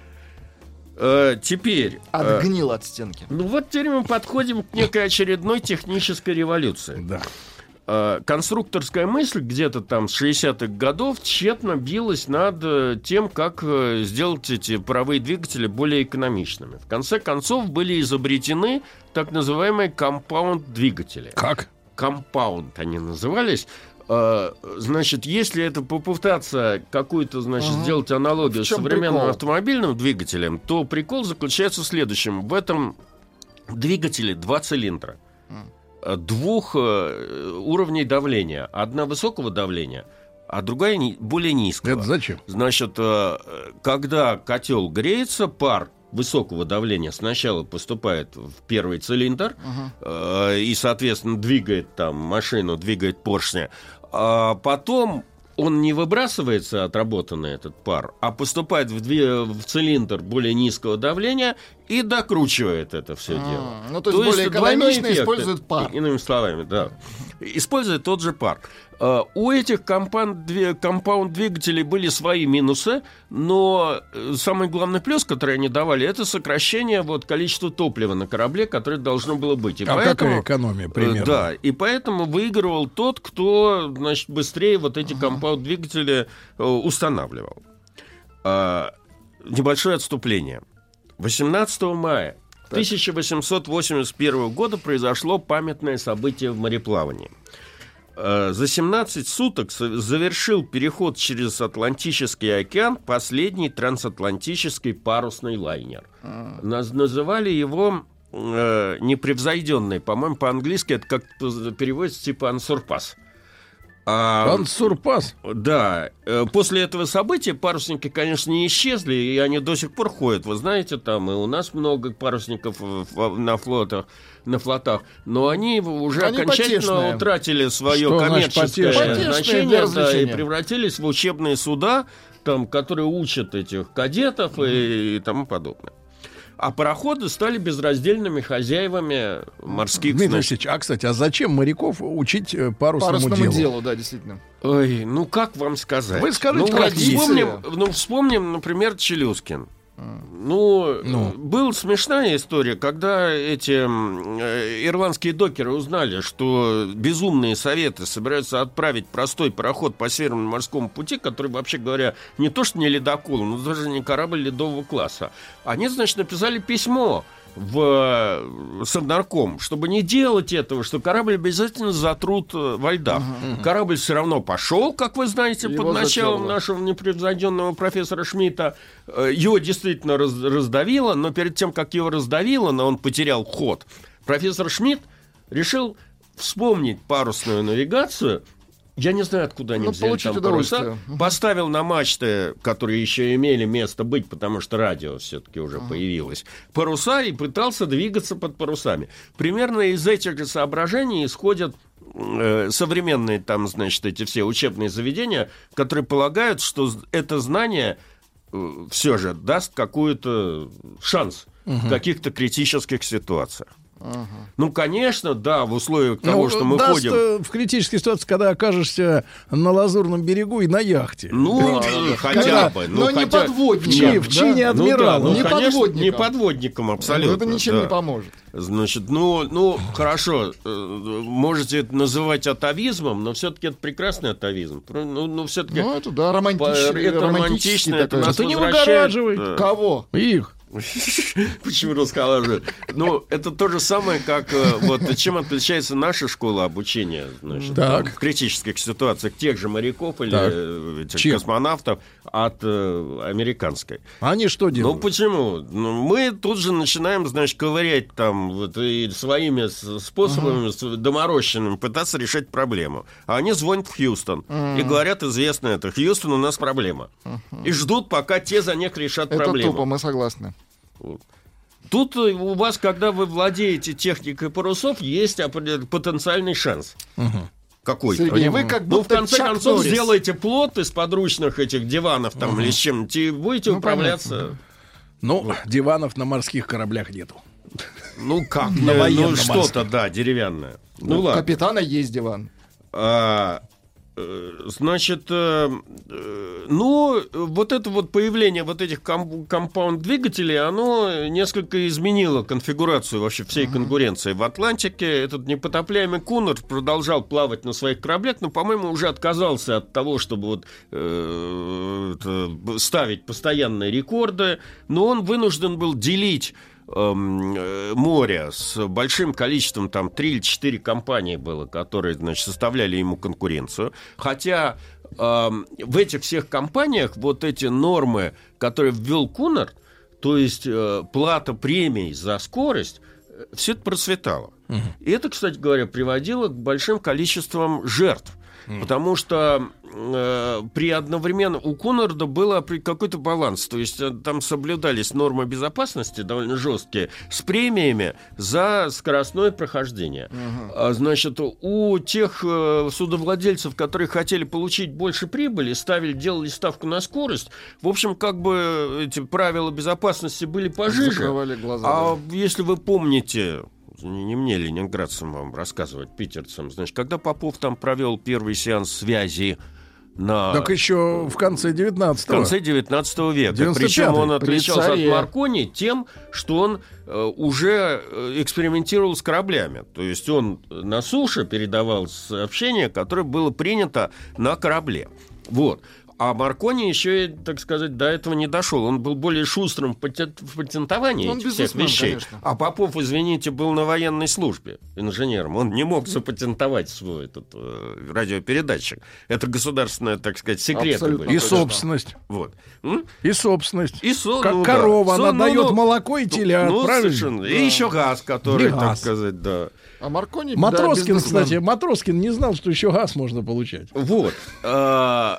Uh, теперь... Отгнил uh, от стенки. Ну вот теперь мы подходим к некой очередной технической революции. Да. Uh, конструкторская мысль где-то там с шестидесятых годов тщетно билась над uh, тем, как uh, сделать эти паровые двигатели более экономичными. В конце концов были изобретены так называемые компаунд-двигатели. Как? Компаунд они назывались. Значит, если это попытаться какую-то, значит, ага. сделать аналогию с современным прикол? автомобильным двигателем, то прикол заключается в следующем. В этом двигателе два цилиндра, mm. двух уровней давления. Одна высокого давления, а другая более низкого. Это зачем? Значит, когда котел греется, пар высокого давления сначала поступает в первый цилиндр uh-huh. э, и, соответственно, двигает там машину, двигает поршни. А потом он не выбрасывается, отработанный этот пар, а поступает в, две, в цилиндр более низкого давления и докручивает это все uh-huh. дело. Ну, то, то есть более экономично использует пар. Иными словами, да. Использует тот же пар. Uh, у этих компаунд-двигателей были свои минусы, но самый главный плюс, который они давали, это сокращение вот, количества топлива на корабле, которое должно было быть. И а поэтому, какая экономия примерно? Да, и поэтому выигрывал тот, кто, значит, быстрее вот эти uh-huh. компаунд-двигатели uh, устанавливал. Uh, небольшое отступление. восемнадцатого мая тысяча восемьсот восемьдесят первого года произошло памятное событие в мореплавании. За семнадцать суток завершил переход через Атлантический океан последний трансатлантический парусный лайнер. А. Называли его э, непревзойденный. По-моему, по-английски это как-то переводится типа «ансурпас». А, Ансурпас? Да. После этого события парусники, конечно, не исчезли, и они до сих пор ходят. Вы знаете, там и у нас много парусников на флотах, на флотах, но они уже они окончательно потешные. утратили свое Что коммерческое значение, да, и превратились в учебные суда, там, которые учат этих кадетов mm-hmm. и, и тому подобное. А пароходы стали безраздельными хозяевами морских... Дмитрий Алексеевич, а, кстати, а зачем моряков учить парусному, парусному делу? делу? Да, действительно. Ой, ну как вам сказать? Вы скажите, ну, как вспомним, ну, вспомним, например, Челюскин. Ну, ну, была смешная история, когда эти э, ирландские докеры узнали, что безумные советы собираются отправить простой пароход по Северному морскому пути, который, вообще говоря, не то что не ледокол, но даже не корабль ледового класса. Они, значит, написали письмо в Совнарком, чтобы не делать этого, что корабль обязательно затрут во льдах. Uh-huh. Корабль все равно пошел, как вы знаете, его под началом зачало. Нашего непревзойденного профессора Шмидта. Его действительно раз- раздавило, но перед тем, как его раздавило, но он потерял ход, профессор Шмидт решил вспомнить парусную навигацию. Я не знаю, откуда они ну, взяли там паруса. Поставил на мачты, которые еще имели место быть, потому что радио все-таки уже uh-huh. появилось, паруса и пытался двигаться под парусами. Примерно из этих же соображений исходят э, современные там, значит, эти все учебные заведения, которые полагают, что это знание э, все же даст какой-то шанс uh-huh. в каких-то критических ситуациях. Ага. Ну, конечно, да, в условиях того, ну, что мы даст ходим... в критической ситуации, когда окажешься на Лазурном берегу и на яхте. Ну, да, да, хотя когда... бы. Ну, но хотя... не подводником. В чине адмирала. Ну, да, ну, не конечно, подводником. Не подводником, абсолютно. Ну, это ничем да. не поможет. Значит, ну, ну, хорошо, можете это называть атовизмом, но все-таки это прекрасный атовизм. Ну, ну все-таки... Ну, это, да, романтичный. Это романтично, это нас возвращает... не выгораживай. Да. Кого? Их. Почему расколаживают? Ну, это то же самое, как вот чем отличается наша школа обучения, значит, там, в критических ситуациях тех же моряков или этих космонавтов от э, американской. Они что делают? Ну, почему? Ну, мы тут же начинаем, значит, ковырять там вот, и своими способами uh-huh. доморощенными пытаться решать проблему. А они звонят в Хьюстон uh-huh. и говорят, известно это, Хьюстон, у нас проблема. Uh-huh. И ждут, пока те за них решат это проблему. Это тупо, мы согласны. Тут у вас, когда вы владеете техникой парусов, есть потенциальный шанс. Угу. Какой-то. Сергей, вы как будто ну, в конце Чак концов, Норрис. сделаете плот из подручных этих диванов там, угу. или с чем-нибудь, и будете ну, управляться. Понятно. Ну, вот. Диванов на морских кораблях нету. Ну, как? На военном ну, что-то, да, деревянное. Ну, ладно. У капитана есть диван. А... Значит, э, э, ну, вот это вот появление вот этих ком- компаунд-двигателей, оно несколько изменило конфигурацию вообще всей uh-huh. конкуренции. В Атлантике этот непотопляемый Кунард продолжал плавать на своих кораблях, но, по-моему, уже отказался от того, чтобы вот, э, э, ставить постоянные рекорды, но он вынужден был делить море с большим количеством, там, три или четыре компании было, которые, значит, составляли ему конкуренцию. Хотя э, в этих всех компаниях вот эти нормы, которые ввел Кунард, то есть э, плата премий за скорость, все это процветало. Угу. И это, кстати говоря, приводило к большим количествам жертв. Mm. Потому что э, при одновременно у Кунарда был какой-то баланс. То есть там соблюдались нормы безопасности довольно жесткие с премиями за скоростное прохождение. Uh-huh. А, значит, у тех э, судовладельцев, которые хотели получить больше прибыли, ставили, делали ставку на скорость. В общем, как бы эти правила безопасности были пожиже. Закрывали глаза. А да. Если вы помните... Не мне, ленинградцам, вам рассказывать, питерцам. Значит, когда Попов там провел первый сеанс связи на... Так еще в конце девятнадцатого. В конце девятнадцатого века. Причем он отличался от Маркони тем, что он э, уже экспериментировал с кораблями. То есть он на суше передавал сообщение, которое было принято на корабле. Вот. А Маркони еще, так сказать, до этого не дошел. Он был более шустрым в патентовании он этих всех вещей. Конечно. А Попов, извините, был на военной службе инженером. Он не мог запатентовать свой этот э, радиопередатчик. Это государственное, так сказать, секреты были. И собственность. Вот. И собственность. И со... Как ну, корова, да. она ну, дает ну, молоко и телят. Ну, правильно? Совершенно. Да. И еще газ, который, и так газ. сказать, да. А Маркони, Матроскин, да, кстати, Матроскин не знал, что еще газ можно получать. Вот. Я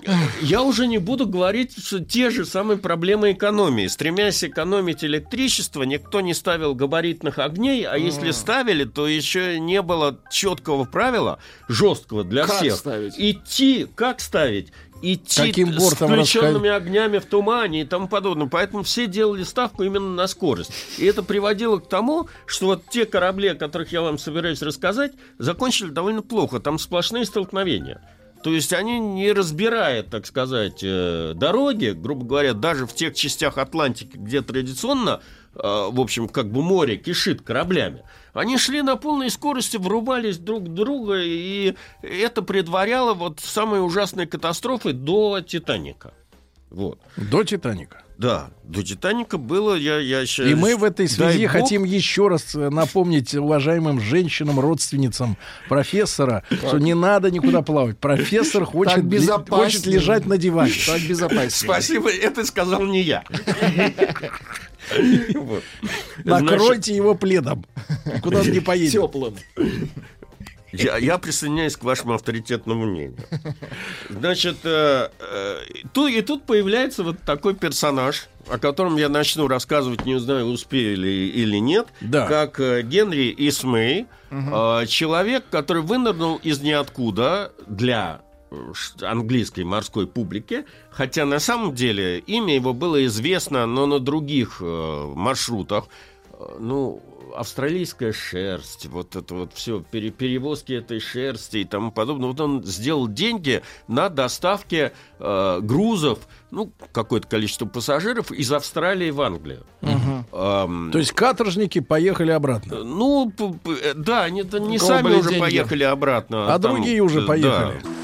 уже не буду говорить, что те же самые проблемы экономии. Стремясь экономить электричество, никто не ставил габаритных огней, а если ставили, то еще не было четкого правила, жесткого для как всех. Ставить? Идти, как ставить? Идти Каким с включенными расход... огнями в тумане и тому подобное. Поэтому все делали ставку именно на скорость. И это приводило к тому, что вот те корабли, о которых я вам собираюсь рассказать, закончили довольно плохо. Там сплошные столкновения. То есть они, не разбирая, так сказать, дороги, грубо говоря, даже в тех частях Атлантики, где традиционно, в общем, как бы море кишит кораблями, они шли на полной скорости, врубались друг в друга, и это предваряло вот самые ужасные катастрофы до «Титаника». Вот. До «Титаника». Да, до «Титаника» было, я, я считаю... И мы в этой связи хотим еще раз напомнить уважаемым женщинам, родственницам профессора, так. что не надо никуда плавать. Профессор хочет, хочет лежать на диване. Так безопаснее. Спасибо, это сказал не я. Накройте его пледом. Куда он не поедет. Теплым. Я, я присоединяюсь к вашему авторитетному мнению. Значит, э, э, ту, и тут появляется вот такой персонаж, о котором я начну рассказывать, не знаю, успею ли или нет, да. как э, Генри Исмей, угу. э, человек, который вынырнул из ниоткуда для английской морской публики, хотя на самом деле имя его было известно, но на других э, маршрутах. Э, ну, австралийская шерсть, вот это вот все, пере, перевозки этой шерсти и тому подобное. Вот он сделал деньги на доставке э, грузов, ну, какое-то количество пассажиров из Австралии в Англию. Угу. Эм, То есть каторжники поехали обратно? Ну, п- п- да, они не сами уже деньги. поехали обратно. А там, другие уже поехали. Да.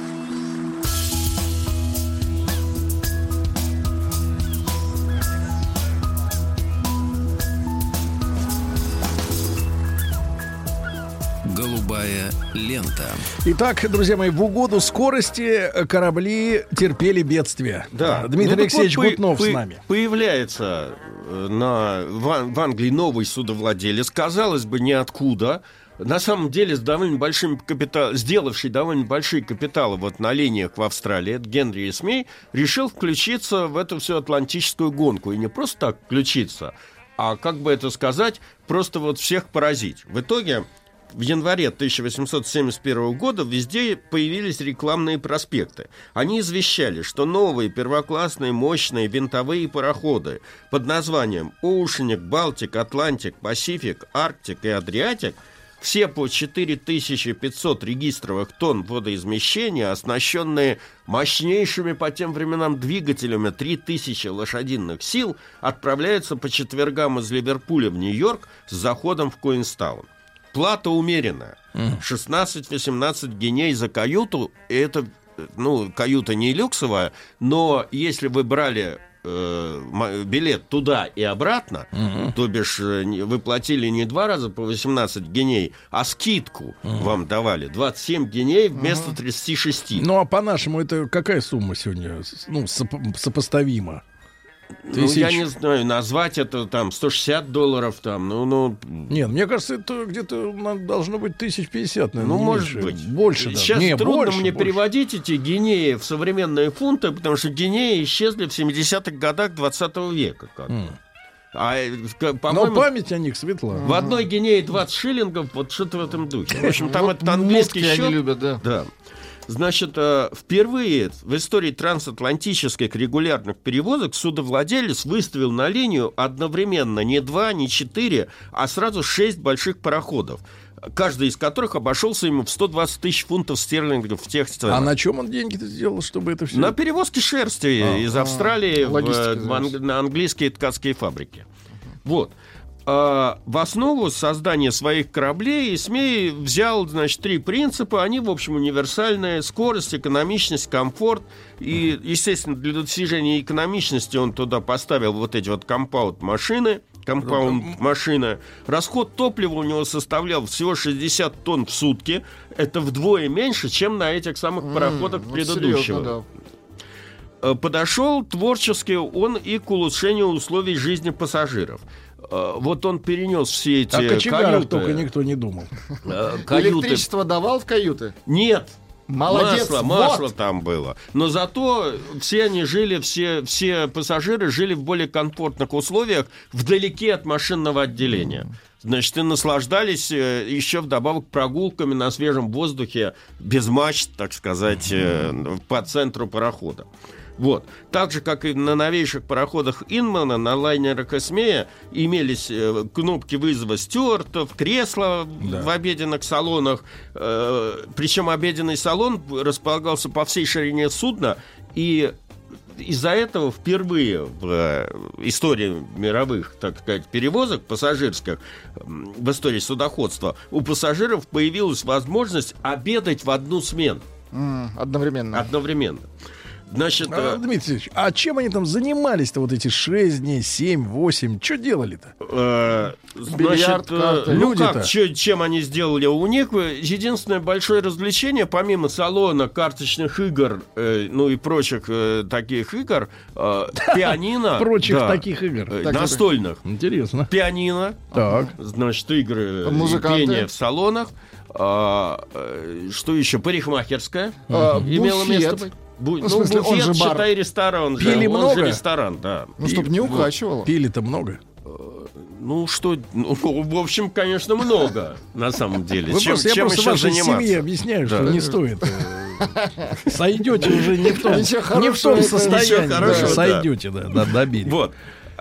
Голубая лента. Итак, друзья мои, в угоду скорости корабли терпели бедствие. Да. Дмитрий ну, Алексеевич вот Гутнов по- с нами. Появляется на, в, в Англии новый судовладелец, казалось бы, ниоткуда. На самом деле, с довольно большим капиталом, сделавший довольно большие капиталы вот на линиях в Австралии, Генри Исмей решил включиться в эту всю атлантическую гонку. И не просто так включиться, а, как бы это сказать, просто вот всех поразить. В итоге... В январе тысяча восемьсот семьдесят первого года везде появились рекламные проспекты. Они извещали, что новые первоклассные мощные винтовые пароходы под названием «Оушеник», «Балтик», «Атлантик», «Пасифик», «Арктик» и «Адриатик», все по четыре тысячи пятьсот регистровых тонн водоизмещения, оснащенные мощнейшими по тем временам двигателями три тысячи лошадиных сил, отправляются по четвергам из Ливерпуля в Нью-Йорк с заходом в Куинстаун. Плата умеренная. шестнадцать-восемнадцать геней за каюту. Это, ну, каюта не люксовая, но если вы брали э, билет туда и обратно, угу. то бишь вы платили не два раза по восемнадцать геней, а скидку угу. вам давали. двадцать семь геней вместо тридцать шесть. Ну, а по-нашему это какая сумма сегодня, ну, соп- сопоставима? Ну, Тысяч. Я не знаю, назвать это там сто шестьдесят долларов там, ну, ну... Нет, мне кажется, это где-то должно быть тысяч пятьдесят, наверное. Ну, может меньше. быть. Больше Сейчас даже. Не, трудно больше, мне больше. переводить эти гинеи в современные фунты, потому что гинеи исчезли в семидесятых годах двадцатого века. Как mm. а, Но память о них светла. В одной гинее двадцать шиллингов, вот что-то в этом духе. В общем, там этот английский счет... они любят, да. Да. Значит, впервые в истории трансатлантических регулярных перевозок судовладелец выставил на линию одновременно не два, не четыре, а сразу шесть больших пароходов, каждый из которых обошелся ему в сто двадцать тысяч фунтов стерлингов в тех ценах. А на чем он деньги-то сделал, чтобы это все... На перевозке шерсти а, из Австралии а, в, в анг... на английские ткацкие фабрики. Вот. В основу создания своих кораблей Исмей взял, значит, три принципа. Они, в общем, универсальные: скорость, экономичность, комфорт. И, естественно, для достижения экономичности он туда поставил вот эти вот компаунд-машины. Компаунд-машина. Расход топлива у него составлял всего шестьдесят тонн в сутки. Это вдвое меньше, чем на этих самых пароходах mm, предыдущего. Вот серьезно, да. Подошел творчески он и к улучшению условий жизни пассажиров. Вот он перенес все эти каюты. О кочегарах только никто не думал. Каюты. Электричество давал в каюты? Нет. Молодец, масло, вот. масло там было. Но зато все они жили, все, все пассажиры жили в более комфортных условиях, вдалеке от машинного отделения. Значит, и прогулками на свежем воздухе, без мачт, так сказать, по центру парохода. Вот. Так же, как и на новейших пароходах Инмана, на лайнерах Исмея имелись э, кнопки вызова стюартов, кресла да. в обеденных салонах. Э, причем обеденный салон располагался по всей ширине судна, и из-за этого впервые в э, истории мировых, так сказать, перевозок пассажирских, э, в истории судоходства, у пассажиров появилась возможность обедать в одну смену. Mm, одновременно. Одновременно. Значит, а, Дмитрий Алексеевич, а чем они там занимались-то вот эти шесть дней, семь, восемь? Что делали-то? Э, Бильярд, значит, карты. ну Люди-то? как, чё, чем они сделали? У них единственное большое развлечение, помимо салона, карточных игр, э, ну и прочих э, таких игр, э, пианино. Прочих да, таких игр. э, настольных. Интересно. Пианино. Так. Значит, игры, э, Музыканты. пение в салонах. А, э, что еще? Парикмахерская А, имела буфет. место быть. Бу- Ну, ну, в смысле, он буфет, же бар. считай, ресторан. Пили же, он много? же ресторан, да. Ну, чтобы не укачивало. Пили-то много. Ну, что, ну, в общем, конечно, много, на самом деле. Вы Чем, просто, я чем просто еще вашей заниматься? семье объясняю, Да. что не стоит. э, Сойдете уже не в том, Ничего не в хорошего том это- состоянии. Ничего хорошего, да, да. Сойдете, да, да, добили. Вот.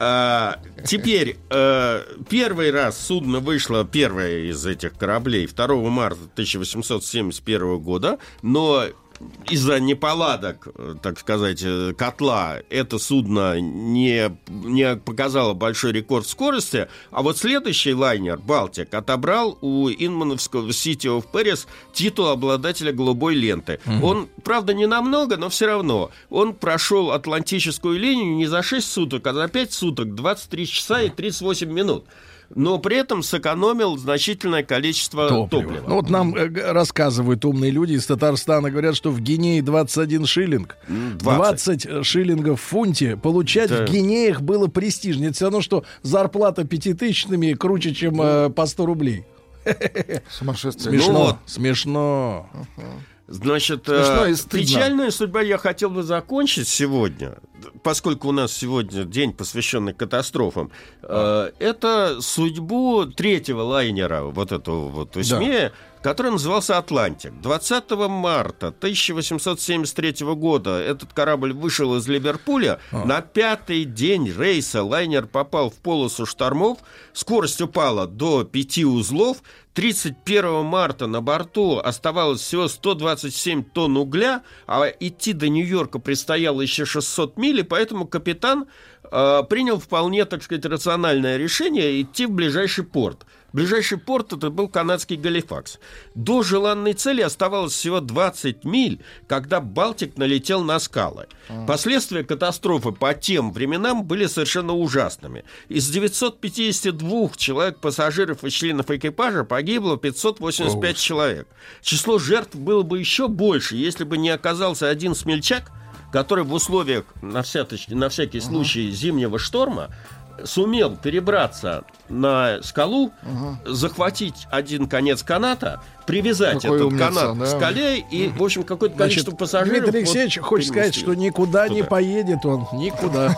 А, теперь, э, первый раз судно вышло, первое из этих кораблей, второго марта тысяча восемьсот семьдесят первого года, но из-за неполадок, э, так сказать, э, котла, это судно не, не показало большой рекорд скорости, а вот следующий лайнер, «Балтик», отобрал у инмановского City of Paris титул обладателя голубой ленты. Мгм. Он, правда, не намного, но все равно. Он прошел Атлантическую линию не за шесть суток, а за пять суток, двадцать три часа и тридцать восемь минут. Но при этом сэкономил значительное количество Топлива. топлива. Ну, вот нам э, г- рассказывают умные люди из Татарстана, говорят, что в Гинее двадцать один шиллинг. двадцать. двадцать шиллингов в фунте. Получать Да. в Гинеях было престижнее. Это все равно, что зарплата пятитысячными круче, чем э, по сто рублей. Сумасшествие. Смешно. Ну вот. Смешно. Значит, Смешно э, и стыдно. печальная судьба я хотел бы закончить сегодня, поскольку у нас сегодня день, посвященный катастрофам. Э, это судьбу третьего лайнера, вот этого вот «Осьмея», который назывался «Атлантик». двадцатого марта тысяча восемьсот семьдесят третьего года этот корабль вышел из Ливерпуля. А. На пятый день рейса лайнер попал в полосу штормов, скорость упала до пяти узлов. тридцать первого марта на борту оставалось всего сто двадцать семь тонн угля, а идти до Нью-Йорка предстояло еще шестьсот миль, и поэтому капитан э, принял вполне, так сказать, рациональное решение идти в ближайший порт. Ближайший порт это был канадский Галифакс. До желанной цели оставалось всего двадцать миль, когда «Балтик» налетел на скалы. Последствия катастрофы по тем временам были совершенно ужасными. Из девятисот пятидесяти двух человек, пассажиров и членов экипажа погибло пятьсот восемьдесят пять человек. Число жертв было бы еще больше, если бы не оказался один смельчак, который в условиях, на всякий, на всякий случай, зимнего шторма, сумел перебраться на скалу, Ага. захватить один конец каната, привязать Какой этот умница, канат да. к скале, и, в общем, какое-то Значит, количество пассажиров... Дмитрий Алексеевич вот хочет сказать, переместил. что никуда не Туда. поедет он. Никуда.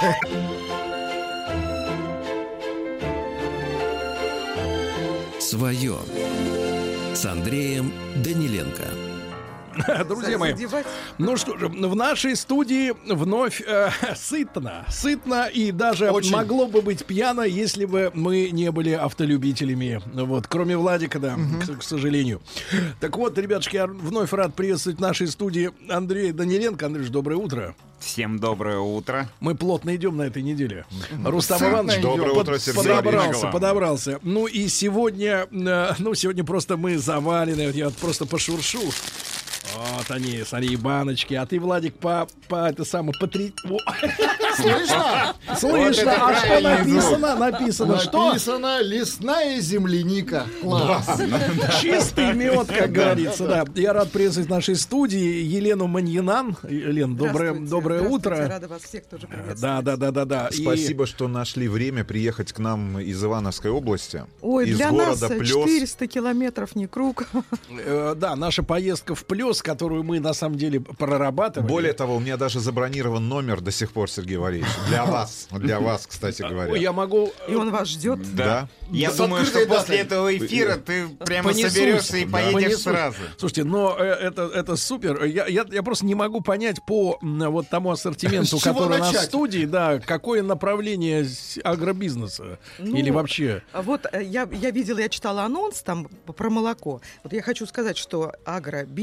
Свое с Андреем Даниленко. Друзья мои, ну что же, в нашей студии вновь э, сытно, сытно и даже Очень. могло бы быть пьяно, если бы мы не были автолюбителями. Вот, кроме Владика, да, к, к сожалению. Так вот, ребятушки, я вновь рад приветствовать в нашей студии Андрея Даниленко. Андрюш, доброе утро. Всем доброе утро. Мы плотно идем на этой неделе. Рустам Сытно Иванович идем. Доброе под- утро, Сергей подобрался, Валерьевич. подобрался. Ну и сегодня, э, ну сегодня просто мы завалены. Вот я вот просто пошуршу. Вот они, смотри, баночки. А ты, Владик, по, по это самое, по три... Во. Слышно? Слышно, это а что правильный написано? Написано, что? Написано «Лесная земляника». Класс. Чистый мед, как говорится, да. Я рад приветствовать в нашей студии Елену Маньянан. Лен, доброе, доброе утро. Рада вас всех тоже приветствовать. Да, да, да, да, да. И- Спасибо, что нашли время приехать к нам из Ивановской области. Ой, из для нас города Плёс. четыреста километров не круг. Э, да, наша поездка в Плёс, которую мы на самом деле прорабатывали. Более того, у меня даже забронирован номер до сих пор, Сергей Валерьевич. Для вас. Для вас, кстати говоря. Ой, я могу... И он вас ждет. Да. Я С думаю, что открытой после датой. этого эфира ты прямо Понесусь. соберешься и Да. поедешь Понесусь. сразу. Слушайте, но э, это, это супер. Я, я, я просто не могу понять по м, вот тому ассортименту, С чего который у нас в начать? студии, да, какое направление с- агробизнеса Ну, или вообще. Вот э, я, я видела, я читала анонс там п- про молоко. Вот я хочу сказать, что агробизнес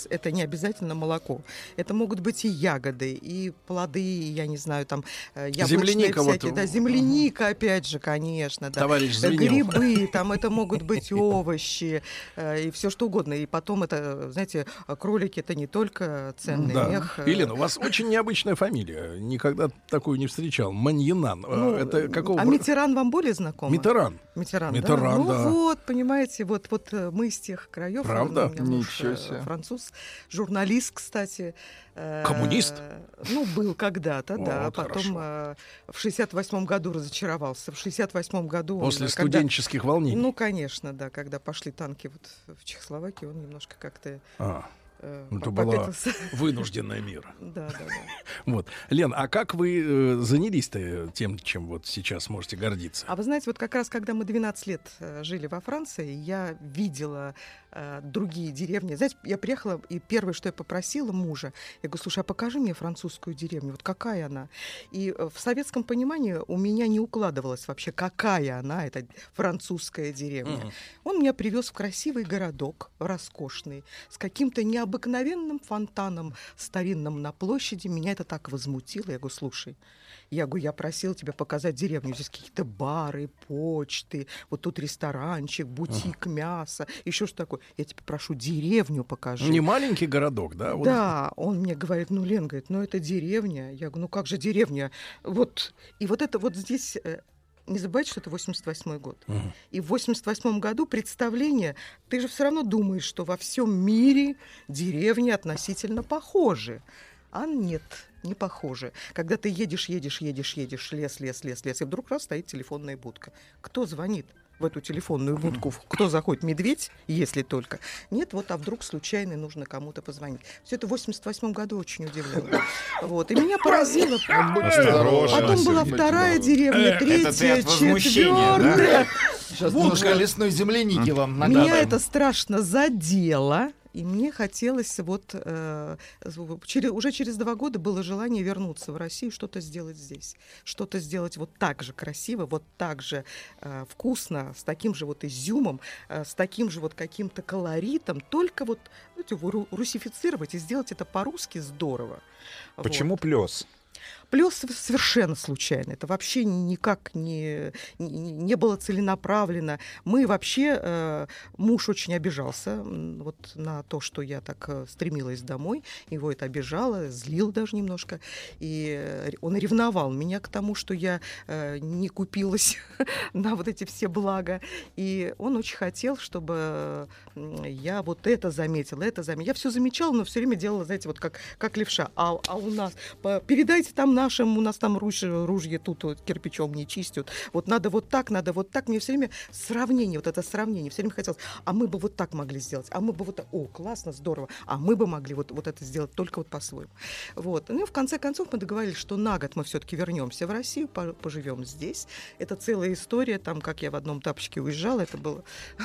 это не обязательно молоко. Это могут быть и ягоды, и плоды, и, я не знаю, там яблочные земляника всякие. Вот. Да, земляника, опять же, конечно. Да. Товарищ Звенелов. Грибы, там это могут быть овощи, и все что угодно. И потом это, знаете, кролики — это не только ценный да. мех. Елена, у вас очень необычная фамилия. Никогда такую не встречал. Маньянан. Ну, это какого... А Миттеран вам более знаком? Миттеран. Миттеран, Миттеран, да. да. Ну вот, понимаете, вот, вот мы из тех краев. Правда? Ничего себе. Француз, журналист, кстати. Коммунист? Э, ну, был когда-то, О, да. вот Потом э, в шестьдесят восьмом году разочаровался. В шестьдесят восьмом году... После он, студенческих когда, волнений? Ну, конечно, да. Когда пошли танки вот в Чехословакии, он немножко как-то... А. Э, Это была вынужденная мера. Да, да, да. Вот. Лен, а как вы э, занялись-то тем, чем вот сейчас можете гордиться? А вы знаете, вот как раз когда мы двенадцать лет э, жили во Франции, я видела э, другие деревни. Знаете, я приехала, и первое, что я попросила мужа, я говорю, слушай, а покажи мне французскую деревню, вот какая она? И э, в советском понимании у меня не укладывалось вообще, какая она, эта французская деревня. Uh-huh. Он меня привез в красивый городок, роскошный, с каким-то необычным обыкновенным фонтаном старинным на площади. Меня это так возмутило. Я говорю, слушай, я говорю, я просила тебя показать деревню. Здесь какие-то бары, почты, вот тут ресторанчик, бутик uh-huh. мяса, еще что такое. Я тебе прошу, деревню покажи. Не маленький городок, да? Вот. Да, он мне говорит, ну, Лен, говорит, ну, это деревня. Я говорю, ну, как же деревня? Вот, и вот это вот здесь... Не забывайте, что это восемьдесят восьмой год. Uh-huh. И в восемьдесят восьмом году представление, ты же все равно думаешь, что во всем мире деревни относительно похожи. А нет, не похожи. Когда ты едешь, едешь, едешь, едешь, лес, лес, лес, лес, и вдруг раз стоит телефонная будка. Кто звонит в эту телефонную будку? Кто заходит? Медведь, если только. Нет, вот, а вдруг случайно нужно кому-то позвонить. Все это в восемьдесят восьмом году очень удивляло. Вот. И меня поразило. Потом была вторая деревня, третья, четвертая. Сейчас немножко лесной земляники вам надо. Меня это страшно задело. И мне хотелось вот э, через, уже через два года было желание вернуться в Россию, что-то сделать здесь, что-то сделать вот так же красиво, вот так же э, вкусно, с таким же вот изюмом, э, с таким же вот каким-то колоритом, только вот знаете, ру- русифицировать и сделать это по-русски здорово. Почему вот. Плёс? Плюс совершенно случайно. Это вообще никак не, не, не было целенаправленно. Мы вообще... Э, муж очень обижался вот, на то, что я так э, стремилась домой. Его это обижало, злил даже немножко. И э, он ревновал меня к тому, что я э, не купилась на вот эти все блага. И он очень хотел, чтобы я вот это заметила, это заметила. Я все замечала, но все время делала, знаете, вот как, как левша. А, а у нас... По, передайте там нашим, у нас там ружье, ружье тут вот, кирпичом не чистят. Вот надо вот так, надо вот так. Мне все время сравнение, вот это сравнение, все время хотелось, а мы бы вот так могли сделать, а мы бы вот так, о, классно, здорово, а мы бы могли вот, вот это сделать только вот по-своему. Вот. Ну и в конце концов мы договорились, что на год мы все-таки вернемся в Россию, поживем здесь. Это целая история, там, как я в одном тапочке уезжала, это было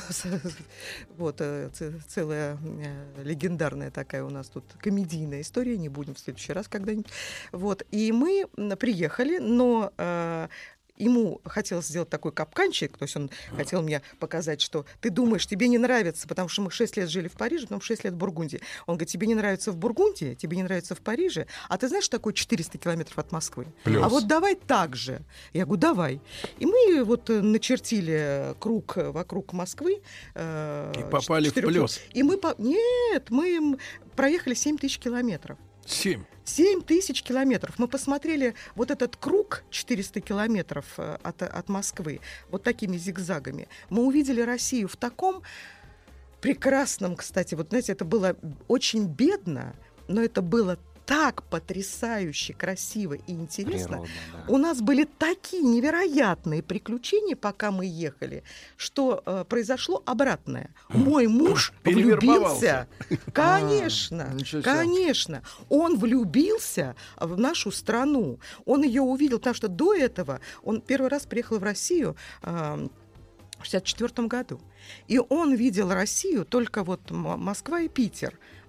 вот целая легендарная такая у нас тут комедийная история, не будем в следующий раз когда-нибудь. Вот. И мы приехали, но э, ему хотелось сделать такой капканчик, то есть он хотел мне показать, что ты думаешь, тебе не нравится, потому что мы шесть лет жили в Париже, потом шесть лет в Бургундии. Он говорит, тебе не нравится в Бургундии, тебе не нравится в Париже, а ты знаешь, что такое четыреста километров от Москвы? Плюс. А вот давай так же. Я говорю, давай. И мы вот начертили круг вокруг Москвы. Э, и попали в Плёс. И мы по... Нет, мы проехали семь тысяч километров. Семь. Семь тысяч километров. Мы посмотрели вот этот круг четыреста километров от, от Москвы, вот такими зигзагами. Мы увидели Россию в таком прекрасном, кстати, вот знаете, это было очень бедно, но это было так потрясающе, красиво и интересно. Природа, да. У нас были такие невероятные приключения, пока мы ехали, что э, произошло обратное. Мой муж влюбился. Конечно, конечно. Он влюбился в нашу страну. Он ее увидел, потому что до этого он первый раз приехал в Россию э, в шестьдесят четвёртом году. И он видел Россию только вот Москва и Питер.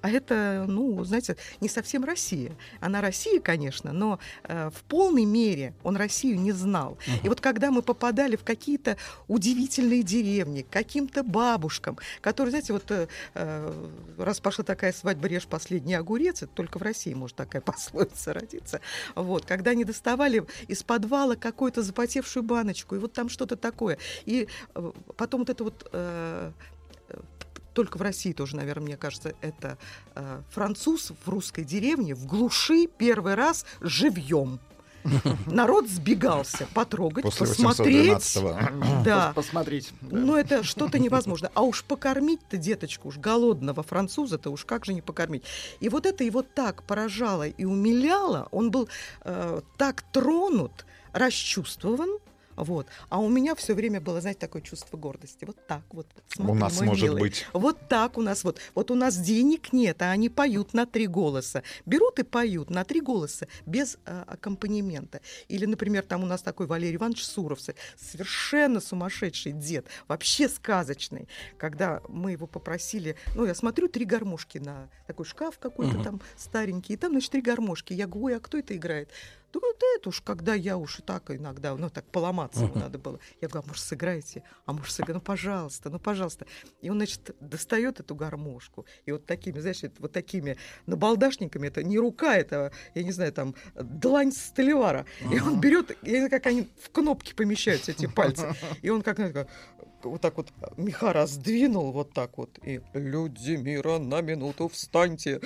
А это, ну, знаете, не совсем Россия. Она Россия, конечно, но э, в полной мере он Россию не знал. Uh-huh. И вот когда мы попадали в какие-то удивительные деревни, к каким-то бабушкам, которые, знаете, вот э, раз пошла такая свадьба, режь последний огурец, это только в России может такая пословица родиться. Вот, когда они доставали из подвала какую-то запотевшую баночку, и вот там что-то такое. И э, потом вот это вот... Э, только в России тоже, наверное, мне кажется, это э, француз в русской деревне в глуши первый раз живьем. Народ сбегался потрогать, после посмотреть. Да. Посмотреть. Да. Ну, это что-то невозможно. А уж покормить-то деточку, уж голодного француза-то уж как же не покормить. И вот это его так поражало и умиляло. Он был э, так тронут, расчувствован. Вот. А у меня все время было, знаете, такое чувство гордости. Вот так вот. Смотри, у нас мой может милый. быть. Вот так у нас вот. Вот у нас денег нет, а они поют на три голоса. Берут и поют на три голоса без а, аккомпанемента. Или, например, там у нас такой Валерий Иванович Суров, совершенно сумасшедший дед, вообще сказочный. Когда мы его попросили, ну, я смотрю, три гармошки на такой шкаф какой-то uh-huh. там старенький, и там, значит, три гармошки. Я говорю, ой, а кто это играет? Да, да это уж, когда я уж и так иногда, ну, так поломаться uh-huh. надо было. Я говорю, а может, сыграете? А может, сыграете? Ну, пожалуйста, ну, пожалуйста. И он, значит, достает эту гармошку. И вот такими, знаешь, вот такими набалдашниками, это не рука, это, я не знаю, там, длань столевара. Uh-huh. И он берет, я не знаю, как они в кнопки помещаются, эти пальцы. И он как, знаете, вот так вот меха раздвинул, вот так вот. И люди мира, на минуту встаньте.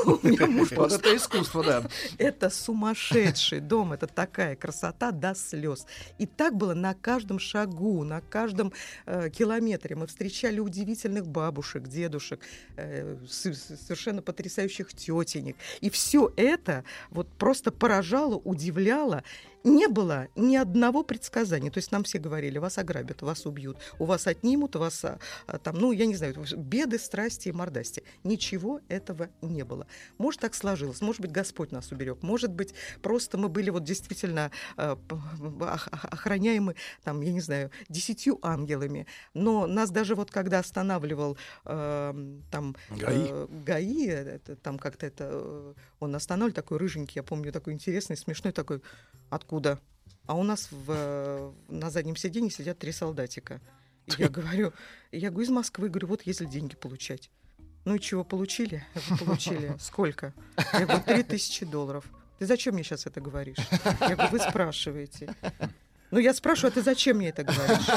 Вот это искусство, да. Это сумасшедший дом, это такая красота до слез. И так было на каждом шагу, на каждом э, километре. Мы встречали удивительных бабушек, дедушек, э, с, совершенно потрясающих тетенек. И все это вот просто поражало, удивляло. Не было ни одного предсказания. То есть нам все говорили, вас ограбят, вас убьют, у вас отнимут, вас там, ну, я не знаю, беды, страсти и мордасти. Ничего этого не было. Может, так сложилось, может быть, Господь нас уберег, может быть, просто мы были вот действительно э, охраняемы, там, я не знаю, десятью ангелами. Но нас даже вот когда останавливал э, там ГАИ, э, ГАИ это, там как-то это, э, он останавливал, такой рыженький, я помню, такой интересный, смешной такой, откуда? Куда? А у нас в, на заднем сиденье сидят три солдатика. И я говорю, я говорю, из Москвы, говорю, вот ездили деньги получать. Ну и чего, получили? Я говорю, получили. Сколько? Я говорю, три тысячи долларов. Ты зачем мне сейчас это говоришь? Я говорю, вы спрашиваете. Ну я спрашиваю, а ты зачем мне это говоришь?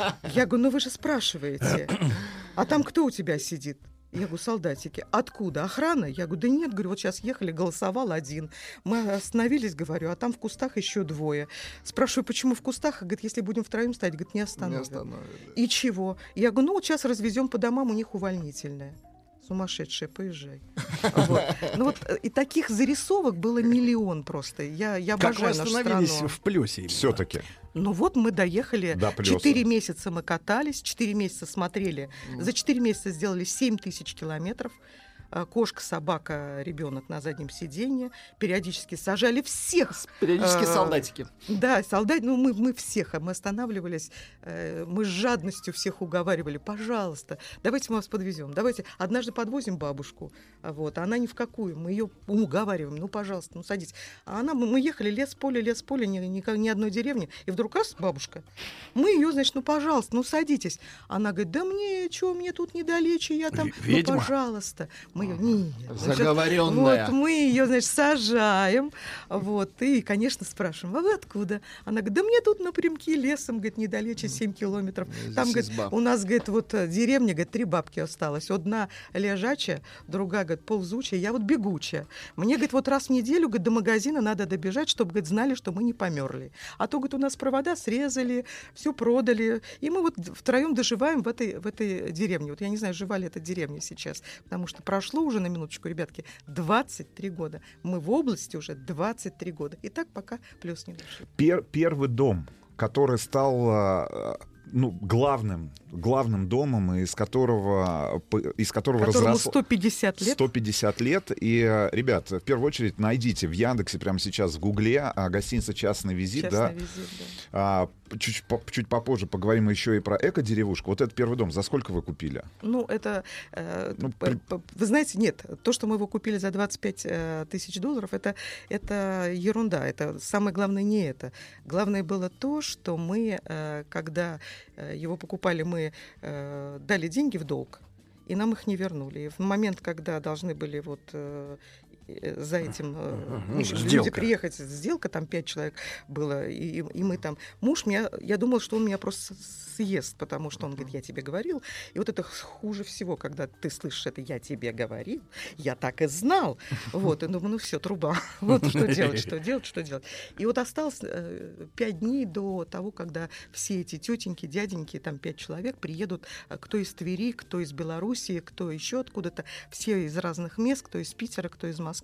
Я говорю, ну вы же спрашиваете. А там кто у тебя сидит? Я говорю, солдатики. Откуда? Охрана? Я говорю, да нет, говорю, вот сейчас ехали, голосовал один. Мы остановились, говорю, а там в кустах еще двое. Спрашиваю, почему в кустах? Говорит, если будем втроем стоять, говорит, не остановим. Не остановим, да. И чего? Я говорю, ну вот сейчас развезем по домам, у них увольнительное. Сумасшедшая, поезжай. Вот. Ну вот и таких зарисовок было миллион просто. Я, я обожаю нашу страну. Как вы остановились в плюсе? Все-таки. Ну вот мы доехали, четыре месяца мы катались, четыре месяца смотрели. Mm. За четыре месяца сделали семь тысяч километров. Кошка, собака, ребенок на заднем сиденье. Периодически сажали всех. Периодически солдатики. Да, солдаты. Ну, мы, мы всех. Мы останавливались. Мы с жадностью всех уговаривали. Пожалуйста, давайте мы вас подвезем. Давайте. Однажды подвозим бабушку. Вот, а она ни в какую. Мы ее уговариваем. Ну, пожалуйста, ну, садитесь. А она, мы ехали лес, поле, лес, поле, ни, ни, ни одной деревни. И вдруг раз, бабушка. Мы ее, значит, ну, пожалуйста, ну, садитесь. Она говорит, да мне, что, мне тут недалече, я там, Ведьма. Ну, пожалуйста. Мы ее, нет, заговоренная. Вот мы ее, значит, сажаем, вот, и, конечно, спрашиваем, а вы откуда? Она говорит, да мне тут напрямки лесом, говорит, недалече семь километров. Там, говорит, у нас, говорит, вот деревня, говорит, три бабки осталось. Одна лежачая, другая, говорит, ползучая, я вот бегучая. Мне, говорит, вот раз в неделю, говорит, до магазина надо добежать, чтобы, говорит, знали, что мы не померли. А то, говорит, у нас провода срезали, все продали, и мы вот втроем доживаем в этой, в этой деревне. Вот я не знаю, жива ли эта деревня сейчас, потому что прошло уже, на минуточку, ребятки, двадцать три года. Мы в области уже двадцать три года. И так пока плюс не дошли. Пер- первый дом, который стал ну, главным, главным домом, из которого, из которого разросло... сто пятьдесят лет. сто пятьдесят лет. И, ребят, в первую очередь найдите в Яндексе прямо сейчас в Гугле гостиница «Частный визит». Частный да, визит, да. А, чуть, чуть попозже поговорим еще и про эко-деревушку. Вот этот первый дом, за сколько вы купили? Ну, это... Э, ну, при... Вы знаете, нет, то, что мы его купили за двадцать пять тысяч долларов, это, это ерунда. Это самое главное не это. Главное было то, что мы, э, когда его покупали, мы э, дали деньги в долг, и нам их не вернули. И в момент, когда должны были вот... Э, за этим uh-huh. люди приехать, сделка, там пять человек было, и, и мы там... Муж меня, я думала, что он меня просто съест, потому что он говорит, я тебе говорил. И вот это хуже всего, когда ты слышишь это, я тебе говорил, я так и знал. Вот, и думаю, ну все, труба. Вот что делать, что делать, что делать. И вот осталось пять дней до того, когда все эти тетеньки, дяденьки, там пять человек приедут, кто из Твери, кто из Белоруссии, кто еще откуда-то, все из разных мест, кто из Питера, кто из Москвы.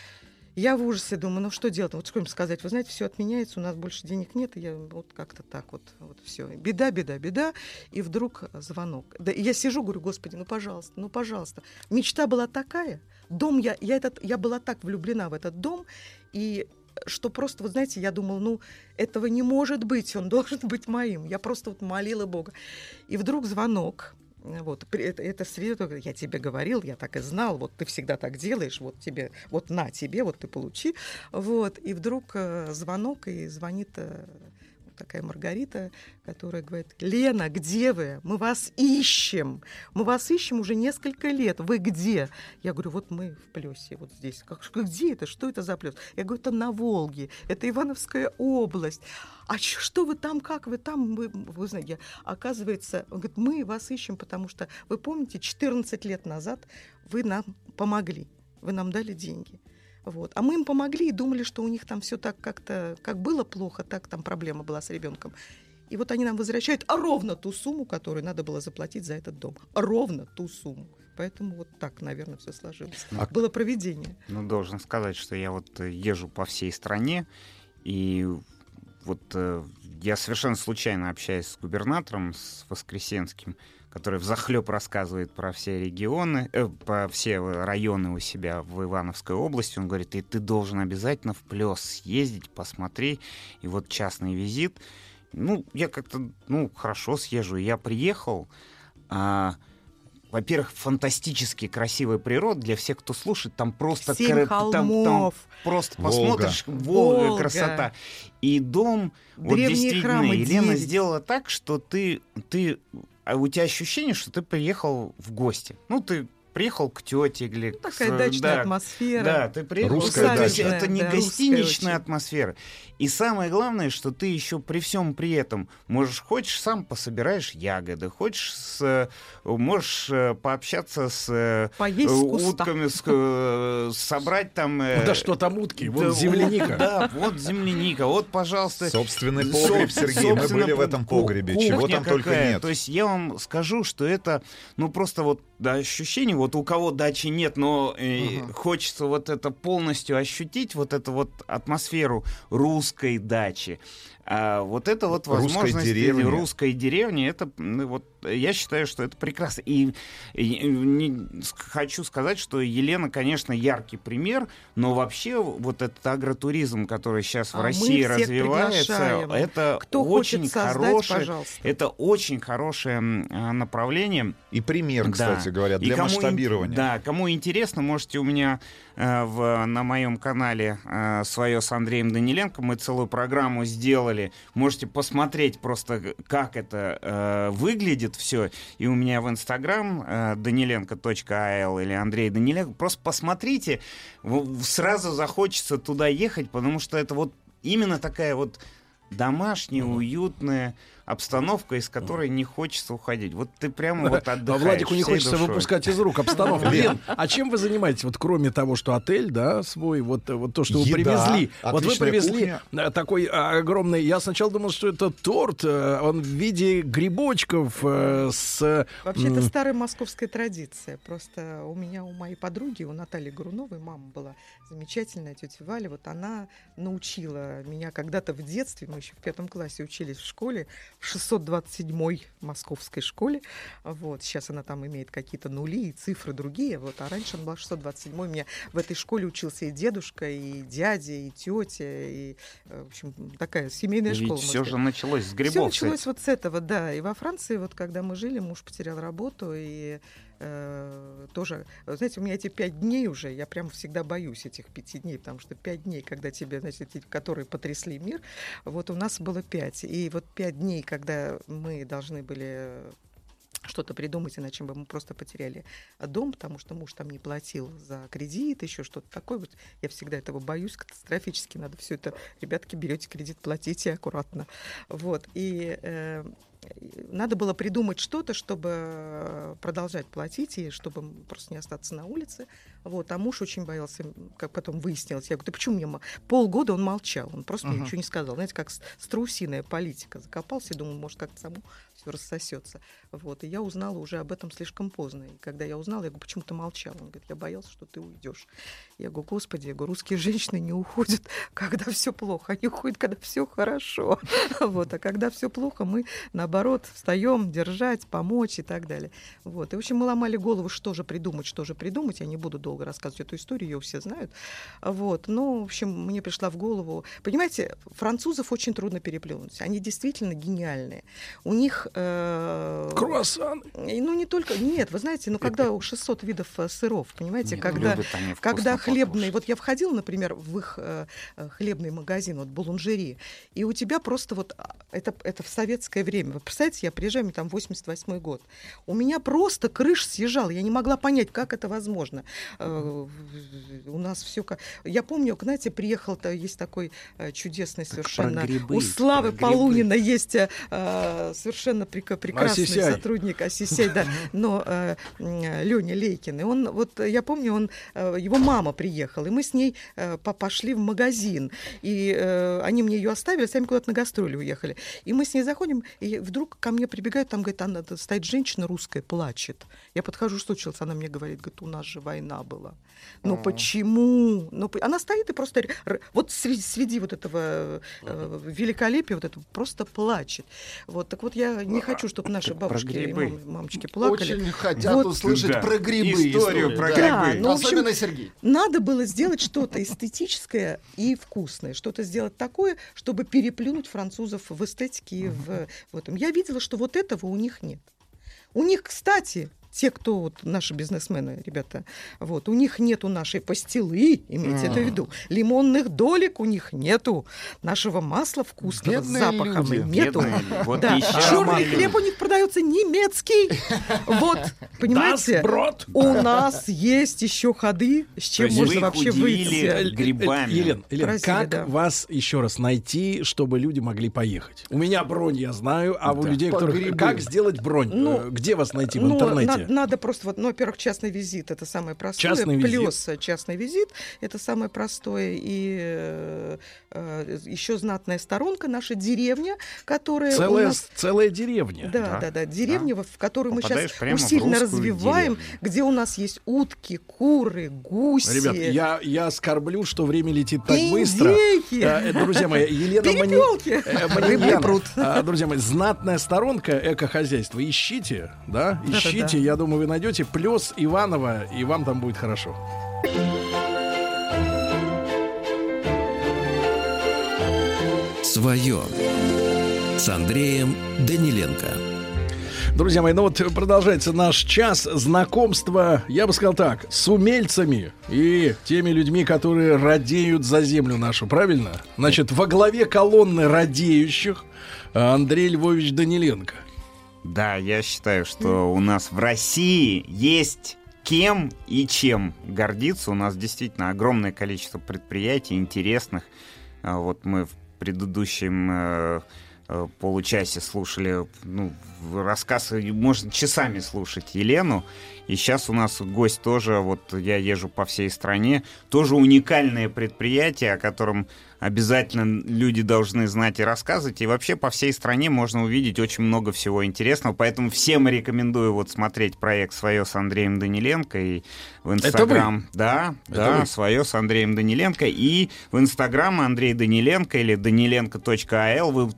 Я в ужасе думаю, ну что делать? Вот что им сказать? Вы знаете, все отменяется, у нас больше денег нет. И я вот как-то так вот, вот все. Беда, беда, беда. И вдруг звонок. Да, и я сижу, говорю, господи, ну пожалуйста, ну пожалуйста. Мечта была такая. Дом, я, я, этот, я была так влюблена в этот дом. И что просто, вы знаете, я думала, ну этого не может быть, он должен быть моим. Я просто вот молила Бога. И вдруг звонок. Вот, это, это свидетельство, я тебе говорил, я так и знал, вот ты всегда так делаешь, вот тебе, вот на тебе, вот ты получи. Вот, и вдруг э, звонок, и звонит э, такая Маргарита, которая говорит, Лена, где вы? Мы вас ищем. Мы вас ищем уже несколько лет. Вы где? Я говорю, вот мы в Плёсе, вот здесь. Как, где это? Что это за Плёс? Я говорю, это на Волге, это Ивановская область. А что вы там, как вы там? Вы, вы знаете, оказывается, он говорит, мы вас ищем, потому что, вы помните, четырнадцать лет назад вы нам помогли, вы нам дали деньги. Вот. А мы им помогли и думали, что у них там все так как-то, как было плохо, так там проблема была с ребенком. И вот они нам возвращают а ровно ту сумму, которую надо было заплатить за этот дом. Ровно ту сумму. Поэтому вот так, наверное, все сложилось. А... Было провидение. Ну, должен сказать, что я вот езжу по всей стране, и вот э, я совершенно случайно общаюсь с губернатором, с Воскресенским, который взахлеб рассказывает про все регионы, э, про все районы у себя в Ивановской области. Он говорит, и ты должен обязательно в Плёс съездить, посмотри. И вот частный визит. Ну, я как-то, ну, хорошо съезжу. Я приехал. А, во-первых, фантастически красивая природа. Для всех, кто слушает, там просто... Семь кра... холмов. Там, там просто Волга. Посмотришь, Волга, Волга, красота. И дом, древние вот действительно, Елена сделала так, что ты... ты а у тебя ощущение, что ты приехал в гости. Ну, ты приехал к тете или... Ну, такая к... дачная да, атмосфера. Да, ты приехал... Русская дача. Это не да, гостиничная атмосфера. И самое главное, что ты еще при всем при этом можешь, хочешь, сам пособираешь ягоды, хочешь, с, можешь пообщаться с Поесть утками, с, собрать там... Ну, да что там утки? Вот да, земляника. Да, вот земляника. Вот, пожалуйста... Собственный погреб, Сергей. Мы были в этом погребе. Чего там только нет. То есть я вам скажу, что это, ну, просто вот да, ощущение, вот у кого дачи нет, но э, ага. хочется вот это полностью ощутить, вот эту вот атмосферу русской дачи. А вот это вот возможность деревни. русской деревни, это ну, вот я считаю, что это прекрасно. И, и не, хочу сказать, что Елена, конечно, яркий пример, но вообще вот этот агротуризм, который сейчас а в России развивается, это Кто очень создать, хорошее, пожалуйста. это очень хорошее направление. И пример, кстати да. говоря, для и кому, масштабирования. Да, кому интересно, можете у меня э, в, на моем канале э, свое с Андреем Даниленко, мы целую программу сделали. Можете посмотреть просто, как это э, выглядит все. И у меня в Инстаграм э, даниленко точка а эл или Андрей Даниленко. Просто посмотрите, сразу захочется туда ехать, потому что это вот именно такая вот домашняя, уютная обстановка, из которой не хочется уходить. Вот ты прямо вот отдыхаешь. А Владику не хочется душой. выпускать из рук обстановку. Лен, а чем вы занимаетесь? Вот кроме того, что отель, да, свой, вот, вот то, что вы Еда, привезли. Вот вы привезли кухня. такой огромный... Я сначала думал, что это торт, он в виде грибочков с... Вообще, это старая московская традиция. Просто у меня, у моей подруги, у Натальи Груновой, мама была замечательная, тетя Валя, вот она научила меня когда-то в детстве, мы еще в пятом классе учились в школе, в шестьсот двадцать седьмой московской школе. Вот. Сейчас она там имеет какие-то нули и цифры другие. Вот. А раньше она была шестьсот двадцать седьмой. У меня в этой школе учился и дедушка, и дядя, и тетя. И, в общем, такая семейная Ведь школа. все же началось с грибов. Все началось вот с этого, да. И во Франции, вот когда мы жили, муж потерял работу, и э, тоже, знаете, у меня эти пять дней уже, я прям всегда боюсь этих пяти дней, потому что пять дней, когда тебе, значит, эти, которые потрясли мир, вот у нас было пять. И вот пять дней, когда мы должны были что-то придумать, иначе бы мы просто потеряли дом, потому что муж там не платил за кредит, еще что-то такое. Вот я всегда этого боюсь катастрофически. Надо все это, ребятки, берете кредит, платите аккуратно. Вот. И э, надо было придумать что-то, чтобы продолжать платить и чтобы просто не остаться на улице. Вот. А муж очень боялся, как потом выяснилось. Я говорю, ты почему мне... Полгода он молчал, он просто uh-huh. мне ничего не сказал. Знаете, как страусиная политика. Закопался и думал, может, как-то само все рассосется. Вот. И я узнала уже об этом слишком поздно. И когда я узнала, я говорю, почему ты молчал? Он говорит, я боялся, что ты уйдешь. Я говорю, господи, я говорю, русские женщины не уходят, когда все плохо. Они уходят, когда все хорошо. Вот. А когда все плохо, мы, наоборот, встаем, держать, помочь и так далее. Вот. И, в общем, мы ломали голову, что же придумать, что же придумать. Я не буду долго рассказывать эту историю, ее все знают. Вот. Но, в общем, мне пришла в голову... Понимаете, французов очень трудно переплюнуть. Они действительно гениальные. У них... Э... Круассаны. Ну, не только... Нет, вы знаете, ну, когда шестьсот видов сыров, понимаете, Нет, когда, когда хлебные... Вот я входила, например, в их э, хлебный магазин, вот, буланжери, и у тебя просто вот... Это, это в советское время. Вы представляете, я приезжаю, мне там восемьдесят восьмой год. У меня просто крыша съезжала. Я не могла понять, как это возможно. Э, у нас все... Я помню, знаете, приехал-то, есть такой э, чудесный совершенно... Грибы, у Славы Полунина есть э, совершенно прек- прекрасный Осисяй. сотрудник Осисяй, да, но э, Лёня Лейкин. И он, вот я помню, он, э, его мама приехала, и мы с ней э, пошли в магазин. И э, они мне ее оставили, сами куда-то на гастроли уехали. И мы с ней заходим, и вдруг ко мне прибегают, там, говорит, она, стоит женщина русская, плачет. Я подхожу, что случилось? Она мне говорит, говорит, у нас же война была. Но mm. почему? Но, она стоит и просто вот среди, среди вот этого э, великолепия вот этого просто плачет. Вот, так вот я не хочу, чтобы наши бабушки и мам, мамочки плакали. Очень хотят вот, услышать да. про грибы. Историю, историю про да, грибы. ну, Особенно общем, Сергей. Надо было сделать что-то эстетическое и вкусное. Что-то сделать такое, чтобы переплюнуть французов в эстетике и в, в этом. Я видела, что вот этого у них нет. У них, кстати... Те, кто вот, наши бизнесмены, ребята, вот, у них нету нашей пастилы, имейте это в виду. Лимонных долек у них нету. Нашего масла вкусного Бедные с запахом люди. Нету. Вот да. Черный хлеб у них продается немецкий. Вот, понимаете, у нас есть еще ходы, с чем можно вообще выйти. Грибами. Елена, Елена Бразилия, как да. вас еще раз найти, чтобы люди могли поехать? У меня бронь, я знаю, а у да. людей, которые... Как сделать бронь? Ну, где вас найти в ну, интернете? Надо, надо просто, вот, ну, во-первых, частный визит — это самое простое. Частный Плюс визит. частный визит — это самое простое. И э, э, еще знатная сторонка, наша деревня, которая целая, у нас... Целая деревня. Да, да, да. да. Деревня, да. в которую Попадаешь мы сейчас усиленно развиваем, деревню. Где у нас есть утки, куры, гуси. Ребят, я, я скорблю, что время летит так Индейки. быстро. Э, друзья мои, Елена Маньян, э, друзья мои, знатная сторонка экохозяйства. Ищите, да, ищите, да, да, да. Я думаю, вы найдете. Плюс Иваново, и вам там будет хорошо. Свое с Андреем Даниленко. Друзья мои, ну вот продолжается наш час знакомства, я бы сказал так, с умельцами и теми людьми, которые радеют за землю нашу, правильно? Значит, во главе колонны радеющих Андрей Львович Даниленко. Да, я считаю, что у нас в России есть кем и чем гордиться. У нас действительно огромное количество предприятий интересных. Вот мы в предыдущем получасе слушали, ну, рассказ, можно часами слушать Елену. И сейчас у нас гость тоже, вот я езжу по всей стране, тоже уникальное предприятие, о котором обязательно люди должны знать и рассказывать. И вообще по всей стране можно увидеть очень много всего интересного. Поэтому всем рекомендую вот смотреть проект «Свое» с Андреем Даниленко и в Инстаграм. Да, Это да, вы. «Свое» с Андреем Даниленко. И в Инстаграм Андрей Даниленко или даниленко точка а эл. Вы там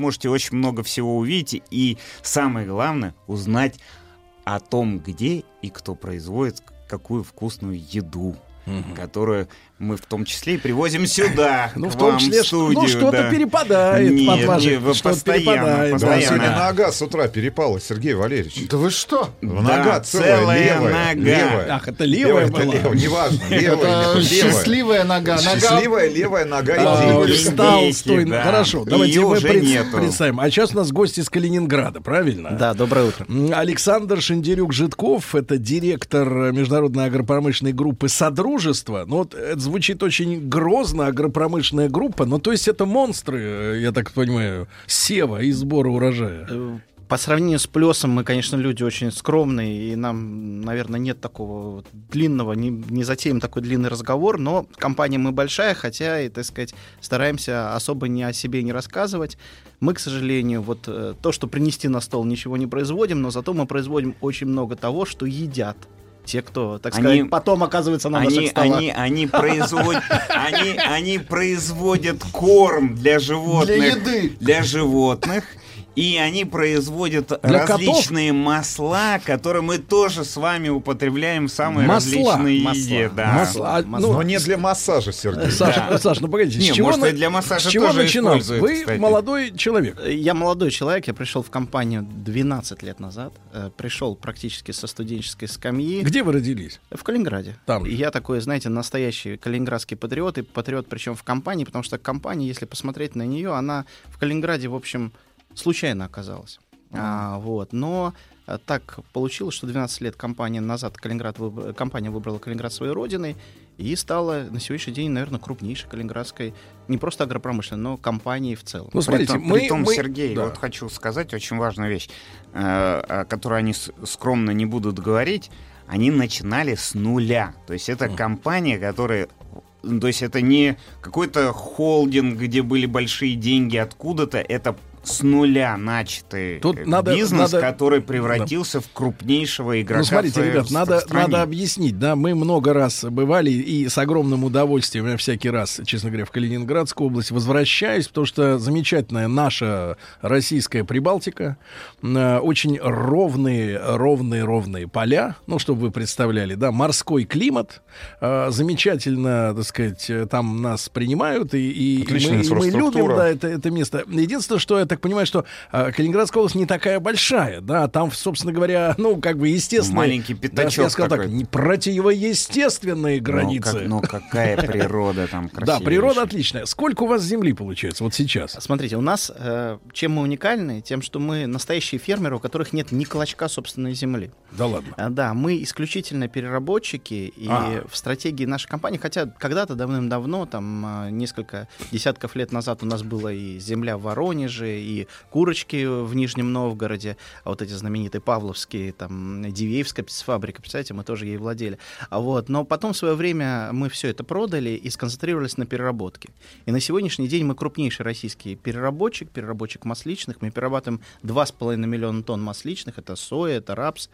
сможете очень много всего увидеть. И самое главное, узнать о том, где и кто производит какую вкусную еду. Угу. Которую мы в том числе и привозим сюда, ну, к в том вам числе, в студию. Ну, что-то да. перепадает. Нет, Папаша, нет, вы что-то постоянно, перепадает. постоянно. Да, сегодня нога с утра перепала, Сергей Валерьевич. Да вы что? Нога да, целая, целая левая, нога. левая. Ах, это левая была? Это левая, неважно. Это счастливая нога. Счастливая левая нога А, идеи. встал, стой. да. Хорошо, давайте Её мы уже пред- нету. представим. А сейчас у нас гость из Калининграда, правильно? Да, доброе утро. Александр Шендерюк-Житков, это директор международной агропромышленной группы «Содружество». Ну, вот это звучит очень грозно, агропромышленная группа. Ну, то есть это монстры, я так понимаю, сева и сбора урожая. По сравнению с Плесом мы, конечно, люди очень скромные, и нам, наверное, нет такого вот длинного, не, не затеем такой длинный разговор, но компания мы большая, хотя и, так сказать, стараемся особо ни о себе не рассказывать. Мы, к сожалению, вот то, что принести на стол, ничего не производим, но зато мы производим очень много того, что едят те, кто, так сказать, они, потом оказывается на они, наших столах. Они, они, производят, они, они производят корм для животных. Для еды. Для животных. И они производят Для различные котов? масла, которые мы тоже с вами употребляем в самой масла. различной масла. еде. Да. Масла. А, ну, Но не для массажа, Сергей. Саша, да. Саша, ну погодите, не, с чего, может, на... и для массажа с чего тоже начиналось? Вы кстати. молодой человек. Я молодой человек, я пришел в компанию двенадцать лет назад. Пришел практически со студенческой скамьи. Где вы родились? В Калининграде. Там. И я такой, знаете, настоящий калининградский патриот, и патриот причем в компании, потому что компания, если посмотреть на нее, она в Калининграде, в общем, случайно оказалась. А, вот. Но а, так получилось, что двенадцать лет компания назад Калининград выб... компания выбрала Калининград своей родиной и стала на сегодняшний день, наверное, крупнейшей калининградской, не просто агропромышленной, но компанией в целом. Ну, смотрите, притом, мы, притом мы... Сергей, да. вот хочу сказать очень важную вещь, э, о которой они скромно не будут говорить. Они начинали с нуля. То есть это mm. компания, которая... То есть это не какой-то холдинг, где были большие деньги откуда-то, это с нуля начатый Тут надо, бизнес, надо... который превратился да. в крупнейшего игрока. Ну, смотрите, в ребят, в надо, стране. надо объяснить, да, мы много раз бывали и с огромным удовольствием, я всякий раз, честно говоря, в Калининградскую область возвращаюсь, потому что замечательная наша российская Прибалтика, э, очень ровные, ровные, ровные поля, ну, чтобы вы представляли, да, морской климат, э, замечательно, так сказать, там нас принимают, и, и, и, мы, и мы любим, да, это, это место. Единственное, что это так понимаю, что э, Калининградская область не такая большая, да, там, собственно говоря, ну, как бы, естественно... Маленький пятачок да, я сказал так, противоестественные границы. Ну, как, ну какая природа там красивая. Да, природа отличная. Сколько у вас земли получается вот сейчас? Смотрите, у нас, э, чем мы уникальны, тем, что мы настоящие фермеры, у которых нет ни клочка собственной земли. Да ладно? А, да, мы исключительно переработчики, и а. в стратегии нашей компании, хотя когда-то давным-давно, там, несколько десятков лет назад у нас была и земля в Воронеже, и курочки в Нижнем Новгороде, а вот эти знаменитые павловские, там, Дивеевская птицефабрика, представляете, мы тоже ей владели. А вот, но потом в свое время мы все это продали и сконцентрировались на переработке. И на сегодняшний день мы крупнейший российский переработчик, переработчик масличных. Мы перерабатываем два с половиной миллиона тонн масличных, это соя, это рапс.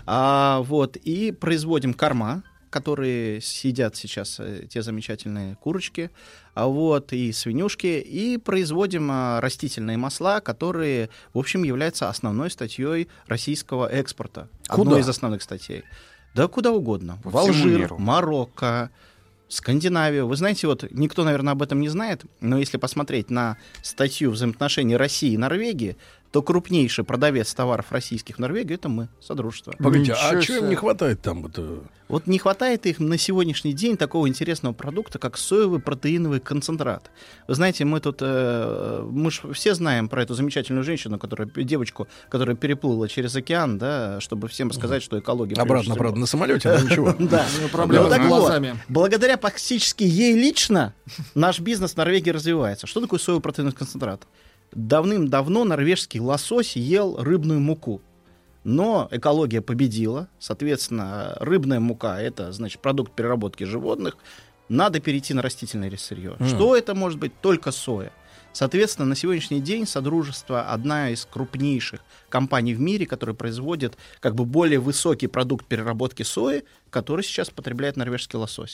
А, вот, и производим корма, которые съедят сейчас те замечательные курочки, а вот, и свинюшки, и производим а, растительные масла, которые, в общем, являются основной статьей российского экспорта. Куда? Одной из основных статей. Да куда угодно. В Алжир, Марокко, Скандинавию. Вы знаете, вот никто, наверное, об этом не знает, но если посмотреть на статью взаимоотношений России и Норвегии, то крупнейший продавец товаров российских в Норвегии — это мы, Содружество. Погодите, а чего им не хватает там? Вот, вот не хватает их на сегодняшний день такого интересного продукта, как соевый протеиновый концентрат. Вы знаете, мы тут, э, мы же все знаем про эту замечательную женщину, которая, девочку, которая переплыла через океан, да, чтобы всем рассказать, что экология... Обратно, правда, на самолете, но ничего. Да, проблема с глазами. Благодаря практически ей лично наш бизнес в Норвегии развивается. Что такое соевый протеиновый концентрат? Давным-давно норвежский лосось ел рыбную муку. Но экология победила. Соответственно, рыбная мука — это, значит, продукт переработки животных. Надо перейти на растительное сырье. Mm. Что это может быть? Только соя. Соответственно, на сегодняшний день Содружество — одна из крупнейших компаний в мире, которая производит как бы более высокий продукт переработки сои, который сейчас потребляет норвежский лосось.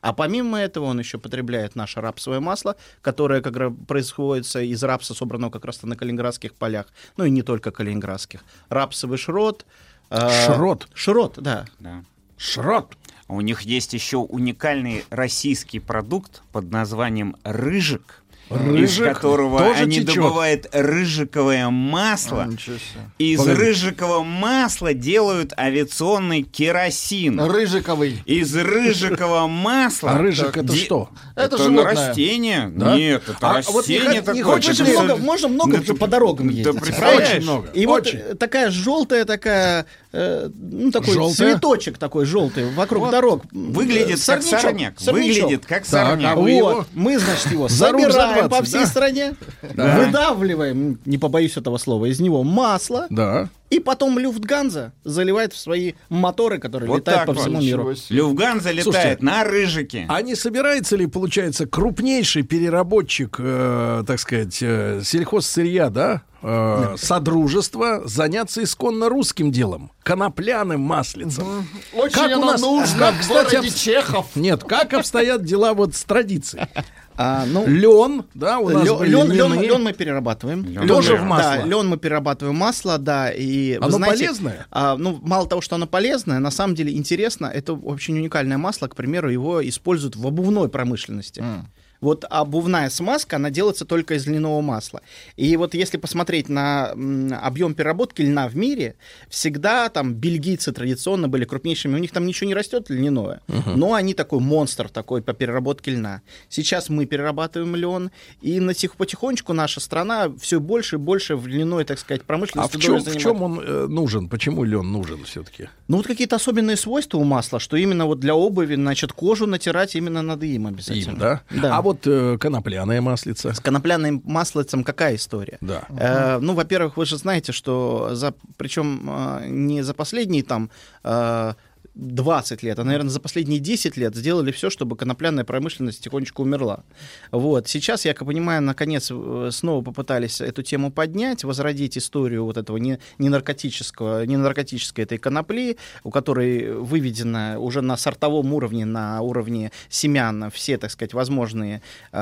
А помимо этого он еще потребляет наше рапсовое масло, которое как раз производится из рапса, собранного как раз на калининградских полях. Ну и не только калининградских. Рапсовый шрот. Шрот? Э, шрот, да. да. Шрот. У них есть еще уникальный российский продукт под названием «Рыжик». Рыжик из которого тоже они течет. добывают рыжиковое масло. А, из Погоди. рыжикового масла делают авиационный керосин. Рыжиковый. Из рыжикового масла... А рыжик это де- что? Это Это животное. растение. Да? Нет, это А вот не растение хот- не такое. хочешь Это много, всё- можно много Да уже ты- по дорогам да ездить. представляешь? Очень много. И Очень. вот такая желтая такая, э, ну такой Желтая? цветочек такой желтый вокруг Вот. дорог. Выглядит как Сорнячок, сорняк. сорнячок. Выглядит как Так, сорняк. а вы его Вот, мы, значит, его за рук за собираем по двадцать, всей да? стране, Да. выдавливаем, не побоюсь этого слова, из него масло, Да. и потом Люфтганза заливает в свои моторы, которые Вот летают так по вот. всему миру. Люфтганза летает Слушайте, на рыжике. А не собирается ли, получается, крупнейший переработчик, э, так сказать, э, сельхозсырья, да, э, содружества заняться исконно русским делом, конопляным маслицем? Очень Как у оно нас- нужно как, в кстати, городе обс- Чехов. Нет, как обстоят дела вот с традицией? А, ну, Лен, да, у нас Лен, были лен, льняные. лен- лен мы перерабатываем. Лен Тоже мы- в масло? Да, лен мы перерабатываем масло, да. И, вы Оно знаете, полезное? а, ну, мало того, что оно полезное, на самом деле интересно, это очень уникальное масло, к примеру, его используют в обувной промышленности. Вот обувная смазка, она делается только из льняного масла. И вот если посмотреть на м, объем переработки льна в мире, всегда там бельгийцы традиционно были крупнейшими, у них там ничего не растет льняное, Мгм. но они такой монстр такой по переработке льна. Сейчас мы перерабатываем лен, и на тех, потихонечку наша страна все больше и больше в льняной, так сказать, А промышленности в чем, долю в занимает. чем он э, нужен? Почему лен нужен все-таки? Ну вот какие-то особенные свойства у масла, что именно вот для обуви, значит, кожу натирать именно надо им обязательно. Им, да? Да. А вот э, конопляное маслице? С конопляным маслицем какая история? Да. Э, ну, во-первых, вы же знаете, что за, причем э, не за последние там э, двадцать лет, а, наверное, за последние десять лет сделали все, чтобы конопляная промышленность тихонечко умерла. Вот. Сейчас, я как понимаю, наконец э, снова попытались эту тему поднять, возродить историю вот этого не, не наркотического, не наркотической этой конопли, у которой выведено уже на сортовом уровне, на уровне семян все, так сказать, возможные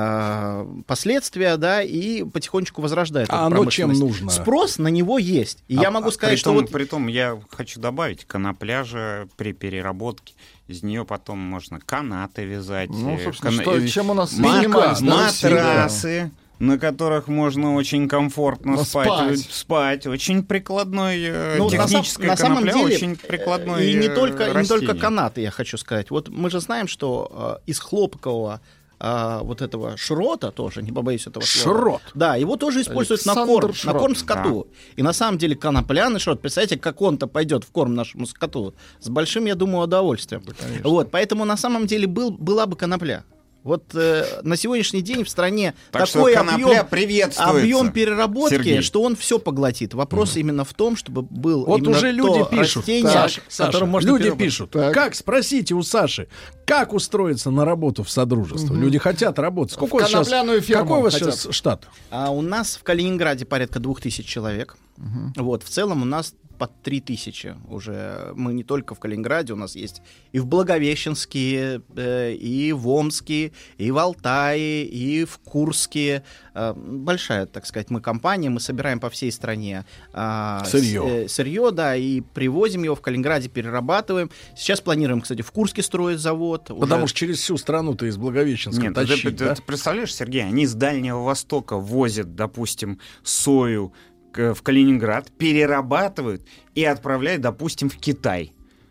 э, последствия, да, и потихонечку возрождает А эту оно чем промышленность. нужно? Спрос на него есть. И А- я могу а сказать, что притом, вот... Притом я хочу добавить, конопля же при переработке, из нее потом можно канаты вязать. Ну, э, собственно, кана- что- э, чем у нас ма- занимались на Руси, матрасы, на которых можно очень комфортно Ну, спать. спать. Э, спать. Очень прикладной, э, Ну, на сам- техническая на самом конопля, деле, очень прикладной и не э, только, и не только растение. канаты, я хочу сказать. Вот мы же знаем, что э, из хлопкового э, вот этого шрота тоже, не побоюсь этого слова. Шрот. Да, его тоже используют на Александр корм, Шрот. на корм скоту. И на самом деле конопляный шрот, представляете, как он-то пойдет в корм нашему скоту, с большим, я думаю, удовольствием. Вот, поэтому на самом деле был, была бы конопля. Вот э, на сегодняшний день в стране Так что такой конопля объем, приветствуется, объем переработки, Сергей. что он все поглотит. Вопрос именно в том, чтобы был Вот именно уже люди то пишут, растение, Саш, Саша, которым можно люди переработать. пишут, как, спросите у Саши, как устроиться на работу в Содружество? Люди хотят работать. Сколько у вас сейчас, конопляную ферму какой у вас хотят. сейчас штат? А у нас в Калининграде порядка двух тысяч человек. Вот, в целом у нас под три тысячи уже. Мы не только в Калининграде, у нас есть и в Благовещенске, э, и в Омске, и в Алтае, и в Курске. Э, большая, так сказать, мы компания, мы собираем по всей стране э, Сырье. с- э, сырье, да, и привозим его в Калининграде, перерабатываем. Сейчас планируем, кстати, в Курске строить завод. Потому Уже- что через всю страну-то из Благовещенска Нет, тащить, ты, ты- да? ты представляешь, Сергей, они с Дальнего Востока возят, допустим, сою к- в Калининград, перерабатывают и отправляют, допустим, в Китай.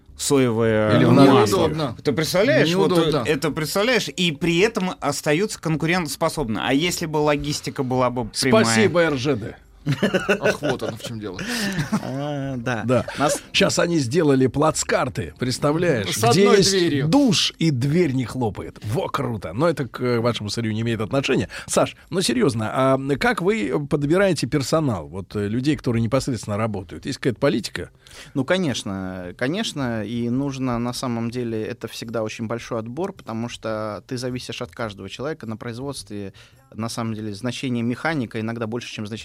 Соевое Или в масло. Неудобно. Ты представляешь, вот Неудобно. это представляешь, и при этом остаются конкурентоспособны. А если бы логистика была бы прямая? Спасибо, эр жэ дэ. Ах, вот оно в чем дело. А, да. Да. Нас- Сейчас они сделали плацкарты, представляешь, С где одной есть дверью. душ и дверь не хлопает. Во, круто. Но это к э, вашему сырью не имеет отношения. Саш, ну серьезно, а как вы подбираете персонал? Вот э, людей, которые непосредственно работают. Есть какая-то политика? Ну, конечно, конечно, и нужно на самом деле, это всегда очень большой отбор, потому что ты зависишь от каждого человека на производстве. На самом деле, значение механика иногда больше, чем значение директора.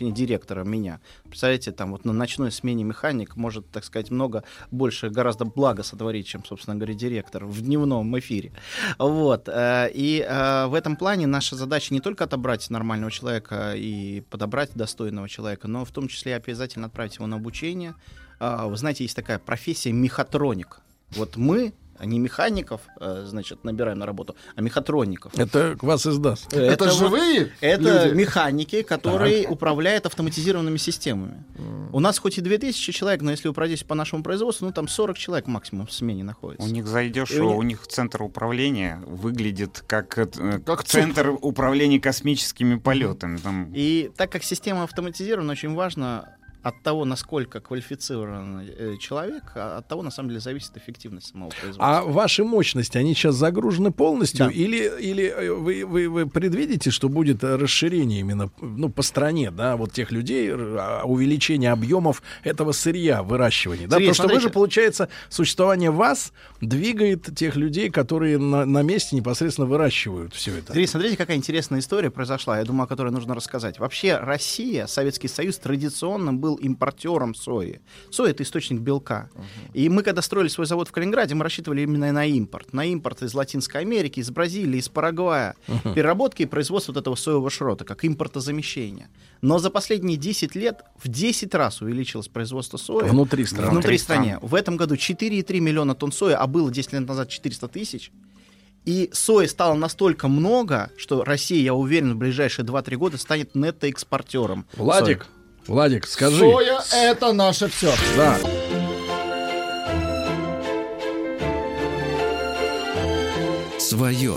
директора, меня. Представляете, там вот на ночной смене механик может, так сказать, много больше, гораздо блага сотворить, чем, собственно говоря, директор в дневном эфире. Вот. И в этом плане наша задача не только отобрать нормального человека и подобрать достойного человека, но в том числе обязательно отправить его на обучение. Вы знаете, есть такая профессия мехатроник. Вот мы, а не механиков, значит, набираем на работу, а мехатроников. Это вас издаст. Это, это живые Это люди? Механики, которые так. управляют автоматизированными системами. Mm. У нас хоть и две тысячи человек, но если вы пройдете по нашему производству, ну там сорок человек максимум в смене находится. У них зайдешь, и у, у, них... у них центр управления выглядит как, как центр управления космическими полетами. Там... И так как система автоматизирована, очень важно... От того, насколько квалифицированный человек, от того, на самом деле, зависит эффективность самого производства. А ваши мощности, они сейчас загружены полностью? Да. Или, или вы, вы, вы предвидите, что будет расширение именно ну, по стране, да, вот тех людей, увеличение объемов этого сырья, выращивания? Да? Сергей, Потому смотрите. что вы же, получается, существование вас двигает тех людей, которые на, на месте непосредственно выращивают все это. Сергей, смотрите, какая интересная история произошла, я думаю, о которой нужно рассказать. Вообще Россия, Советский Союз традиционно был импортером сои. Соя — это источник белка. Uh-huh. И мы, когда строили свой завод в Калининграде, мы рассчитывали именно на импорт. На импорт из Латинской Америки, из Бразилии, из Парагвая. Uh-huh. Переработки и производство вот этого соевого шрота, как импортозамещение. Но за последние десять лет в десять раз увеличилось производство сои. Внутри страны. Внутри страны. В этом году четыре и три миллиона тонн сои, а было десять лет назад четыреста тысяч. И сои стало настолько много, что Россия, я уверен, в ближайшие два-три года станет нетто-экспортером. Владик, сои. Владик, скажи. Соя — это наше все. Да. Свое.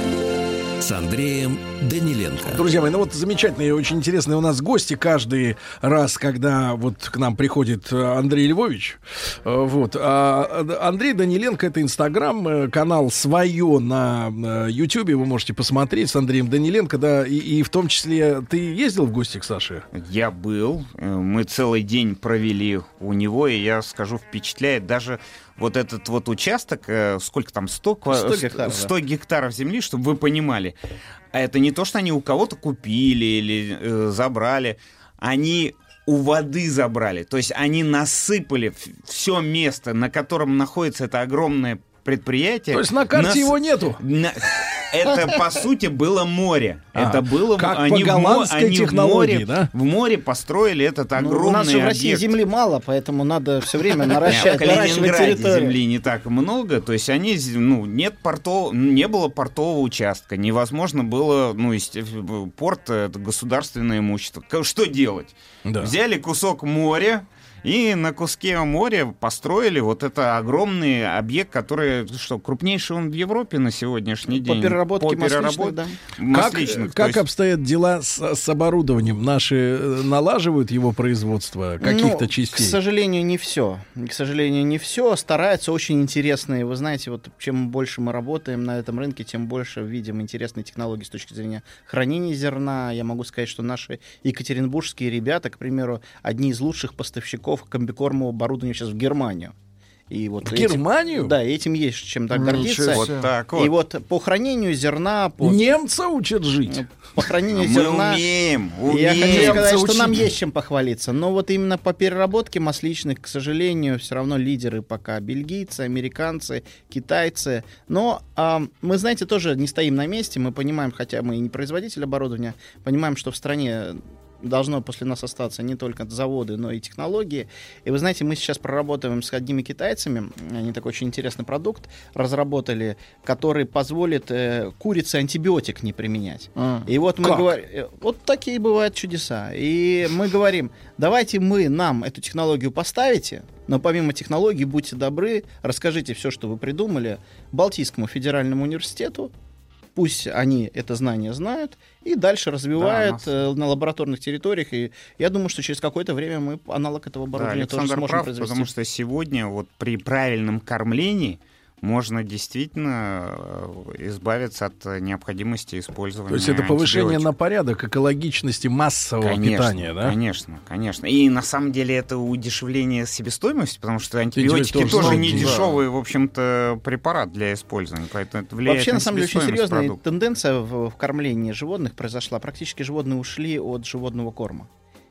С Андреем Даниленко. Друзья мои, ну вот замечательные и очень интересные у нас гости каждый раз, когда вот к нам приходит Андрей Львович. Вот. А Андрей Даниленко — это Инстаграм, канал «Свое» на Ютьюбе, вы можете посмотреть с Андреем Даниленко, да, и, и в том числе ты ездил в гости к Саше? Я был, мы целый день провели у него, и я скажу, впечатляет даже вот этот вот участок, сколько там, сто, сто гектаров, сто гектаров земли, чтобы вы понимали. А это не то, что они у кого-то купили или э, забрали. Они у воды забрали. То есть они насыпали все место, на котором находится это огромное предприятие. То есть на карте нас... его нету? На... Это, по сути, было море. А, это было... Как они по голландской они технологии, в море, да? В море построили этот огромный объект. Ну, у нас же в России земли мало, поэтому надо все время наращивать, наращивать территорию. Земли не так много, то есть они, ну, нет портов, не было портового участка, невозможно было, ну, порт — это государственное имущество. Что делать? Да. Взяли кусок моря, и на куске моря построили вот это огромный объект, который, что, крупнейший он в Европе на сегодняшний день. По переработке масличных, да. масличных. Как, как есть... обстоят дела с, с оборудованием? Наши налаживают его производство каких-то ну, частей? К сожалению, не все. К сожалению, не все. Стараются, очень интересные. Вы знаете, вот чем больше мы работаем на этом рынке, тем больше видим интересные технологии с точки зрения хранения зерна. Я могу сказать, что наши екатеринбургские ребята, к примеру, одни из лучших поставщиков комбикормового оборудования сейчас в Германию. И вот в этим, Германию? Да, этим есть чем так гордиться. Вот так вот. И вот по хранению зерна... По... Немца учат жить. По хранению Мы зерна... умеем, умеем. Я хочу сказать, учить. что нам есть чем похвалиться. Но вот именно по переработке масличных, к сожалению, все равно лидеры пока бельгийцы, американцы, китайцы. Но а, мы, знаете, тоже не стоим на месте. Мы понимаем, хотя мы и не производитель оборудования, понимаем, что в стране должно после нас остаться не только заводы, но и технологии. И вы знаете, мы сейчас проработаем с одними китайцами, они такой очень интересный продукт разработали, который позволит э, курице антибиотик не применять. А, и вот мы как? говорим, вот такие бывают чудеса. И мы говорим, давайте мы нам эту технологию поставите, но помимо технологий, будьте добры, расскажите все, что вы придумали Балтийскому федеральному университету. Пусть они это знание знают и дальше развивают да, э, на лабораторных территориях. И я думаю, что через какое-то время мы аналог этого оборудования да, тоже сможем прав, произвести. Потому что сегодня вот при правильном кормлении можно действительно избавиться от необходимости использования. То есть это повышение на порядок экологичности массового конечно, питания, да? Конечно, конечно. И на самом деле это удешевление себестоимости, потому что антибиотики тоже, тоже не дешевый, в общем-то, препарат для использования. Поэтому это влияет Вообще, на, на самом деле, очень серьезная продукта. тенденция в, в кормлении животных произошла. Практически животные ушли от животного корма.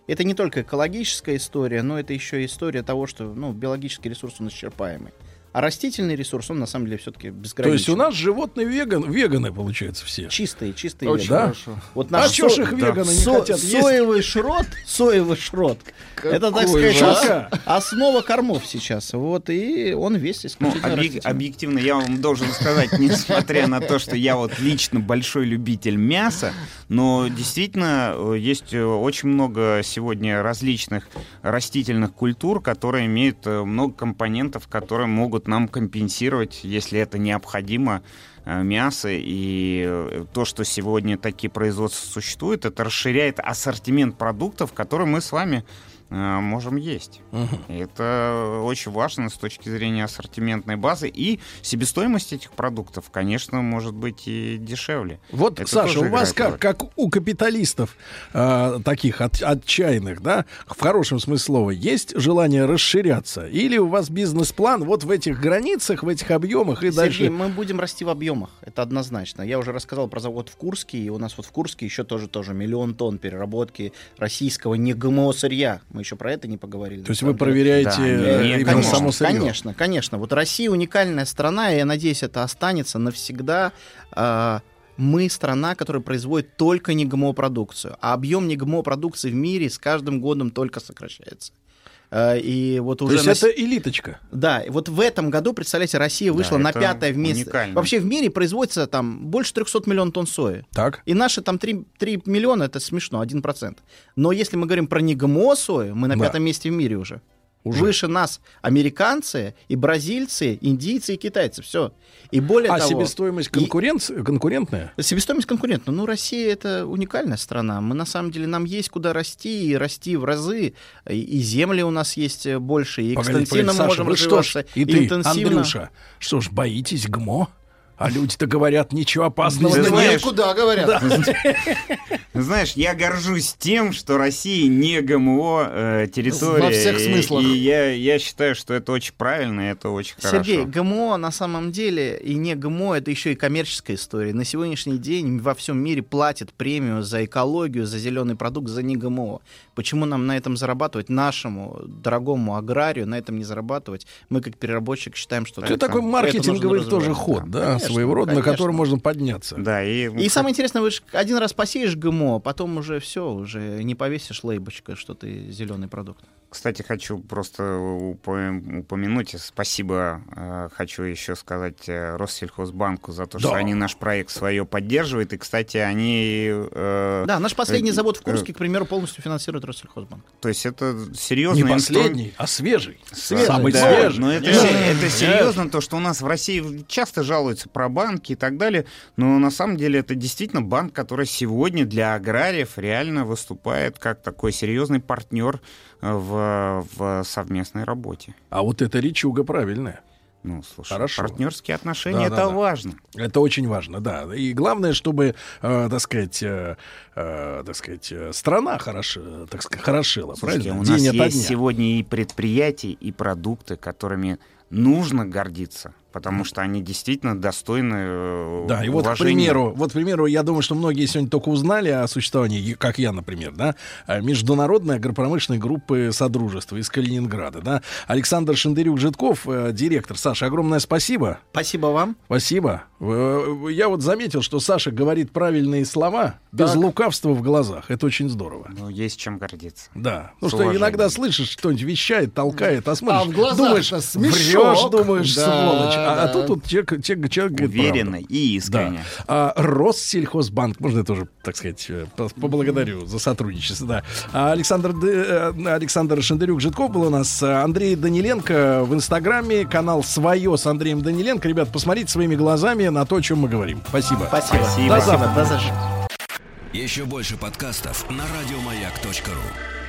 Это не только экологическая история, но это еще и история того, что ну, биологический ресурс он исчерпаемый. А растительный ресурс, он на самом деле все-таки безграничен. То есть у нас животные веган, веганы, получается, все. Чистые, чистые. Очень веганы. Хорошо. Вот а что ж их веганы да. не Со- хотят есть? Соевый шрот, соевый шрот. Какой это, так сказать, ос- основа кормов сейчас. Вот, и он весь исключительно ну, объек- Объективно я вам должен сказать, несмотря на то, что я вот лично большой любитель мяса, но действительно есть очень много сегодня различных растительных культур, которые имеют много компонентов, которые могут нам компенсировать, если это необходимо, мясо. И то, что сегодня такие производства существуют, это расширяет ассортимент продуктов, которые мы с вами можем есть. Uh-huh. Это очень важно с точки зрения ассортиментной базы. И себестоимость этих продуктов, конечно, может быть и дешевле. Вот, это Саша, у вас как, как у капиталистов э, таких от, отчаянных, да, в хорошем смысле слова, есть желание расширяться? Или у вас бизнес-план вот в этих границах, в этих объемах и Сергей, дальше? Мы будем расти в объемах, это однозначно. Я уже рассказал про завод в Курске, и у нас вот в Курске еще тоже, тоже миллион тонн переработки российского не ГМО сырья. Мы еще про это не поговорили. То есть вы проверяете да, именно конечно, само сырье? Конечно, конечно. Вот Россия уникальная страна, и я надеюсь, это останется навсегда. Мы страна, которая производит только не ГМО-продукцию, а объем не ГМО-продукции в мире с каждым годом только сокращается. И вот уже То есть на... это элиточка. Да, и вот в этом году, представляете, Россия вышла да, на пятое место. Уникально. Вообще в мире производится там больше трехсот миллионов тонн сои. Так. И наши там три, три миллиона, это смешно, один процент. Но если мы говорим про не ГМО сою, мы на да. пятом месте в мире уже. Уже. Выше нас американцы и бразильцы, индийцы и китайцы. Все. И более а того... себестоимость конкуренция, и... конкурентная? Себестоимость конкурентная. Ну, Россия — это уникальная страна. Мы, на самом деле, нам есть куда расти, и расти в разы. И, и земли у нас есть больше, и погоди, экстенсивно погоди, мы Саша, можем развиваться. Что ж, и ты, интенсивно. Андрюша, что ж, боитесь ГМО? А люди-то говорят, ничего опасного нет. Знаешь, куда говорят. Да. Знаешь, я горжусь тем, что Россия не ГМО э, территория. Во всех смыслах. И, и я, я считаю, что это очень правильно, и это очень Сергей, хорошо. ГМО на самом деле и не ГМО, это еще и коммерческая история. На сегодняшний день во всем мире платят премию за экологию, за зеленый продукт, за не ГМО. Почему нам на этом зарабатывать? Нашему дорогому аграрию на этом не зарабатывать? Мы как переработчик считаем, что... Это такой маркетинговый тоже ход, да, конечно, своего рода, конечно. на который можно подняться. Да, и... и самое интересное, вы же один раз посеешь ГМО, потом уже все, уже не повесишь лейбочкой, что ты зеленый продукт. Кстати, хочу просто упомянуть, спасибо э, хочу еще сказать э, Россельхозбанку за то, да. что они наш проект свое поддерживают. И, кстати, они... Э, да, наш последний э, завод в Курске, э, к примеру, полностью финансирует Россельхозбанк. То есть это серьезно. Не последний, инстру... а свежий. свежий Самый да, свежий. Но это, yeah. это серьезно, то, что у нас в России часто жалуются про банки и так далее. Но на самом деле это действительно банк, который сегодня для аграриев реально выступает как такой серьезный партнер в, в совместной работе. А вот эта речуга правильная. Ну, слушай, Хорошо. партнерские отношения — да, это да, да. важно. Это очень важно, да. И главное, чтобы, э, так сказать, э, э, так сказать, страна хорошо, так сказать, хорошила. Слушайте, правильно? у нас День ото есть дня. сегодня и предприятия, и продукты, которыми нужно гордиться, потому что они действительно достойны Да, и уважения. вот, к примеру, вот, к примеру, я думаю, что многие сегодня только узнали о существовании, как я, например, да, международной агропромышленной группы Содружества из Калининграда, да. Александр Шендырюк-Житков, директор. Саша, огромное спасибо. Спасибо вам. Спасибо. Я вот заметил, что Саша говорит правильные слова без так. лукавства в глазах. Это очень здорово. Ну, есть чем гордиться. Да. Ну, что иногда слышишь, что-нибудь вещает, толкает, а смотришь, а в глазах думаешь, врешь, думаешь, да, сволочь. да. А, а тут, тут человек, человек, человек говорит уверенно правду. И искренне. Да. А, Россельхозбанк, можно я тоже, так сказать, поблагодарю за сотрудничество. Да. А Александр, Александр Шендырюк-Житков был у нас. Андрей Даниленко в Инстаграме, канал «Свое» с Андреем Даниленко. Ребят, посмотрите своими глазами на то, о чем мы говорим. Спасибо. Спасибо. Спасибо. До завтра. До завтра. Еще больше подкастов на радиомаяк точка ру.